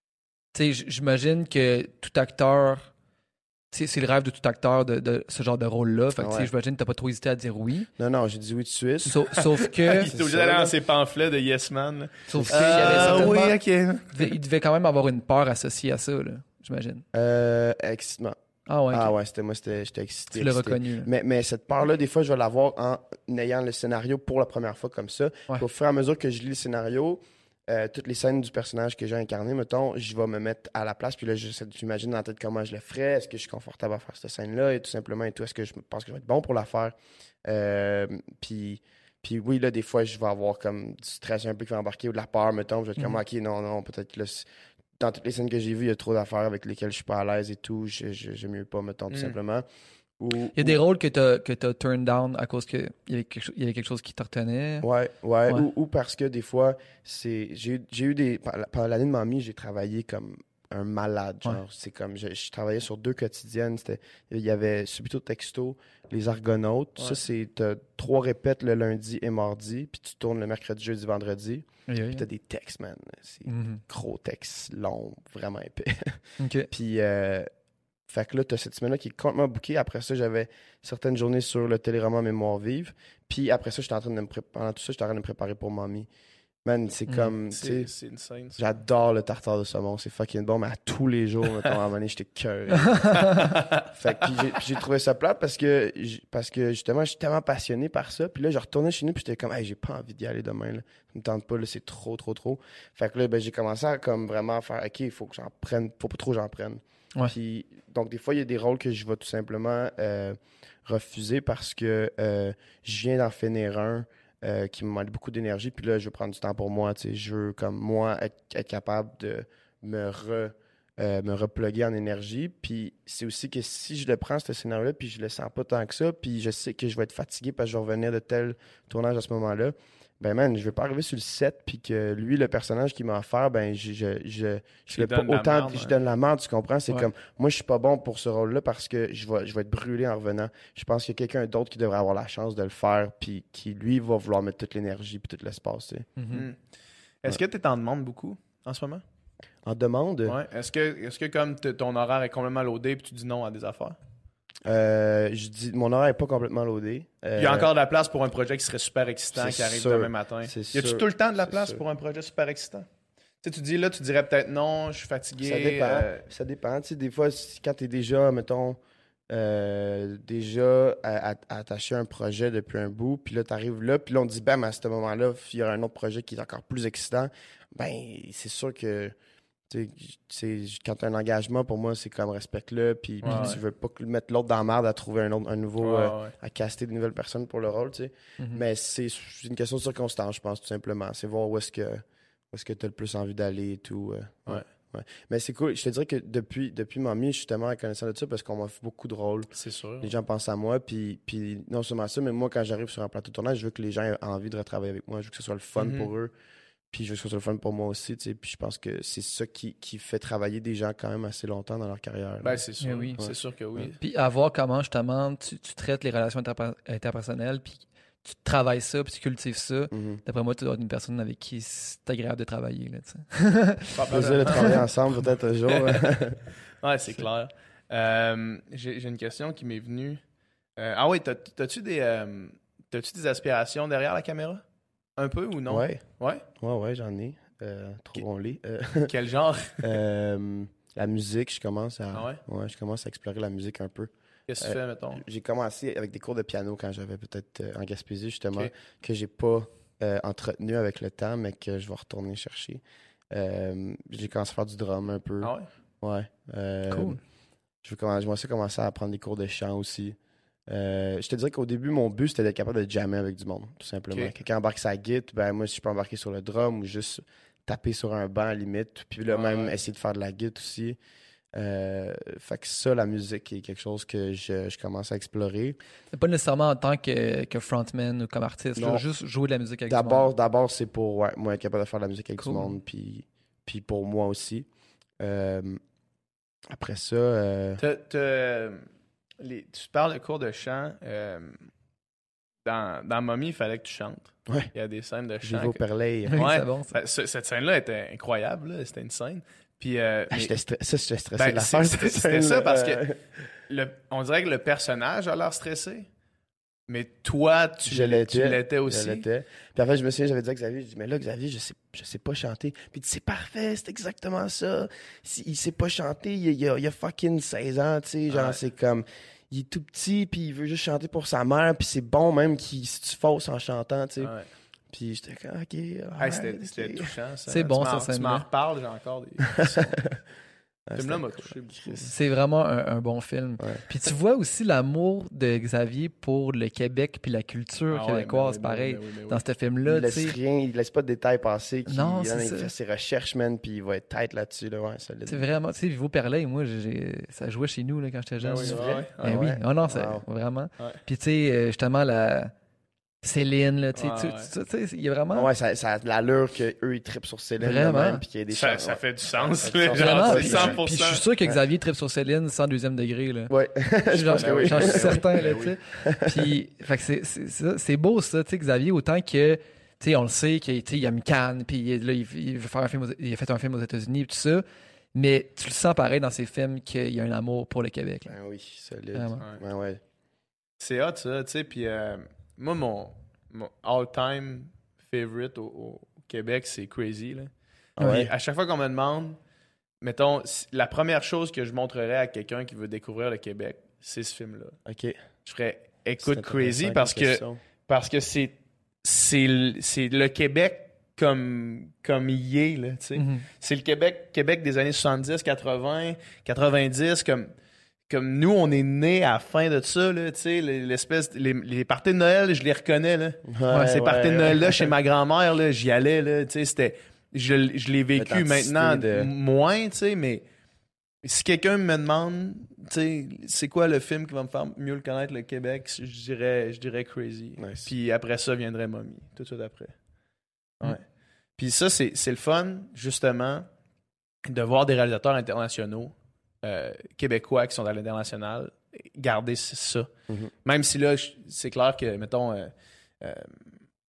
tu sais, j- j'imagine que tout acteur, tu sais, c'est le rêve de tout acteur de, de ce genre de rôle-là. Fait que, tu sais, Ouais. j'imagine que t'as pas trop hésité à dire oui. temps. Non, non, j'ai dit oui de suite. Sauf, sauf que, Il C'est était obligé ça, d'aller là. dans ses pamphlets de Yes Man. là. sauf qu'il y avait Ah, certainement, oui, ok. il, devait, il devait quand même avoir une peur associée à ça, là, j'imagine. Euh, excitement. Ah ouais, ok. Ah ouais, c'était moi, c'était, j'étais excité. tu l'as excité. reconnu. là. Mais, mais cette peur-là, des fois, je vais l'avoir en ayant le scénario pour la première fois comme ça. Ouais. Puis au fur et à mesure que je lis le scénario, euh, toutes les scènes du personnage que j'ai incarné, mettons, je vais me mettre à la place. Puis là, je- j'imagine dans la tête comment je le ferais. Est-ce que je suis confortable à faire cette scène-là et tout simplement et tout. Est-ce que je pense que je vais être bon pour la faire? Euh, puis, puis oui, là, des fois, je vais avoir comme du stress un peu qui va embarquer ou de la peur, mettons. Je vais être comme, Mhm. OK, non, non, peut-être que là, c'est- dans toutes les scènes que j'ai vues, il y a trop d'affaires avec lesquelles je suis pas à l'aise et tout. Je- je- J'aime mieux pas, mettons, tout Mm. simplement. Ou, Il y a des rôles que t'as que t'as turned down à cause qu'il y avait quelque, cho- il y avait quelque chose qui te retenait. Ouais, ouais. Ouais. Ou, ou parce que des fois, c'est j'ai eu- j'ai eu des. Pendant pendant l'année de mamie, j'ai travaillé comme un malade. Genre, Ouais. c'est comme. Je, je travaillais sur deux quotidiennes. C'était, il y avait Subito Texto, Les Argonautes. Ouais. Ça, c'est. T'as trois répètes le lundi et mardi, puis tu tournes le mercredi, jeudi, vendredi. Oui, oui. Puis t'as des textes, man. C'est Mhm. gros textes, longs, vraiment épais. Ok. Puis, euh, fait que là, t'as cette semaine-là qui est complètement bookée. Après ça, j'avais certaines journées sur le téléroman Mémoire vive. Puis après ça, j'étais en train de me préparer. Pendant tout ça, j'étais en train de me préparer pour Mamie. Man, c'est Mm. comme, tu C'est sais, c'est insane. ça. j'adore le tartare de saumon. C'est fucking bon, mais à tous les jours, mettons, à un moment donné, j'étais cœur. Fait que puis j'ai- puis j'ai trouvé ça plate parce que, j- parce que justement, je suis tellement passionné par ça. Puis là, je retournais chez nous, puis j'étais comme, hey, j'ai pas envie d'y aller demain. Là. Ça me tente pas, là, c'est trop, trop, trop. Fait que là, ben, j'ai commencé à comme vraiment faire, OK, il faut que j'en prenne, faut pas trop que j'en prenne. Ouais. Puis, donc, des fois, il y a des rôles que je vais tout simplement euh, refuser parce que euh, je viens d'en finir un. euh, qui me demande beaucoup d'énergie, puis là, je veux prendre du temps pour moi, tu sais, je veux, comme moi, être, être capable de me re, euh, me repluguer en énergie, puis c'est aussi que si je le prends, ce scénario-là, puis je le sens pas tant que ça, puis je sais que je vais être fatigué parce que je vais revenir de tel tournage à ce moment-là, ben man, je vais pas arriver sur le set, puis que lui, le personnage qui m'a offert, ben je, je, je, je Tu l'ai lui pas donnes la autant, merde, je ouais. donne la merde, tu comprends? C'est Ouais. comme, moi, je suis pas bon pour ce rôle-là parce que je vais, je vais être brûlé en revenant. Je pense qu'il y a quelqu'un d'autre qui devrait avoir la chance de le faire, puis qui, lui, va vouloir mettre toute l'énergie puis tout l'espace, tu sais. Mhm. Mm. Est-ce que tu t'en demandes beaucoup en ce moment? En demande, Ouais. Est-ce que, est-ce que comme t- ton horaire est complètement loadé puis tu dis non à des affaires? Euh, je dis, mon horaire n'est pas complètement loadé. Euh, Il y a encore de la place pour un projet qui serait super excitant, c'est qui arrive sûr. demain matin. C'est Y a-tu sûr. tout le temps de la C'est place sûr. pour un projet super excitant? Tu sais, tu dis là, tu dirais peut-être non, je suis fatigué. Ça dépend. euh, Ça dépend. Tu sais, des fois, si- quand tu es déjà, mettons, euh, déjà à- à- attaché à un projet depuis un bout, puis là, tu arrives là, puis là, on te dit, bam, à ce moment-là, il y aura un autre projet qui est encore plus excitant. Ben, c'est sûr que, tu sais, c'est- quand tu as un engagement, pour moi, c'est comme respecte-le, puis, puis Ouais, tu ouais. veux pas que- mettre l'autre dans la merde à trouver un, autre, un nouveau, ouais, euh, ouais. à caster de nouvelles personnes pour le rôle, tu sais. Mhm. Mais c'est c'est une question de circonstance, je pense, tout simplement. C'est voir où est-ce que où est-ce que tu as le plus envie d'aller et tout. euh, ouais. Ouais. ouais. Mais c'est cool. Je te dirais que depuis, depuis Mamie, justement, à connaissance de ça, parce qu'on m'a fait beaucoup de rôles. C'est sûr. Les gens pensent à moi, puis, puis non seulement ça, mais moi, quand j'arrive sur un plateau de tournage, je veux que les gens aient envie de retravailler avec moi. Je veux que ce soit le fun Mhm. pour eux. Puis je veux que ce soit le fun pour moi aussi, tu sais. Puis je pense que c'est ça qui, qui fait travailler des gens quand même assez longtemps dans leur carrière. Ben, c'est sûr. Eh oui. C'est Ouais. sûr que oui. Puis à voir comment, justement, tu, tu traites les relations interper- interpersonnelles, puis tu travailles ça, puis tu cultives ça. Mhm. D'après moi, tu dois être une personne avec qui c'est agréable de travailler. Là, tu sais. Plaisir de travailler ensemble peut-être un jour. Ouais, c'est clair. Euh, j'ai, j'ai une question qui m'est venue. Euh, ah oui, t'as, t'as-tu des, euh, t'as-tu des aspirations derrière la caméra? Un peu ou non? Ouais, Ouais? ouais, ouais, j'en ai. Euh, trouvons-les. Euh, Quel genre? Euh, la musique, je commence à. Ah ouais? je commence à explorer la musique un peu. Qu'est-ce que tu fais, mettons? J'ai commencé avec des cours de piano quand j'avais peut-être euh, en Gaspésie, justement, Ok. que j'ai pas euh, entretenu avec le temps, mais que je vais retourner chercher. Euh, j'ai commencé à faire du drum un peu. Ah ouais? Ouais. Euh, Cool. Je vais commencer, moi aussi commencer à prendre des cours de chant aussi. Euh, je te dirais qu'au début, mon but, c'était d'être capable de jammer avec du monde, tout simplement. Ok. Quelqu'un embarque sa guitare, ben moi, si je peux embarquer sur le drum ou juste taper sur un banc à la limite, puis là, Ouais, même ouais. essayer de faire de la guitare aussi. Euh, fait que ça, la musique est quelque chose que je, je commence à explorer. Mais pas nécessairement en tant que, que frontman ou comme artiste. Non. là, juste jouer de la musique avec du D'abord, monde. d'abord c'est pour ouais, moi être capable de faire de la musique avec Cool. du monde, puis, puis pour moi aussi. Euh, après ça, euh, T'as- t'as- les- tu parles de cours de chant. euh, dans, dans Mommy, il fallait que tu chantes. Ouais. Il y a des scènes de j'ai chant. vu au que- Perlay. Oui, Ouais. c'est bon. ça. Ben, ce- cette scène-là était incroyable. là. C'était une scène. Puis, euh, Ah, mais- j'étais stre- ça, j'étais stressé Ben, de la c'est- faire. c'était- cette c'était ça, scène-là. parce que- Euh, le- on dirait que le personnage a l'air stressé. Mais toi, tu, Je l'é- tu l'étais. l'étais Je aussi. l'étais. Puis en fait, je me souviens, j'avais dit à Xavier, je dis, mais là, Xavier, je sais, je sais pas chanter. Puis il dit, c'est parfait, c'est exactement ça. Si- il sait pas chanter, il, il a, il a fucking seize ans, tu sais. Genre, Ouais. c'est comme, il est tout petit, puis il veut juste chanter pour sa mère, puis c'est bon même qu'il, si tu fausses en chantant, tu sais. Ouais. Puis j'étais comme, ok. Hey, ouais, c'était, ok. c'était touchant, ça. C'est bon, Tu m'en- cette Tu m'en scène-là. reparles, j'ai encore des. Ouais, Ce film-là c'était m'a cool. touché beaucoup. C'est vraiment un, un bon film. Ouais. Puis tu vois aussi l'amour de Xavier pour le Québec puis la culture Ah ouais, québécoise, ben oui, ben pareil. oui, ben oui, ben oui. Dans ce film-là, Il tu laisse sais. rien, il laisse pas de détails passer. Qu'il, Non, il, c'est il ça. fait ses recherches, man, puis il va être tête là-dessus, là, ouais, solide. C'est vraiment, tu sais, Vivo Perlet, moi, j'ai- j'ai- ça jouait chez nous là, quand j'étais jeune. Ben oui, C'est ouais, vrai? ouais, Ben ouais. oui, ouais. oh non, c'est Wow. vraiment. Ouais. Puis tu sais, euh, justement, la Céline, là, tu sais, Ouais, tu- ouais. tu tu sais, il y a vraiment. Ouais, ça, ça a de l'allure qu'eux, ils trippent sur Céline. Vraiment. de même, puis qu'il y ait des Ça, chants- ça ouais. fait du sens, Ça fait là, du sens. genre, Vraiment, c'est puis, cent puis pour je suis cent. sûr que Xavier tripe sur Céline sans deuxième degré. Là. Ouais, je Genre, pense que oui. j'en suis certain, là, Ben tu sais. Puis, fait que c'est, c'est, c'est, ça, c'est beau, ça, tu sais, Xavier, autant que, tu sais, on le sait, qu'il tu sais, il a mis Cannes, puis il- là, il, il veut faire un film aux- il a fait un film aux États-Unis, tout ça. Mais tu le sens pareil dans ses films qu'il y a un amour pour le Québec. là. Ben oui, solide. Vraiment. Ouais. Ouais, ouais. C'est hot, ça, tu sais. Puis euh, moi, mon, mon all-time favorite au, au Québec, c'est Crazy. Là. Ah ouais. Puis à chaque fois qu'on me demande, mettons, si- la première chose que je montrerais à quelqu'un qui veut découvrir le Québec, c'est ce film-là. OK. Je ferais écoute C'est Crazy intéressant parce comme que question. parce que c'est c'est le, c'est le Québec comme comme il est là, tu sais. Mhm. C'est le Québec Québec des années soixante-dix, quatre-vingts, quatre-vingt-dix comme comme nous on est nés à la fin de ça là, tu sais, l'espèce les, les parties de Noël, je les reconnais là. Ouais, Ces ouais, parties de ouais. Noël là chez ma grand-mère là, j'y allais là, tu sais, c'était je, je l'ai vécu L'authenticité maintenant de- moins, tu sais, mais si quelqu'un me demande, tu sais, c'est quoi le film qui va me faire mieux le connaître le Québec, je dirais, je dirais Crazy. Nice. Puis après ça viendrait Mommy, tout de suite après. Ouais. Mm. Puis ça, c'est, c'est le fun, justement, de voir des réalisateurs internationaux, euh, québécois qui sont à l'international, garder c- ça. Mhm. Même si là, je- c'est clair que, mettons, euh, euh,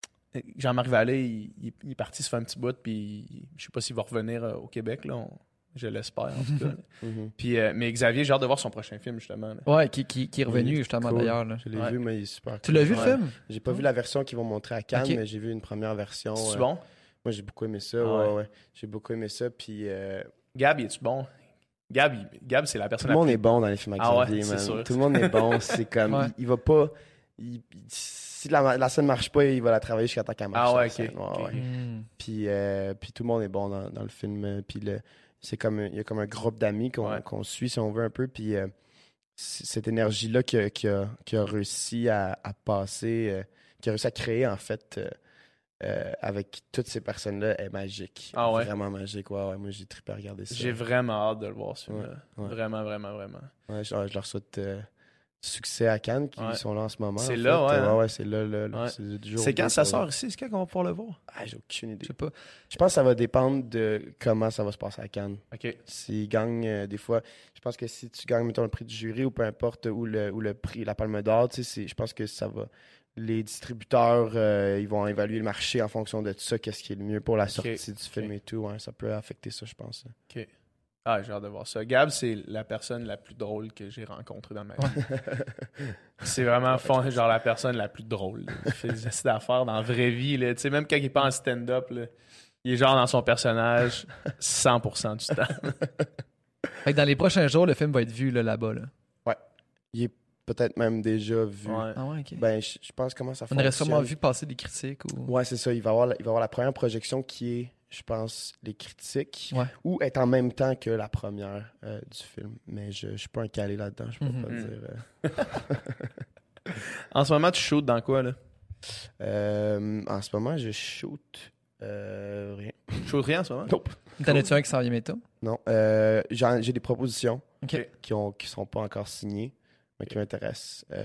Jean-Marc Vallée, il, il- il est parti se faire un petit bout, puis il- je sais pas s'il va revenir euh, au Québec, là. On- Je l'espère, en tout cas. Mhm. Puis, euh, mais Xavier, j'ai hâte de voir son prochain film, justement. là. Ouais, qui, qui, qui est revenu Il est justement cool. d'ailleurs. là. Je l'ai Ouais. vu, mais il est super Tu cool. l'as vu le Ouais. film? J'ai pas vu la version qu'ils vont montrer à Cannes, Ok. mais j'ai vu une première version. C'est euh, bon? Moi, j'ai beaucoup aimé ça. Ah ouais, ouais. ouais. J'ai beaucoup aimé ça. Puis euh, Gab, il est-tu bon? Gab, il- Gab c'est la tout personne le monde la est bon dans les films avec Ah ouais, Xavier, c'est man. sûr. Tout le monde est bon. C'est comme, Ouais. il, il va pas. il- il- si la, la scène marche pas, il va la travailler jusqu'à temps qu'elle marche. Ah ouais, la ok. scène. Ouais, Ok. ouais. Hmm. Puis, euh, puis tout le monde est bon dans, dans le film. euh, Puis le, c'est comme, il y a comme un groupe d'amis qu'on, Ouais. qu'on suit, si on veut, un peu. Puis euh, c- cette énergie-là qui a, qui a- qui a réussi à, à passer, euh, qui a réussi à créer, en fait, euh, euh, avec toutes ces personnes-là, est magique. Ah ouais? Vraiment magique. Ouais, ouais. Moi, j'ai trippé à regarder ça. J'ai vraiment hâte de le voir, ce film-là. Ouais, ouais. Vraiment, vraiment, vraiment. Ouais, je, je leur souhaite euh, succès à Cannes, qui Ouais. sont là en ce moment. C'est en là, fait. ouais, hein? Ouais, ouais, c'est là, là, là. Ouais. C'est, du jour C'est au quand deux, ça va- sort ici? C'est quand qu'on va pouvoir le voir? Ah, j'ai aucune idée. Je sais pas. Je pense que ça va dépendre de comment ça va se passer à Cannes. OK. S'ils gagnent, euh, des fois, je pense que si tu gagnes, mettons, le prix du jury ou peu importe, ou le, ou le prix, la Palme d'Or, tu sais, c'est- je pense que ça va. Les distributeurs, euh, ils vont évaluer le marché en fonction de ça, qu'est-ce qui est le mieux pour la sortie du film et tout. Ouais, ça peut affecter ça, je pense. OK. Ah, j'ai hâte de voir ça. Gab, c'est la personne la plus drôle que j'ai rencontrée dans ma vie. C'est vraiment fond, genre la personne la plus drôle. là. Il fait des essais d'affaires dans la vraie vie. Là. Tu sais, même quand il est pas en stand-up, là, il est genre dans son personnage cent pour cent du temps. Fait que dans les prochains jours, le film va être vu là, là-bas. Là. Il est peut-être même déjà vu. Ouais. Ah ouais, ok. Ben, je, je pense comment ça On fonctionne. aurait sûrement vu passer des critiques ou. Ouais, c'est ça. Il va y avoir, la- il va y avoir la première projection qui est, je pense, les critiques, Ouais. ou est en même temps que la première euh, du film. Mais je, je suis pas un calé là-dedans, je peux Mhm. pas Mhm. dire. euh. En ce moment, tu shootes dans quoi, là? Euh, en ce moment, je shoot euh, rien. Tu shootes rien en ce moment? Nope. T'en as-tu un qui s'en vient bientôt? Non. Euh, j'en- j'ai des propositions Ok. qui ont qui sont pas encore signées, mais qui m'intéressent. Euh,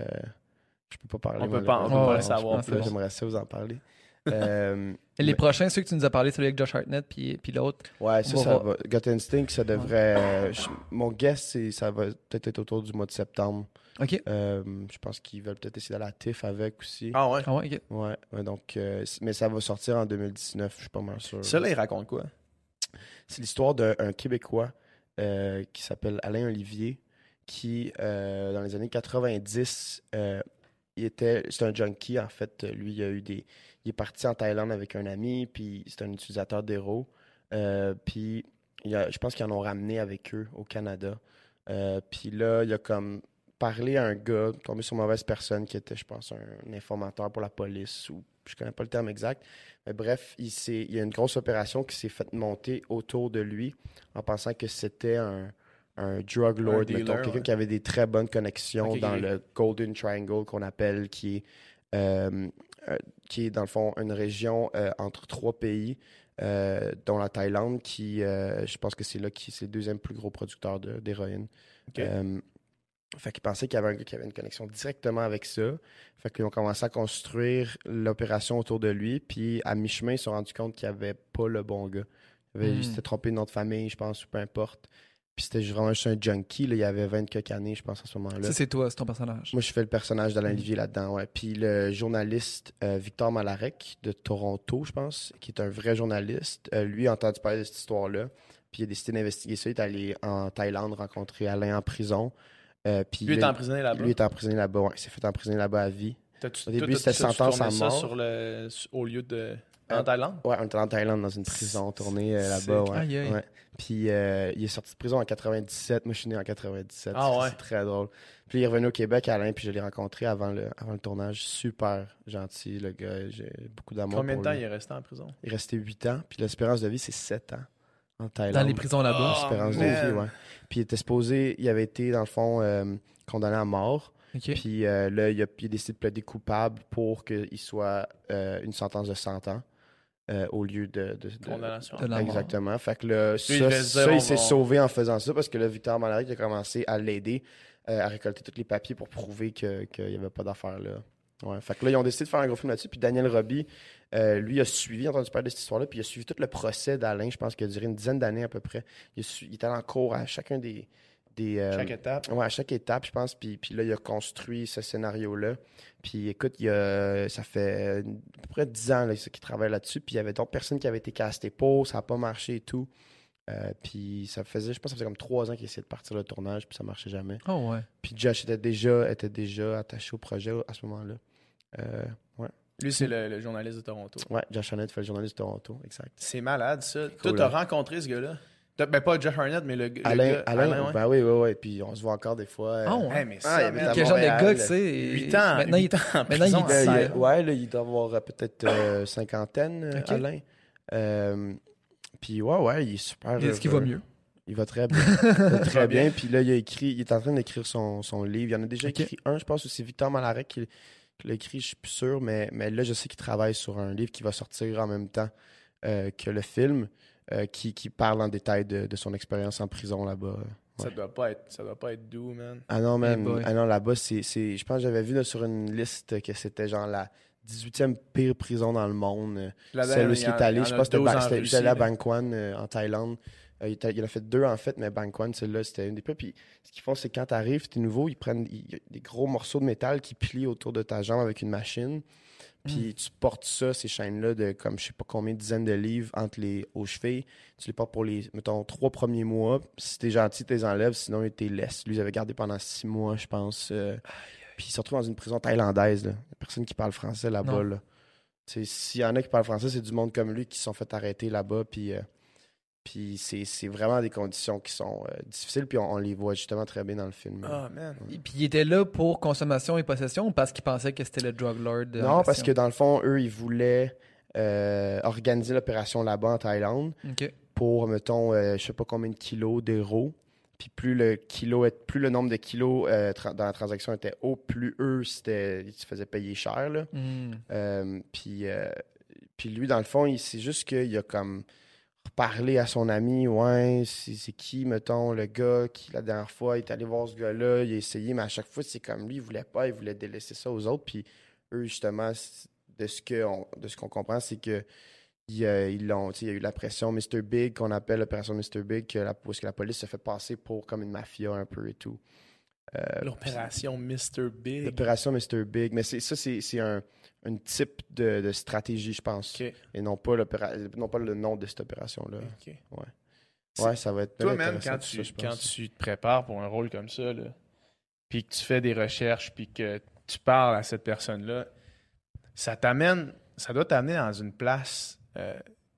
je peux pas parler. On peut pas- on peut pas malheureusement. le Je savoir peux pas, plus. J'aimerais ça vous en parler. Euh, Et les mais- prochains, ceux que tu nous as parlé, celui avec Josh Hartnett puis, puis l'autre. Ouais, ça, On va ça voir. va. Gut Instinct, ça devrait. euh, je- mon guess, c'est ça va peut-être être autour du mois de septembre. Ok. Euh, je pense qu'ils veulent peut-être essayer d'aller à TIFF avec aussi. Ah ouais? Ah ouais, ok. Ouais, ouais, donc, euh, c- mais ça va sortir en deux mille dix-neuf, je suis pas mal sûr. Ça, là, il raconte quoi? C'est l'histoire d'un un Québécois euh, qui s'appelle Alain Olivier, qui, euh, dans les années quatre-vingt-dix, euh, il était, c'est un junkie, en fait. Lui, il a eu des, il est parti en Thaïlande avec un ami, puis c'est un utilisateur d'héros. Euh, puis, il a, je pense qu'ils en ont ramené avec eux au Canada. Euh, puis là, il a comme parlé à un gars, tombé sur une mauvaise personne qui était, je pense, un, un informateur pour la police, ou je connais pas le terme exact. Mais bref, il, s'est- il y a une grosse opération qui s'est faite monter autour de lui en pensant que c'était un, un drug lord, Un mettons, dealer, quelqu'un ouais. qui avait des très bonnes connexions Ok, ok, dans ok. le Golden Triangle qu'on appelle, qui est, euh, euh, qui est dans le fond une région euh, entre trois pays, euh, dont la Thaïlande, qui, euh, je pense que c'est là qui c'est le deuxième plus gros producteur de- d'héroïne. Ok. Euh, fait qu'ils pensaient qu'il y avait un gars qui avait une connexion directement avec ça. Fait qu'ils ont commencé à construire l'opération autour de lui. Puis à mi-chemin, ils se sont rendus compte qu'il n'y avait pas le bon gars. Il, avait, Hmm. il s'était trompé de nom de famille, je pense, ou peu importe. Puis c'était juste vraiment juste un junkie. Là. Il avait vingt quelques années, je pense, à ce moment-là. Ça, c'est toi, c'est ton personnage. Moi, je fais le personnage d'Alain Mhm. Olivier là-dedans, ouais. Puis le journaliste euh, Victor Malarec de Toronto, je pense, qui est un vrai journaliste, euh, lui a entendu parler de cette histoire-là. Puis il a décidé d'investiguer ça. Il est allé en Thaïlande rencontrer Alain en prison. Euh, puis Lui est là, emprisonné là-bas. Lui est emprisonné là-bas, ouais. Il s'est fait emprisonner là-bas à vie. T'as-tu- Au début, toi, c'était t'as- t'as-tu sentence tourné à ça mort. sur le, sur- au lieu de. En Euh, Thaïlande? Ouais, on était en Thaïlande dans une prison tournée euh, C'est- là-bas, ouais. Aïe, aïe. Ouais. Puis euh, il est sorti de prison en quatre-vingt-dix-sept. Moi, je suis né en quatre-vingt-dix-sept. Ah C'est- ouais. C'est très drôle. Puis il est revenu au Québec, Alain, puis je l'ai rencontré avant le, avant le tournage. Super gentil, le gars. J'ai beaucoup d'amour Combien de pour temps lui. il est resté en prison? Il est resté huit ans, puis l'espérance de vie, c'est sept ans en Thaïlande. Dans les prisons là-bas. Ah, L'espérance de man. vie, ouais. Puis il était supposé, il avait été, dans le fond, euh, condamné à mort. Ok. Puis euh, là, il a, il a décidé de plaider coupable pour qu'il soit euh, une sentence de cent ans euh, au lieu de... de, de- Condamnation. De la mort. Exactement. Fait que là, il ça, devait se dire, ça, on il s'est va- sauvé en faisant ça parce que là, Victor Malaric a commencé à l'aider euh, à récolter tous les papiers pour prouver que- qu'il n'y avait pas d'affaire là. Ouais. Fait que là, ils ont décidé de faire un gros film là-dessus. Puis Daniel Roby, euh, lui, a suivi, il a entendu parler de cette histoire-là, puis il a suivi tout le procès d'Alain, je pense qu'il a duré une dizaine d'années à peu près. Il, a su- il était en cours à chacun des... des euh, Chaque étape. Ouais, à chaque étape, je pense. Puis, puis là, il a construit ce scénario-là. Puis écoute, il y a, ça fait à peu près dix ans là, qu'il travaille là-dessus. Puis il y avait d'autres personnes qui avaient été castées pour, ça n'a pas marché et tout. Euh, puis ça faisait, je pense que ça faisait comme trois ans qu'il essayait de partir le tournage, puis ça marchait jamais. Oh ouais. Puis Josh était déjà, était déjà attaché au projet à ce moment-là. Euh, ouais. Lui, c'est le, le journaliste de Toronto. Ouais, Josh Arnett fait le journaliste de Toronto, exact. C'est malade, ça. Cool, Toi, t'as hein? rencontré ce gars-là? T'as- Ben, pas Josh Arnett, mais le, le Alain, gars. Alain, Alain, ouais. ben oui, oui, oui. Puis on se voit encore des fois. euh, Oh, ouais. Hey, mais Ah, ça, il avait man, à Quel genre de Montréal, gars que c'est? huit ans, Maintenant, huit il, ans en maintenant, il prison, est Là, il, dix-sept. ouais, là, il doit avoir euh, peut-être euh, cinquantaine, euh, Ok. Alain. Euh, puis ouais, ouais, il est super. Est-ce qu'il va mieux? Il va très bien. Il va très bien. Puis là, il a écrit, il est en train d'écrire son, son livre. Il en a déjà Ok. écrit un, je pense que c'est Victor Malarec qui, qui l'a écrit, je suis plus sûr, mais, mais là, je sais qu'il travaille sur un livre qui va sortir en même temps euh, que le film, euh, qui, qui parle en détail de, de son expérience en prison là-bas. Ça Ouais. doit pas être, ça doit pas être doux, man. Ah non, man. Hey boy. Ah non, là-bas, c'est, c'est. Je pense que j'avais vu là, sur une liste que c'était genre la dix-huitième pire prison dans le monde. euh, Là-dedans, Celle où il il y en- est allé. il y en Je a pense que c'était douze Ba- en c'était- Russie, j'étais allé à là. Bangkok euh, en Thaïlande. Euh, il, était- il en a fait deux en fait, mais Bangkok, celle-là, c'était une des pires. Puis ce qu'ils font, c'est quand t'arrives, t'es nouveau, ils prennent il y a des gros morceaux de métal qui plient autour de ta jambe avec une machine. Puis tu portes ça, ces chaînes-là, de comme je sais pas combien de dizaines de livres entre les aux chevilles. Tu les portes pour les, mettons, trois premiers mois. Si t'es gentil, tu les enlèves, sinon ils te les laissent. Lui, il avait gardé pendant six mois, je pense. euh, Puis il se retrouve dans une prison thaïlandaise. Là. Il y a personne qui parle français là-bas. Non. Là. Tu sais, s'il y en a qui parlent français, c'est du monde comme lui qui se sont fait arrêter là-bas. Puis, euh, puis c'est, c'est vraiment des conditions qui sont euh, difficiles. Puis on, on les voit justement très bien dans le film. Ah, man. Et puis il était là pour consommation et possession ou parce qu'il pensait que c'était le drug lord? en Non, parce question? que dans le fond, eux, ils voulaient euh, organiser l'opération là-bas en Thaïlande OK. pour, mettons, euh, je sais pas combien de kilos d'euros. Puis plus le kilo est, plus le nombre de kilos euh, tra- dans la transaction était haut, plus eux, c'était, ils se faisaient payer cher. Là. Hmm. Euh, puis, euh, puis lui, dans le fond, il, c'est juste qu'il a comme reparlé à son ami. Ouais, c'est, c'est qui, mettons, le gars qui, la dernière fois, il est allé voir ce gars-là, il a essayé, mais à chaque fois, c'est comme lui, il voulait pas, il voulait délaisser ça aux autres. Puis eux, justement, c'est- de ce, que on- de ce qu'on comprend, c'est que il, euh, ils l'ont, tu sais, il y a eu la pression mister Big, qu'on appelle l'opération mister Big, que la, parce que la police se fait passer pour comme une mafia un peu et tout. Euh, L'opération mister Big. L'opération mister Big. Mais c'est, ça, c'est, c'est un, un type de, de stratégie, je pense. OK. Et non pas, l'opéra... non pas le nom de cette opération-là. OK. Ouais, ça va être. Toi, bien man, intéressant, quand tout tu, ça, je quand pense. tu te prépares pour un rôle comme ça, là, puis que tu fais des recherches, puis que tu parles à cette personne-là, ça t'amène, ça doit t'amener dans une place euh,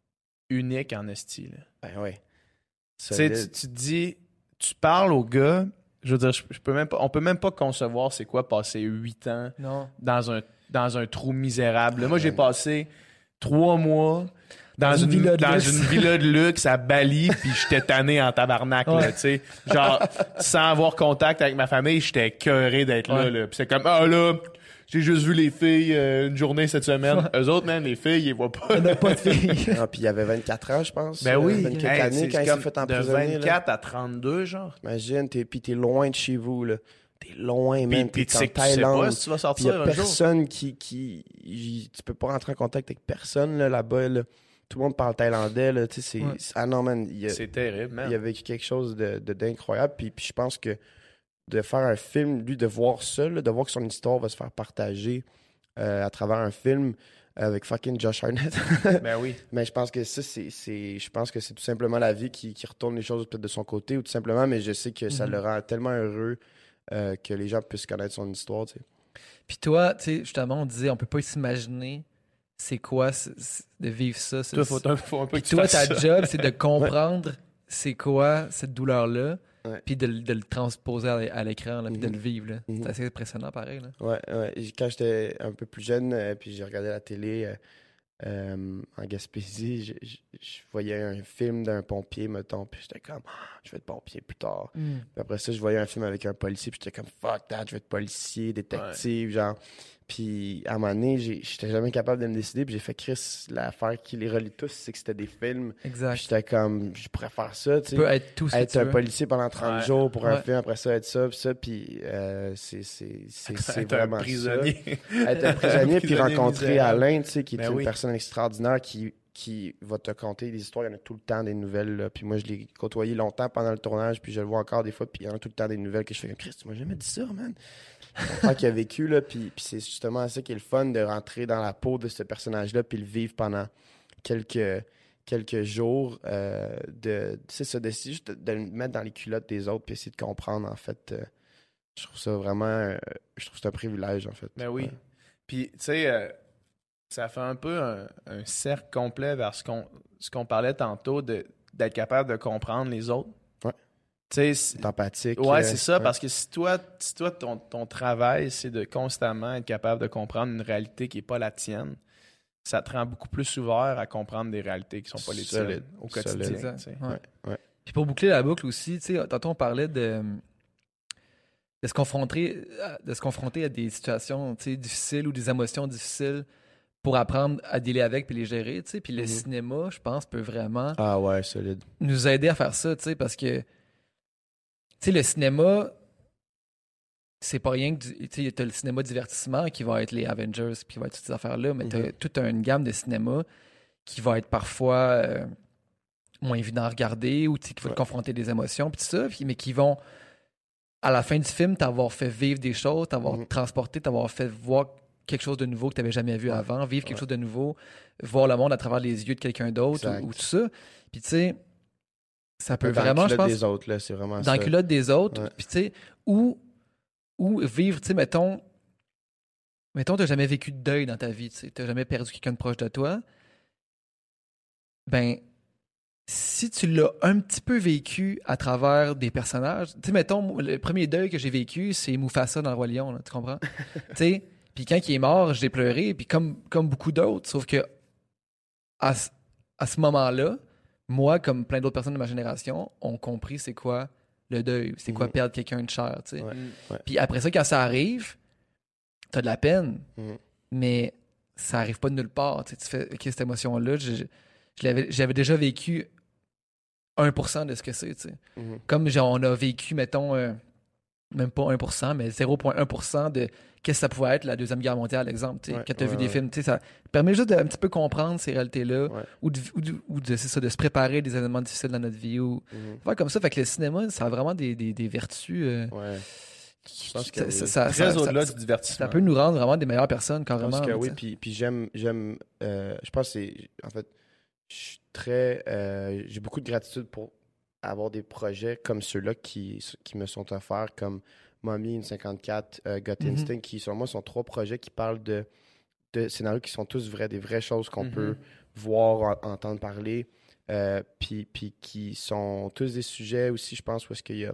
unique en esti. là. Ben ouais. Tu sais, tu, tu te dis, tu parles au gars, je veux dire, je, je peux même pas, on peut même pas concevoir c'est quoi passer huit ans Non. dans un, dans un trou misérable. Là, moi, j'ai passé trois mois dans, Dans une une, villa de dans luxe. une villa de luxe à Bali, puis j'étais tanné en tabarnak, là, Ouais. tu sais. Genre, sans avoir contact avec ma famille, j'étais écœuré d'être là, Ouais. là. Puis c'est comme, ah là, j'ai juste vu les filles euh, une journée cette semaine. Eux autres, man, les filles, ils les voient pas. Il n'y a pas de filles. Ah, puis il avait vingt-quatre ans, je pense. Ben euh, oui, vingt-quatre hey, années c'est quand il s'est comme fait de emprisonner. là. vingt-quatre à trente-deux, genre. Imagine, t'es, puis t'es loin de chez vous, là. T'es loin, Puis, même. puis T'es tu en sais que tu sais Thaïlande. pas si tu vas Puis il sortir y a un jour. personne qui. qui y- tu peux pas rentrer en contact avec personne là, là-bas. Là. Tout le monde parle thaïlandais. Là, tu sais, c'est, Ouais. c'est- ah non, man. Il y a, C'est terrible, man. il y a vécu quelque chose de, de, d'incroyable. Puis, puis je pense que de faire un film, lui, de voir ça, là, de voir que son histoire va se faire partager euh, à travers un film avec fucking Josh Arnett. Ben oui. Mais je pense que ça, c'est, c'est, je pense que c'est tout simplement la vie qui, qui retourne les choses peut-être de son côté ou tout simplement, mais je sais que ça Mhm. le rend tellement heureux euh, que les gens puissent connaître son histoire, tu sais. Puis toi, tu sais, justement, on disait, on peut pas s'imaginer c'est quoi c'est- c'est de vivre ça. c'est- Toi, faut, un- faut un peu Puis que tu toi, fasses ta ça. job, c'est de comprendre c'est quoi cette douleur-là, Ouais. puis de, le- de le transposer à, à l'écran, là, puis de Mhm. le vivre. là. Mhm. C'est assez impressionnant, pareil. Là. Ouais, ouais. Et quand j'étais un peu plus jeune, euh, puis j'ai regardé la télé euh, euh, en Gaspésie, je, je- je voyais un film d'un pompier, mettons, puis j'étais comme, Ah, je vais être pompier plus tard. Puis après ça, je voyais un film avec un policier, puis j'étais comme, fuck that, je vais être policier, détective, genre. Puis à un moment donné, j'ai- j'étais jamais capable de me décider, puis j'ai fait Chris, l'affaire qui les relie tous, c'est que c'était des films. Puis Exact. j'étais comme, je pourrais faire ça, tu Tu sais. peux être tout ce que Être tu un veux. policier pendant trente Ouais. jours pour un Ouais. film, après ça, être ça, puis ça, puis euh, c'est c'est- c'est- c'est Être un vraiment ça. prisonnier. Être un prisonnier, puis prisonnier rencontrer misérable. Alain, tu sais, qui est Ben une oui. personne extraordinaire qui, qui va te conter des histoires. Il y en a tout le temps des nouvelles, là. Puis moi, je l'ai côtoyé longtemps pendant le tournage, puis je le vois encore des fois, puis il y en a tout le temps des nouvelles que je fais comme Christ, tu m'as jamais dit ça, man. L'enfant qui a vécu, là, puis, puis c'est justement ça qui est le fun de rentrer dans la peau de ce personnage-là, puis le vivre pendant quelques, quelques jours euh, de, c'est ça, d'essayer juste de, de le mettre dans les culottes des autres puis essayer de comprendre, en fait. Euh, je trouve ça vraiment... Euh, je trouve que c'est un privilège, en fait. Ben oui. Ouais. Puis, tu sais, euh, ça fait un peu un, un cercle complet vers ce qu'on, ce qu'on parlait tantôt, de, d'être capable de comprendre les autres. Ouais. Tu sais, c'est- C'est empathique. ouais, euh, c'est ça, ouais. parce que si toi, si toi ton, ton travail, c'est de constamment être capable de comprendre une réalité qui n'est pas la tienne, ça te rend beaucoup plus ouvert à comprendre des réalités qui ne sont pas les Solide. tiennes au quotidien. Solide. tu sais. Ouais. Ouais, ouais. Puis pour boucler la boucle aussi, tu sais, tantôt on parlait de, de, se confronter, de se confronter à des situations tu sais, difficiles ou des émotions difficiles pour apprendre à dealer avec puis les gérer. Tu sais. Puis le Mhm. cinéma, je pense, peut vraiment Ah ouais, solide. nous aider à faire ça, tu sais, parce que tu sais, le cinéma, c'est pas rien que du- tu sais, t'as le cinéma divertissement qui va être les Avengers puis qui va être toutes ces affaires-là, mais t'as Mhm. toute une gamme de cinéma qui va être parfois euh, moins évident à regarder ou tu sais, qui va te Ouais. confronter des émotions puis tout ça, puis- mais qui vont à la fin du film t'avoir fait vivre des choses, t'avoir Mhm. transporté, t'avoir fait voir quelque chose de nouveau que t'avais jamais vu Ouais. avant, vivre quelque Ouais. chose de nouveau, voir le monde à travers les yeux de quelqu'un d'autre Exact. ou, ou tout ça. Puis tu sais, ça peut Dans vraiment, le je culotte pense, des autres, là, c'est vraiment dans ça. la culotte des autres. Ouais. Puis, tu sais, ou, ou vivre, tu sais, mettons, mettons, t'as jamais vécu de deuil dans ta vie, tu sais, t'as jamais perdu quelqu'un de proche de toi. Ben, si tu l'as un petit peu vécu à travers des personnages, tu sais, mettons, le premier deuil que j'ai vécu, c'est Mufasa dans Le Roi Lion, là, tu comprends? Tu sais, puis quand il est mort, j'ai pleuré, puis comme, comme beaucoup d'autres, sauf que à, ce- à ce moment-là, moi, comme plein d'autres personnes de ma génération, ont compris c'est quoi le deuil, c'est quoi Mhm. perdre quelqu'un de cher, tu sais. Ouais. Mm. Puis après ça, quand ça arrive, t'as de la peine, Mhm. mais ça arrive pas de nulle part. Tu sais, tu fais, OK, cette émotion-là, je, je- je l'avais- j'avais déjà vécu un pour cent de ce que c'est, tu sais. Mhm. Comme genre, on a vécu, mettons, euh, même pas un pour cent, mais zéro virgule un pour cent de qu'est-ce que ça pouvait être la Deuxième Guerre mondiale, exemple. tu sais. Ouais, Quand tu as ouais, vu des ouais. films, tu sais, ça permet juste d'un petit peu comprendre ces réalités-là, Ouais. ou, de, ou, de, ou de, c'est ça, de se préparer à des événements difficiles dans notre vie, ou Mhm. faire comme ça. Fait que le cinéma, ça a vraiment des, des, des vertus. euh, Ouais. qui- Je pense que ça, oui. ça- ça- Très ça- au-delà ça- du divertissement. ça peut nous rendre vraiment des meilleures personnes, Je carrément. pense que là, oui, tu sais. puis, puis j'aime, j'aime euh, je pense que c'est, en fait, je suis très, euh, j'ai beaucoup de gratitude pour avoir des projets comme ceux-là qui, qui me sont offerts, comme Mommy, une cinquante-quatre, euh, Gut Mhm. Instinct, qui, selon moi, sont trois projets qui parlent de, de scénarios qui sont tous vrais, des vraies choses qu'on Mhm. peut voir, en- entendre parler, euh, puis, puis qui sont tous des sujets aussi, je pense, où est-ce qu'il y a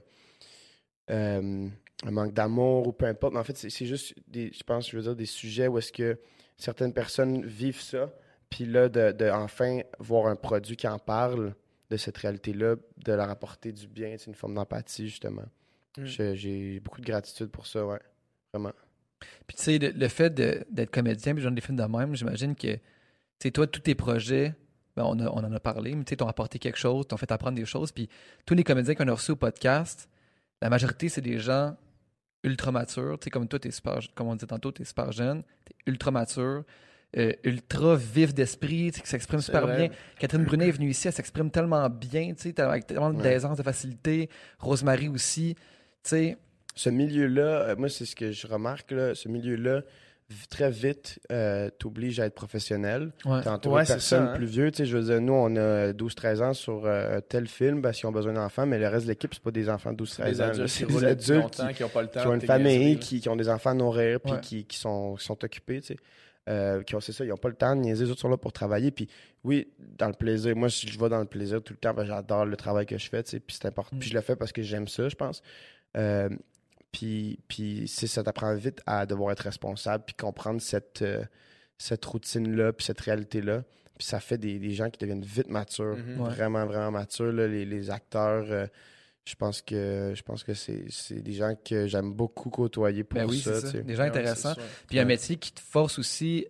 euh, un manque d'amour ou peu importe. Mais en fait, c'est c'est juste, des, je pense, je veux dire, des sujets où est-ce que certaines personnes vivent ça, puis là, de, de enfin voir un produit qui en parle de cette réalité-là, de leur apporter du bien, c'est une forme d'empathie, justement. Mm. Je- J'ai beaucoup de gratitude pour ça, ouais. Vraiment. Puis tu sais, le, le fait de- d'être comédien, puis genre des films de même, j'imagine que, tu sais, toi, tous tes projets, ben, on, a- on en a parlé, mais tu sais, t'ont apporté quelque chose, t'ont fait apprendre des choses, puis tous les comédiens qu'on a reçus au podcast, la majorité, c'est des gens ultra matures, tu sais, comme toi, t'es super, comme on disait tantôt, t'es super jeune, t'es ultra mature, euh, ultra vif d'esprit, tu sais, qui s'exprime C'est super vrai. bien. Catherine Brunet est venue ici, elle s'exprime tellement bien, tu sais, t'as- avec tellement Ouais. d'aisance, de facilité. Rosemary aussi, tu sais. Ce milieu-là, euh, moi, c'est ce que je remarque, là, ce milieu-là, v- très vite, euh, t'oblige à être professionnel. Ouais. T'es entouré Ouais, de c'est personnes ça, hein. plus vieux. Tu sais, je veux dire, nous, on a douze treize ans sur euh, tel film parce qu'ils ont besoin d'enfants, mais le reste de l'équipe, c'est pas des enfants de douze C'est treize des ans. là. adultes qui C'est roulent des depuis adultes longtemps, qui, qui n'ont pas le temps qui ont de une tes famille, niaiseries, là. qui, qui ont des enfants à nourrir, puis Ouais. qui, qui sont, qui sont occupés, tu sais. Euh, qui ont, c'est ça, ils n'ont pas le temps de niaiser, les autres sont là pour travailler. Puis oui, dans le plaisir, moi, si je vais dans le plaisir tout le temps, ben, j'adore le travail que je fais, tu sais, puis c'est important. Mm. Puis je le fais parce que j'aime ça, je pense. Euh, puis, puis c'est ça t'apprend vite à devoir être responsable, puis comprendre cette, euh, cette routine-là, puis cette réalité-là. Puis ça fait des, des gens qui deviennent vite matures, Mhm. Ouais. vraiment, vraiment matures. Là, les, les acteurs, euh, je pense que je pense que c'est, c'est des gens que j'aime beaucoup côtoyer pour Ben oui, ça. c'est ça. tu sais. Des gens Ah ouais, intéressants. c'est sûr. Puis un Ouais. métier qui te force aussi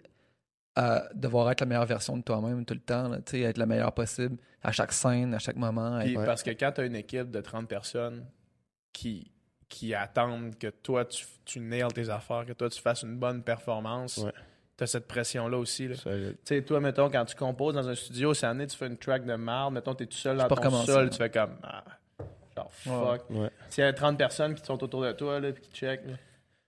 à devoir être la meilleure version de toi-même tout le temps, là, tu sais, être la meilleure possible à chaque scène, à chaque moment. Puis être- Ouais. parce que quand tu as une équipe de trente personnes qui, qui attendent que toi, tu, tu nails tes affaires, que toi, tu fasses une bonne performance, Ouais. tu as cette pression-là aussi. Là. Ça, Tu sais, toi, mettons, quand tu composes dans un studio, c'est année, tu fais une track de marde, mettons, t'es tout seul dans peux ton recommencer, sol, ouais. tu fais comme, ah, genre, fuck. ouais. S'il y a trente personnes qui sont autour de toi, là, puis qui check, là,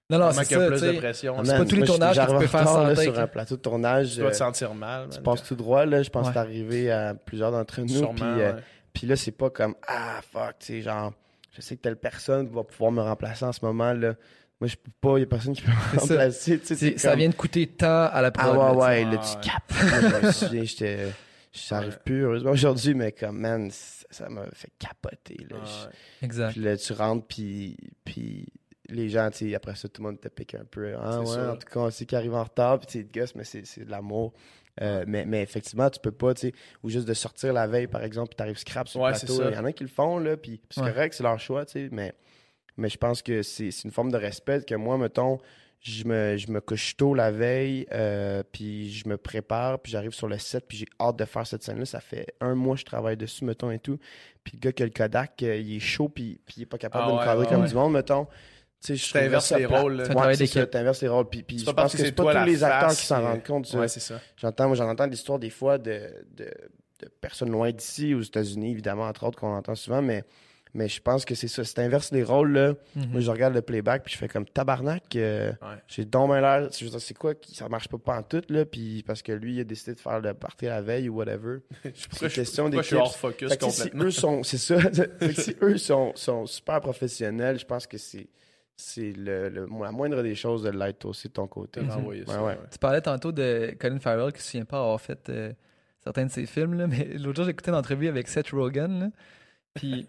Non, non, Vraiment c'est qu'il y a ça, plus tu sais. de pression. Ah, tu pas man, tous les moi, je- tournages que j'arrive tu peux en faire retard, sans là, take, sur là. un plateau de tournage. dois euh, te sentir mal. Tu man. passes tout droit, là. Je pense Ouais. que c'est arrivé à plusieurs d'entre nous. Sûrement, Puis, euh, ouais. puis là, c'est pas comme ah fuck, tu sais, genre, je sais que telle personne va pouvoir me remplacer en ce moment, là. Moi, je peux pas, il y a personne qui peut me C'est ça. remplacer. tu sais, C'est- c'est Ça comme, vient de coûter tant à la prod. ah là, ouais, ouais, sais. là, Ah, tu ouais. capes. Moi, je me souviens, j'étais. Ça arrive Ouais. plus, heureusement, aujourd'hui, mais comme, man, ça ça m'a fait capoter, là. Ouais. tu sais. Exact. Puis là, tu rentres, puis, puis les gens, tu sais, après ça, tout le monde te pique un peu. Ah C'est ouais, sûr. en tout cas, on sait qu'il arrive en retard, puis tu sais, de gosse, mais c'est c'est de l'amour. Euh, mais, mais effectivement, tu peux pas, tu sais, ou juste de sortir la veille, par exemple, puis t'arrives scrap sur Ouais, le c'est plateau. ça. Il y en a qui le font, là, puis c'est Ouais. correct, c'est leur choix, tu sais, mais, mais je pense que c'est c'est une forme de respect que moi, mettons, je me, je me couche tôt la veille, euh, puis je me prépare, puis j'arrive sur le set, puis j'ai hâte de faire cette scène-là. Ça fait un mois que je travaille dessus, mettons, et tout. Puis le gars qui a le Kodak, euh, il est chaud, puis, puis il est pas capable Ah de me ouais, cadrer ouais, comme ouais. du monde, mettons. Tu sais, je Tu trouverais t'inverses ça les plate. rôles, là. C'est un Ouais, travail c'est ça, d'équipe. t'inverses les rôles. Puis, puis C'est je pas parce pense que que c'est c'est pas toi tous la les acteurs face qui s'en qui- rendent compte. ça. Ouais, c'est ça. J'entends, moi, j'en entends l'histoire des fois de, de, de personnes loin d'ici, aux États-Unis, évidemment, entre autres, qu'on entend souvent, mais, mais je pense que c'est ça. Si t'inverses les rôles, là, Mhm. moi, je regarde le playback, puis je fais comme tabarnak. euh, Ouais. j'ai donc bien l'air. Je veux dire, c'est quoi qui ça marche pas, pas en tout, là, puis parce que lui, il a décidé de faire le party la veille ou whatever. Pourquoi une question pourquoi je suis d'équipe. hors focus Fait que, tu sais, si complètement. eux sont. C'est ça. Fait que si eux sont, sont super professionnels, je pense que c'est. C'est le, le- la moindre des choses de l'être aussi de ton côté. T'as renvoyé ça, Ouais, ouais. ouais. Tu parlais tantôt de Colin Farrell qui se souvient pas avoir fait euh, certains de ses films, là, mais l'autre jour, j'ai écouté une entrevue avec Seth Rogen, là, puis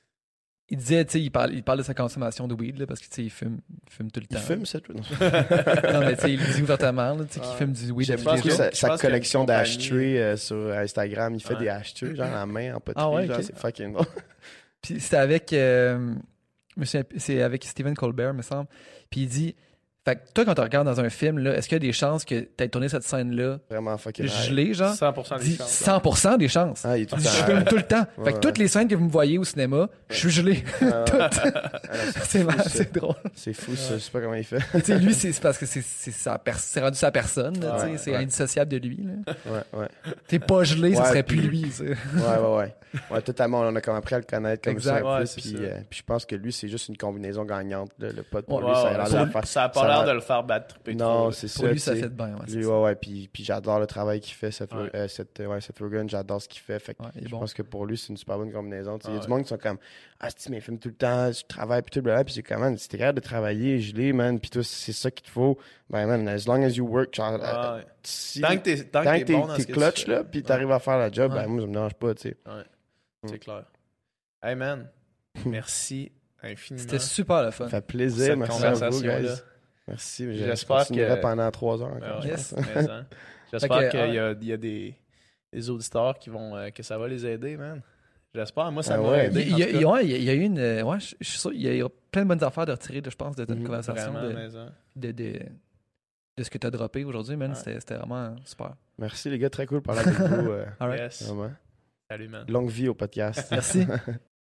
il disait, tu sais, il parle, il parle de sa consommation de weed, là, parce que, tu sais, il fume, il fume tout le Il temps. fume, ça, toi? Non. Non, mais tu sais, il le dit ouvertement, là, tu sais, qu'il Ouais. fume du weed Je depuis pense des J'ai que jours. sa, je sa pense qu'il y a une collection compagnie- d'ashtrays euh, sur Instagram, il fait Ouais. des ashtrays, genre la main en poterie, Ah ouais, genre, ok. c'est fucking drôle. Puis c'était avec, euh, je me souviens- c'est avec Stephen Colbert, me semble. Puis il dit, fait que toi, quand tu regardes dans un film, là, est-ce qu'il y a des chances que tu aies tourné cette scène-là Vraiment fucking high. gelée, genre? cent pour cent des Dit chances. cent pour cent des chances. Ah, il est tout Il le dit, je temps filme high. tout le temps. Fait Ouais, que toutes les scènes que vous me voyez au cinéma, je suis gelé. Ah, Toutes. ouais. Ah, non, C'est fou, mal- ça. c'est drôle. C'est fou, ça. Je sais pas comment il fait. Tu sais, lui, c'est c'est parce que c'est c'est sa pers- c'est rendu sa personne. là, tu sais, Ouais, c'est ouais. indissociable de lui. là. Ouais, ouais. T'es pas gelé, ça Ouais, serait puis- plus lui. ça. Ouais, ouais, ouais. Ouais, totalement. On a comme appris à le connaître comme Exact. ça un Ouais, peu. c'est Puis, ça. euh, puis je pense que lui, c'est juste une combinaison gagnante. là. Le pote pour Ouais, lui, ça a Ouais, l'air ça, de la faire. ça a pas ça a l'air l'air- de le faire battre triper trop, Non, là. c'est ça. Pour lui, ça tu sais. fait bien. Ouais, c'est Lui, ça. ouais, ouais. Puis, puis j'adore le travail qu'il fait, Seth, Ouais. euh, Seth, ouais, Seth Rogen. J'adore ce qu'il fait. Fait que Ouais, il est je bon. pense que pour lui, c'est une super bonne combinaison. Tu sais, il y a Ah du ouais. monde qui sont comme ah, c'est mais il filme tout le temps, je travaille, puis tout, blablabla. Puis c'est comme, man, si t'es capable de travailler, je l'ai, man. Puis toi, c'est ça qu'il te faut. Ben, man, as long as you work, genre, Ouais, euh, ouais. si- Tant que t'es tant tant que que t'es bon dans t'es ce que clutch, tu fais. là, puis t'arrives à faire la job, Ouais. ben, moi, ça me dérange pas, tu sais. Ouais, Mm. c'est clair. Hey man, merci infiniment. C'était super le fun. Ça fait plaisir. Cette Merci à vous, conversation-là. guys. Merci. Je- J'espère je continuerai que- pendant trois heures. Ouais, encore, ouais, je Yes. pense. mais, hein, J'espère Fait que, qu'il y a, il y a des, des auditeurs qui vont euh, que ça va les aider, man. J'espère. Moi, ça Ah m'a ouais. aidé. Il y, a, en il y tout a- cas. ouais, il y a- il y a eu une. euh, Ouais, je je suis sûr, il y a il y a plein de bonnes affaires de retirer, de, je pense, de notre Mhm. conversation, Vraiment, de, mais, hein. de, de, de ce que tu as droppé aujourd'hui, man. Ouais. C'était c'était vraiment super. Merci, les gars. Très cool de parler avec vous. euh, All right. Yes. vraiment. Salut, man. Longue vie au podcast. Merci.